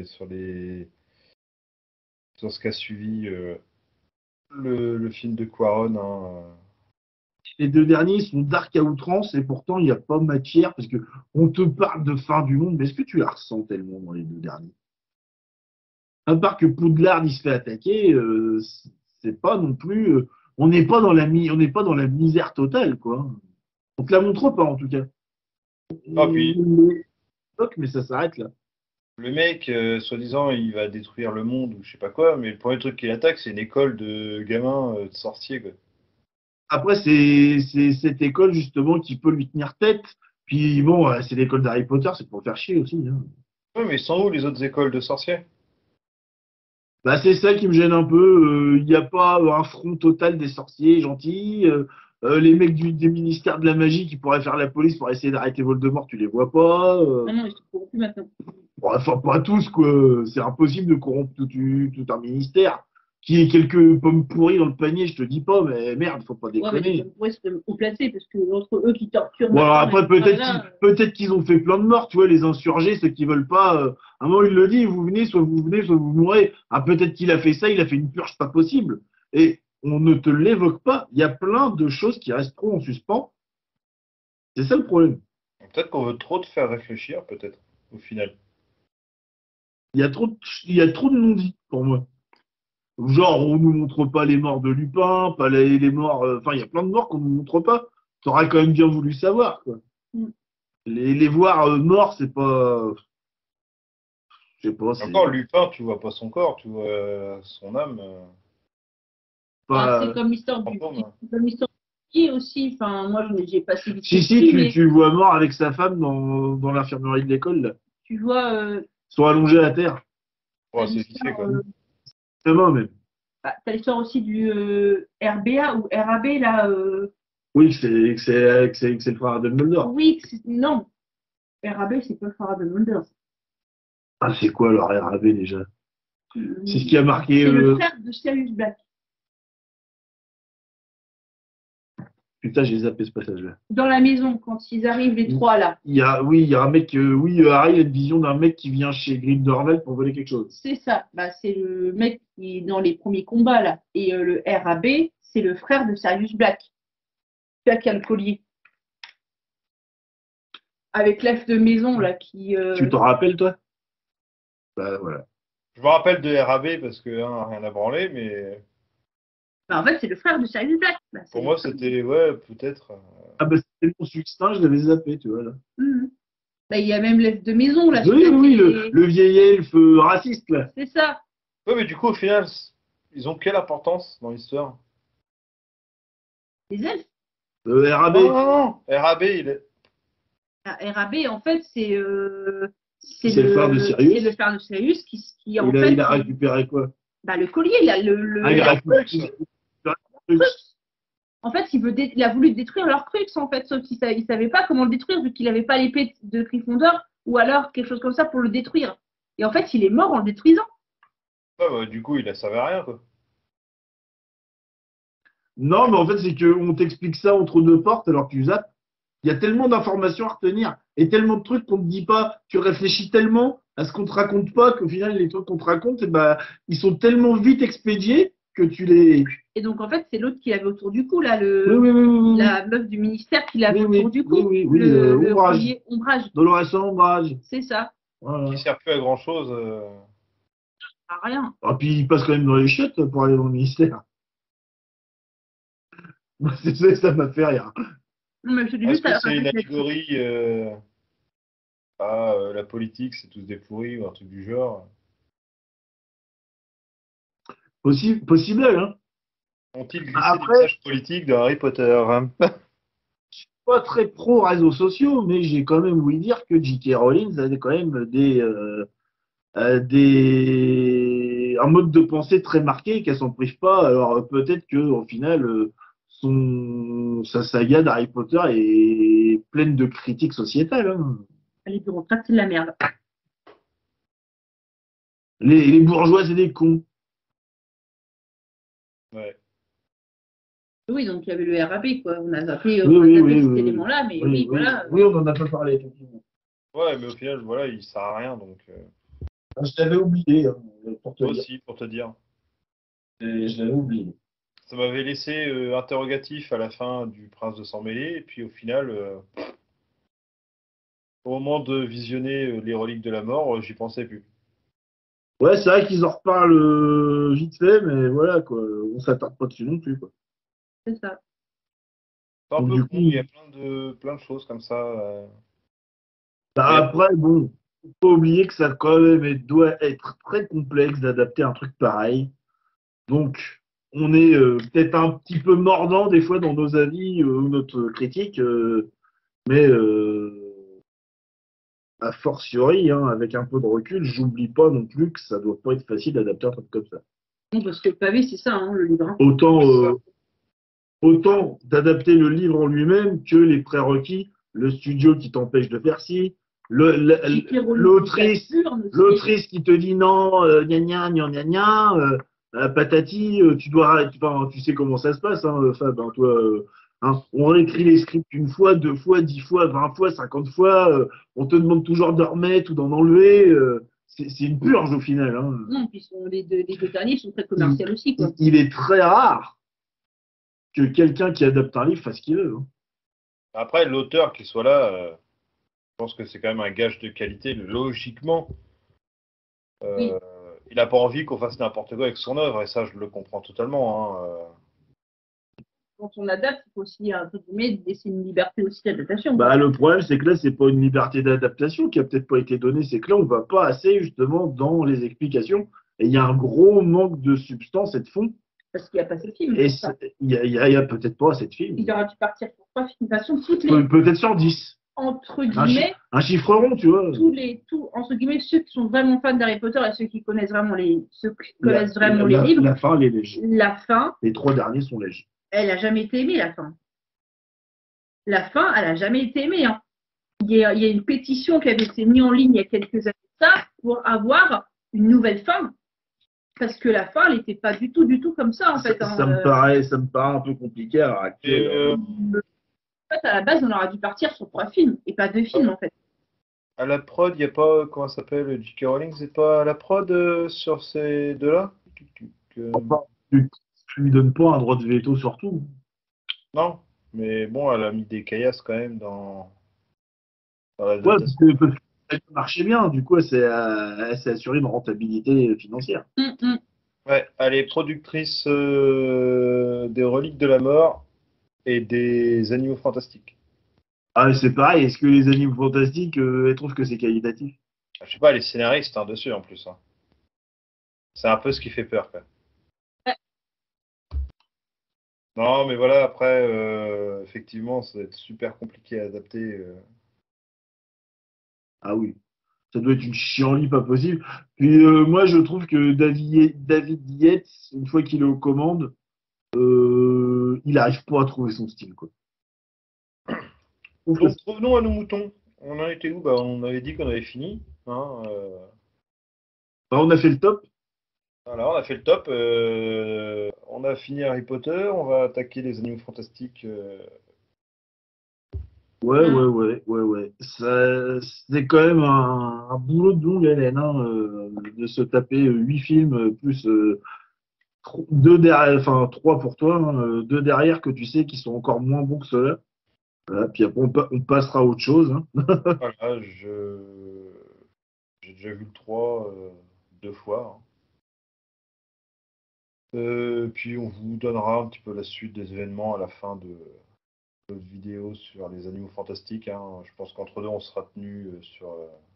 ce qu'a suivi le film de Cuarón. Hein. Les deux derniers sont dark à outrance et pourtant il n'y a pas matière parce que on te parle de fin du monde, mais est-ce que tu la ressens tellement dans les deux derniers? À part que Poudlard il se fait attaquer, c'est pas non plus, on n'est pas dans on n'est pas dans la misère totale quoi. On te la montre pas en tout cas. Ah, puis Mais ça s'arrête là. le mec, soi-disant, il va détruire le monde ou je sais pas quoi, mais le premier truc qu'il attaque, c'est une école de gamins de sorciers, quoi. Après c'est cette école justement qui peut lui tenir tête. Puis bon, c'est l'école d'Harry Potter, c'est pour faire chier aussi. Hein. Ouais, mais ils sont où les autres écoles de sorciers? Bah, c'est ça qui me gêne un peu. Il n'y a pas un front total des sorciers gentils. Les mecs des ministères de la magie qui pourraient faire la police pour essayer d'arrêter Voldemort, tu les vois pas. Ah non, ils sont corrompus maintenant. Bon, enfin, pas tous, quoi. C'est impossible de corrompre tout un ministère. Qui ait quelques pommes pourries dans le panier, je te dis pas, mais merde, faut pas Ouais, mais déconner. ils pourraient se haut placés parce que entre eux qui torturent. Bon, alors machin, après, etc., là, peut-être qu'ils ont fait plein de morts, tu vois, les insurgés, ceux qui veulent pas. À un moment, il le dit, vous venez, soit vous mourrez. Ah, peut-être qu'il a fait ça, il a fait une purge pas possible. Et on ne te l'évoque pas. Il y a plein de choses qui resteront en suspens. C'est ça le problème. Peut-être qu'on veut trop te faire réfléchir, peut-être, au final. Il y a trop de non-dits pour moi. Genre, on nous montre pas les morts de Lupin, pas les morts. Enfin, il y a plein de morts qu'on nous montre pas. T'aurais quand même bien voulu savoir, quoi. Mm. Les voir morts, c'est pas. Je sais pas, c'est Encore, Lupin, tu vois pas son corps, tu vois son âme. ah, pas. c'est comme l'histoire du Fantôme. comme l'histoire du petit aussi. Enfin, moi, j'ai passé vite Si, dessus, mais tu le vois mort avec sa femme dans l'infirmerie de l'école, là. tu vois, Ils sont allongés à terre. Ouais, t'as c'est vite fait, l'histoire, quoi. C'est mort, même. t'as l'histoire aussi du RBA ou RAB là. Oui, que c'est le frère de Dumbledore. Oui, non, RAB c'est pas le phare de Mulder. Ah, c'est quoi leur RAB déjà? C'est ce qui a marqué. C'est le frère de Sirius Black. Putain, j'ai zappé ce passage-là. Dans la maison, quand ils arrivent les trois là. Il y a un mec. Harry a une vision d'un mec qui vient chez Grindelwald pour voler quelque chose. C'est ça. Bah, c'est le mec qui est dans les premiers combats là. Et le RAB, c'est le frère de Sirius Black. Celui qui a le collier. Avec l'elfe de maison là qui. Tu t'en rappelles, toi? Bah voilà. Je me rappelle de RAB parce que hein, rien à branler, mais Bah, en fait, c'est le frère de Sirius Black. Bah, pour moi, c'était, ouais, peut-être. Ah bah c'était mon succinct, je l'avais zappé, tu vois là. Mhm. Bah, il y a même l'elfe de maison là. Oui, celui-là oui, qui est- le vieil elfe raciste là. C'est ça. Ouais, mais du coup, au final, ils ont quelle importance dans l'histoire? Les elfes. RAB. Non, non, non. RAB, il est. Ah, RAB, en fait, c'est C'est le frère de Sirius. C'est le frère de Sirius qui en Il fait. a récupéré quoi? Bah, le collier, là, Ah, il a récupéré. En fait, il a voulu détruire leur crux, en fait, sauf qu'il ne savait pas comment le détruire, vu qu'il n'avait pas l'épée de Gryffondor, ou alors quelque chose comme ça pour le détruire. Et en fait, il est mort en le détruisant. Ouais, bah, du coup, il ne savait rien, quoi. Non, mais en fait, c'est qu'on t'explique ça entre deux portes alors que tu zappes. Il y a tellement d'informations à retenir et tellement de trucs qu'on ne te dit pas. Tu réfléchis tellement à ce qu'on te raconte pas qu'au final, les trucs qu'on te raconte, eh ben, ils sont tellement vite expédiés que tu les. Et donc, en fait, c'est l'autre qui l'avait autour du cou, là, Oui. la meuf du ministère qui l'avait Oui, autour du cou. oui, Le Ombrage. collier ombrage. Dolores Ombrage. C'est ça. Voilà. Qui sert plus à grand chose. À rien. Ah, puis il passe quand même dans les chiottes pour aller dans le ministère. C'est ça, ça m'a fait rire. Non, mais je te dis Est-ce juste que à c'est une là-dessus. allégorie la politique, c'est tous des pourris ou un truc du genre? Possible, hein. Ont-ils glissé des Après, messages politiques dans Harry Potter? pas très pro réseaux sociaux, mais j'ai quand même voulu dire que J.K. Rowling avait quand même un mode de pensée très marqué, qu'elle s'en prive pas. Alors peut-être que au final, sa saga d'Harry Potter est pleine de critiques sociétales, hein. Les bureaucrates, c'est de la merde. Les bourgeois, c'est des cons. Ouais. Oui, donc il y avait le RAP, quoi. On a zappé, Oui, cet élément-là, mais oui, voilà. Oui, on en a pas parlé, effectivement. Ouais, mais au final, voilà, il sert à rien, donc. Je t'avais oublié, hein, pour te Moi dire. aussi, pour te dire. Je l'avais oublié. Ça m'avait laissé interrogatif à la fin du Prince de Sang Mêlé, et puis au final, au moment de visionner les reliques de la mort, j'y pensais plus. Ouais, c'est vrai qu'ils en reparlent vite fait, mais voilà, quoi. On s'attarde pas dessus non plus, quoi. C'est ça. C'est un Donc, peu du con, coup, il y a plein de choses comme ça. bah, Mais après, bon, faut pas oublier que ça quand même doit être très complexe d'adapter un truc pareil. Donc, on est peut-être un petit peu mordant des fois dans nos avis ou notre critique, mais a fortiori, hein, avec un peu de recul, j'oublie pas non plus que ça doit pas être facile d'adapter un truc comme ça. Non, parce que le pavé, c'est ça, hein, le livre. Hein. Autant d'adapter le livre en lui-même que les prérequis, le studio qui t'empêche de faire ci, l'autrice qui te dit non, gna gna gna gna gna, patati, tu sais comment ça se passe, hein, Fab, hein, toi, hein, on réécrit les scripts une fois, 2 fois, 10 fois, 20 fois, 50 fois, on te demande toujours de remettre ou d'en enlever, c'est une purge au final. Hein. Non, puis les deux derniers sont très commerciaux aussi, quoi. Il est très rare que quelqu'un qui adapte un livre fasse ce qu'il veut. Hein. après, l'auteur qui soit là, je pense que c'est quand même un gage de qualité, logiquement. Oui. Il n'a pas envie qu'on fasse n'importe quoi avec son œuvre, et ça, je le comprends totalement. Hein. Quand on adapte, il faut aussi, entre guillemets, laisser une liberté aussi d'adaptation. Bah, le problème, c'est que là, c'est pas une liberté d'adaptation qui a peut-être pas été donnée, c'est que là, on va pas assez justement dans les explications. Et il y a un gros manque de substance et de fond. Parce qu'il n'y a pas assez de films. Et il y a peut-être pas assez de films. Il aurait dû partir sur 3 films. De toute façon, toutes peut-être sur 10. Entre guillemets. Un chiffre rond, tu vois. Entre guillemets, ceux qui sont vraiment fans d'Harry Potter et ceux qui connaissent vraiment les livres. La fin, elle est légère. La fin. Les 3 derniers sont légers. Elle n'a jamais été aimée, la fin. La fin, elle n'a jamais été aimée. Hein. Il y a une pétition qui avait été mise en ligne il y a quelques années de ça pour avoir une nouvelle fin. Parce que la fin, elle n'était pas du tout comme ça, en fait. Ça me paraît un peu compliqué à l'heure actuelle. En fait, à la base, on aurait dû partir sur 3 films et pas 2 films, en fait. À la prod, il n'y a pas, comment ça s'appelle, J.K. Rowling, c'est pas à la prod sur ces deux-là? Enfin, tu lui donnes pas un droit de veto sur tout. Non, mais bon, elle a mis des caillasses quand même dans la ouais, parce que ça marchait bien, du coup, elle s'est assurée une rentabilité financière. Ouais, elle est productrice des Reliques de la Mort et des Animaux Fantastiques. Ah, c'est pareil, est-ce que les Animaux Fantastiques, elles trouvent que c'est qualitatif? Je sais pas, les scénaristes dessus en plus. Hein. C'est un peu ce qui fait peur quand même. Ouais. Non, mais voilà, après, effectivement, ça va être super compliqué à adapter. Ah oui, ça doit être une chienlit pas possible. Puis moi, je trouve que David Yates, une fois qu'il est aux commandes, il n'arrive pas à trouver son style, quoi. Donc, revenons à nos moutons. On en était où? Bah, on avait dit qu'on avait fini. Hein, Bah, on a fait le top. Voilà, on a fait le top. On a fini Harry Potter. On va attaquer les Animaux Fantastiques. Ouais. C'est quand même un boulot de longue haleine, hein, de se taper 8 films plus deux derrière, enfin 3 pour toi, hein, 2 derrière que tu sais qui sont encore moins bons que ceux-là. Voilà, puis après, on passera à autre chose. Hein. Voilà, j'ai déjà vu le 3 2 fois. Hein. Puis on vous donnera un petit peu la suite des événements à la fin de notre vidéo sur les animaux fantastiques. Hein. Je pense qu'entre deux, on sera tenu sur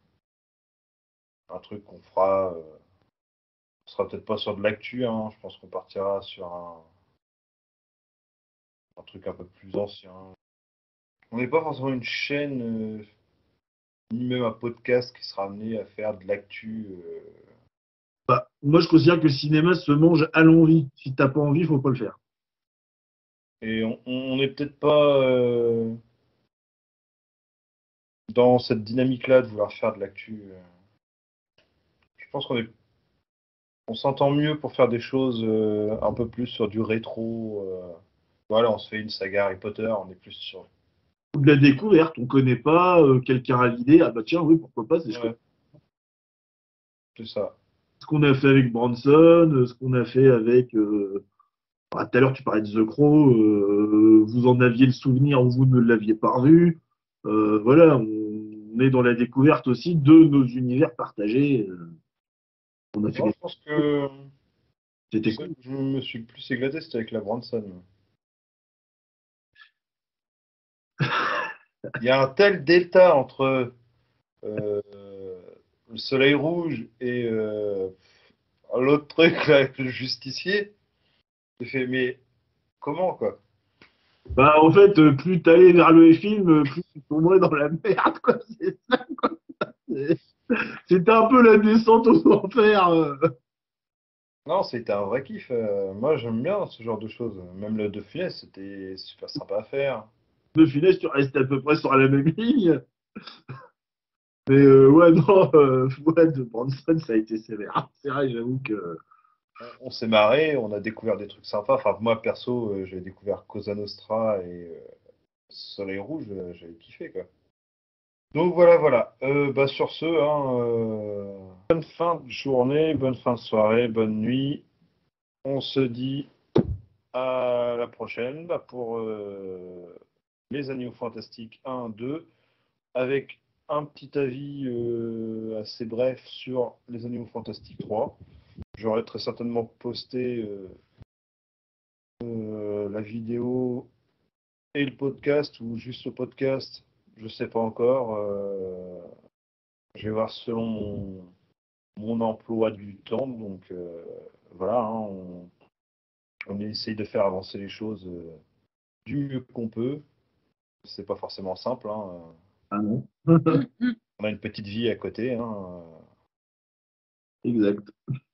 un truc qu'on fera. On sera peut-être pas sur de l'actu. Hein. Je pense qu'on partira sur un truc un peu plus ancien. On n'est pas forcément une chaîne, ni même un podcast qui sera amené à faire de l'actu. Bah, moi, je considère que le cinéma se mange à l'envie. Si t'as pas envie, faut pas le faire. Et on n'est peut-être pas dans cette dynamique-là de vouloir faire de l'actu. Je pense on s'entend mieux pour faire des choses un peu plus sur du rétro. Voilà, on se fait une saga Harry Potter, on est plus sur. De la découverte, on connaît pas, quelqu'un a l'idée, ah bah tiens, oui, pourquoi pas, c'est chouette. Ouais, c'est ça. Ce qu'on a fait avec Branson, ce qu'on a fait avec. Tout à l'heure, tu parlais de The Crow, vous en aviez le souvenir ou vous ne l'aviez pas revu. Voilà, on est dans la découverte aussi de nos univers partagés. On a fait Moi, je pense que C'était ce cool. que je me suis le plus éclaté, c'était avec la Branson. Il y a un tel delta entre euh, le soleil rouge et l'autre truc là, avec le justicier. J'ai fait, mais comment quoi? Bah, en fait, plus t'allais vers le film, plus tu tomberais dans la merde, quoi. C'est ça, quoi. C'est- C'était un peu la descente aux enfers. Non, c'était un vrai kiff. Moi, j'aime bien ce genre de choses. Même le De Funès, c'était super sympa à faire. De finesse, tu restais à peu près sur la même ligne. Mais ouais, non, ouais, de Branson, ça a été sévère. C'est vrai, j'avoue que. On s'est marré, on a découvert des trucs sympas. Enfin, moi, perso, j'ai découvert Cosa Nostra et Soleil Rouge, j'avais kiffé, quoi. Donc voilà, voilà. Bah, sur ce, hein, bonne fin de journée, bonne fin de soirée, bonne nuit. On se dit à la prochaine bah, pour les Animaux Fantastiques 1, 2, avec un petit avis assez bref sur les Animaux Fantastiques 3. J'aurais très certainement posté la vidéo et le podcast, ou juste le podcast, je sais pas encore. Je vais voir selon mon emploi du temps. Donc voilà, hein, on essaye de faire avancer les choses du mieux qu'on peut. C'est pas forcément simple. Hein. Ah non. On a une petite vie à côté. Hein, Exact.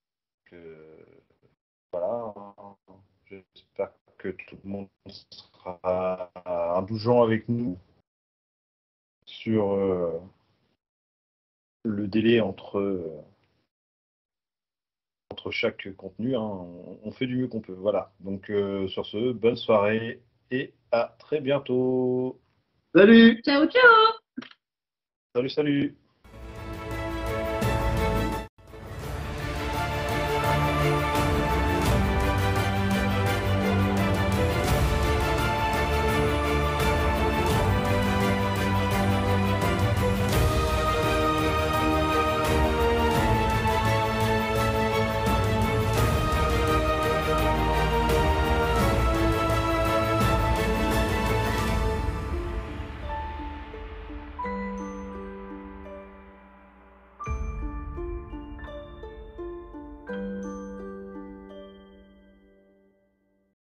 voilà. Hein. J'espère que tout le monde sera indulgent avec nous sur le délai entre chaque contenu. Hein. On fait du mieux qu'on peut. Voilà. Donc sur ce, bonne soirée et à très bientôt. Salut! Ciao, ciao! Salut, salut.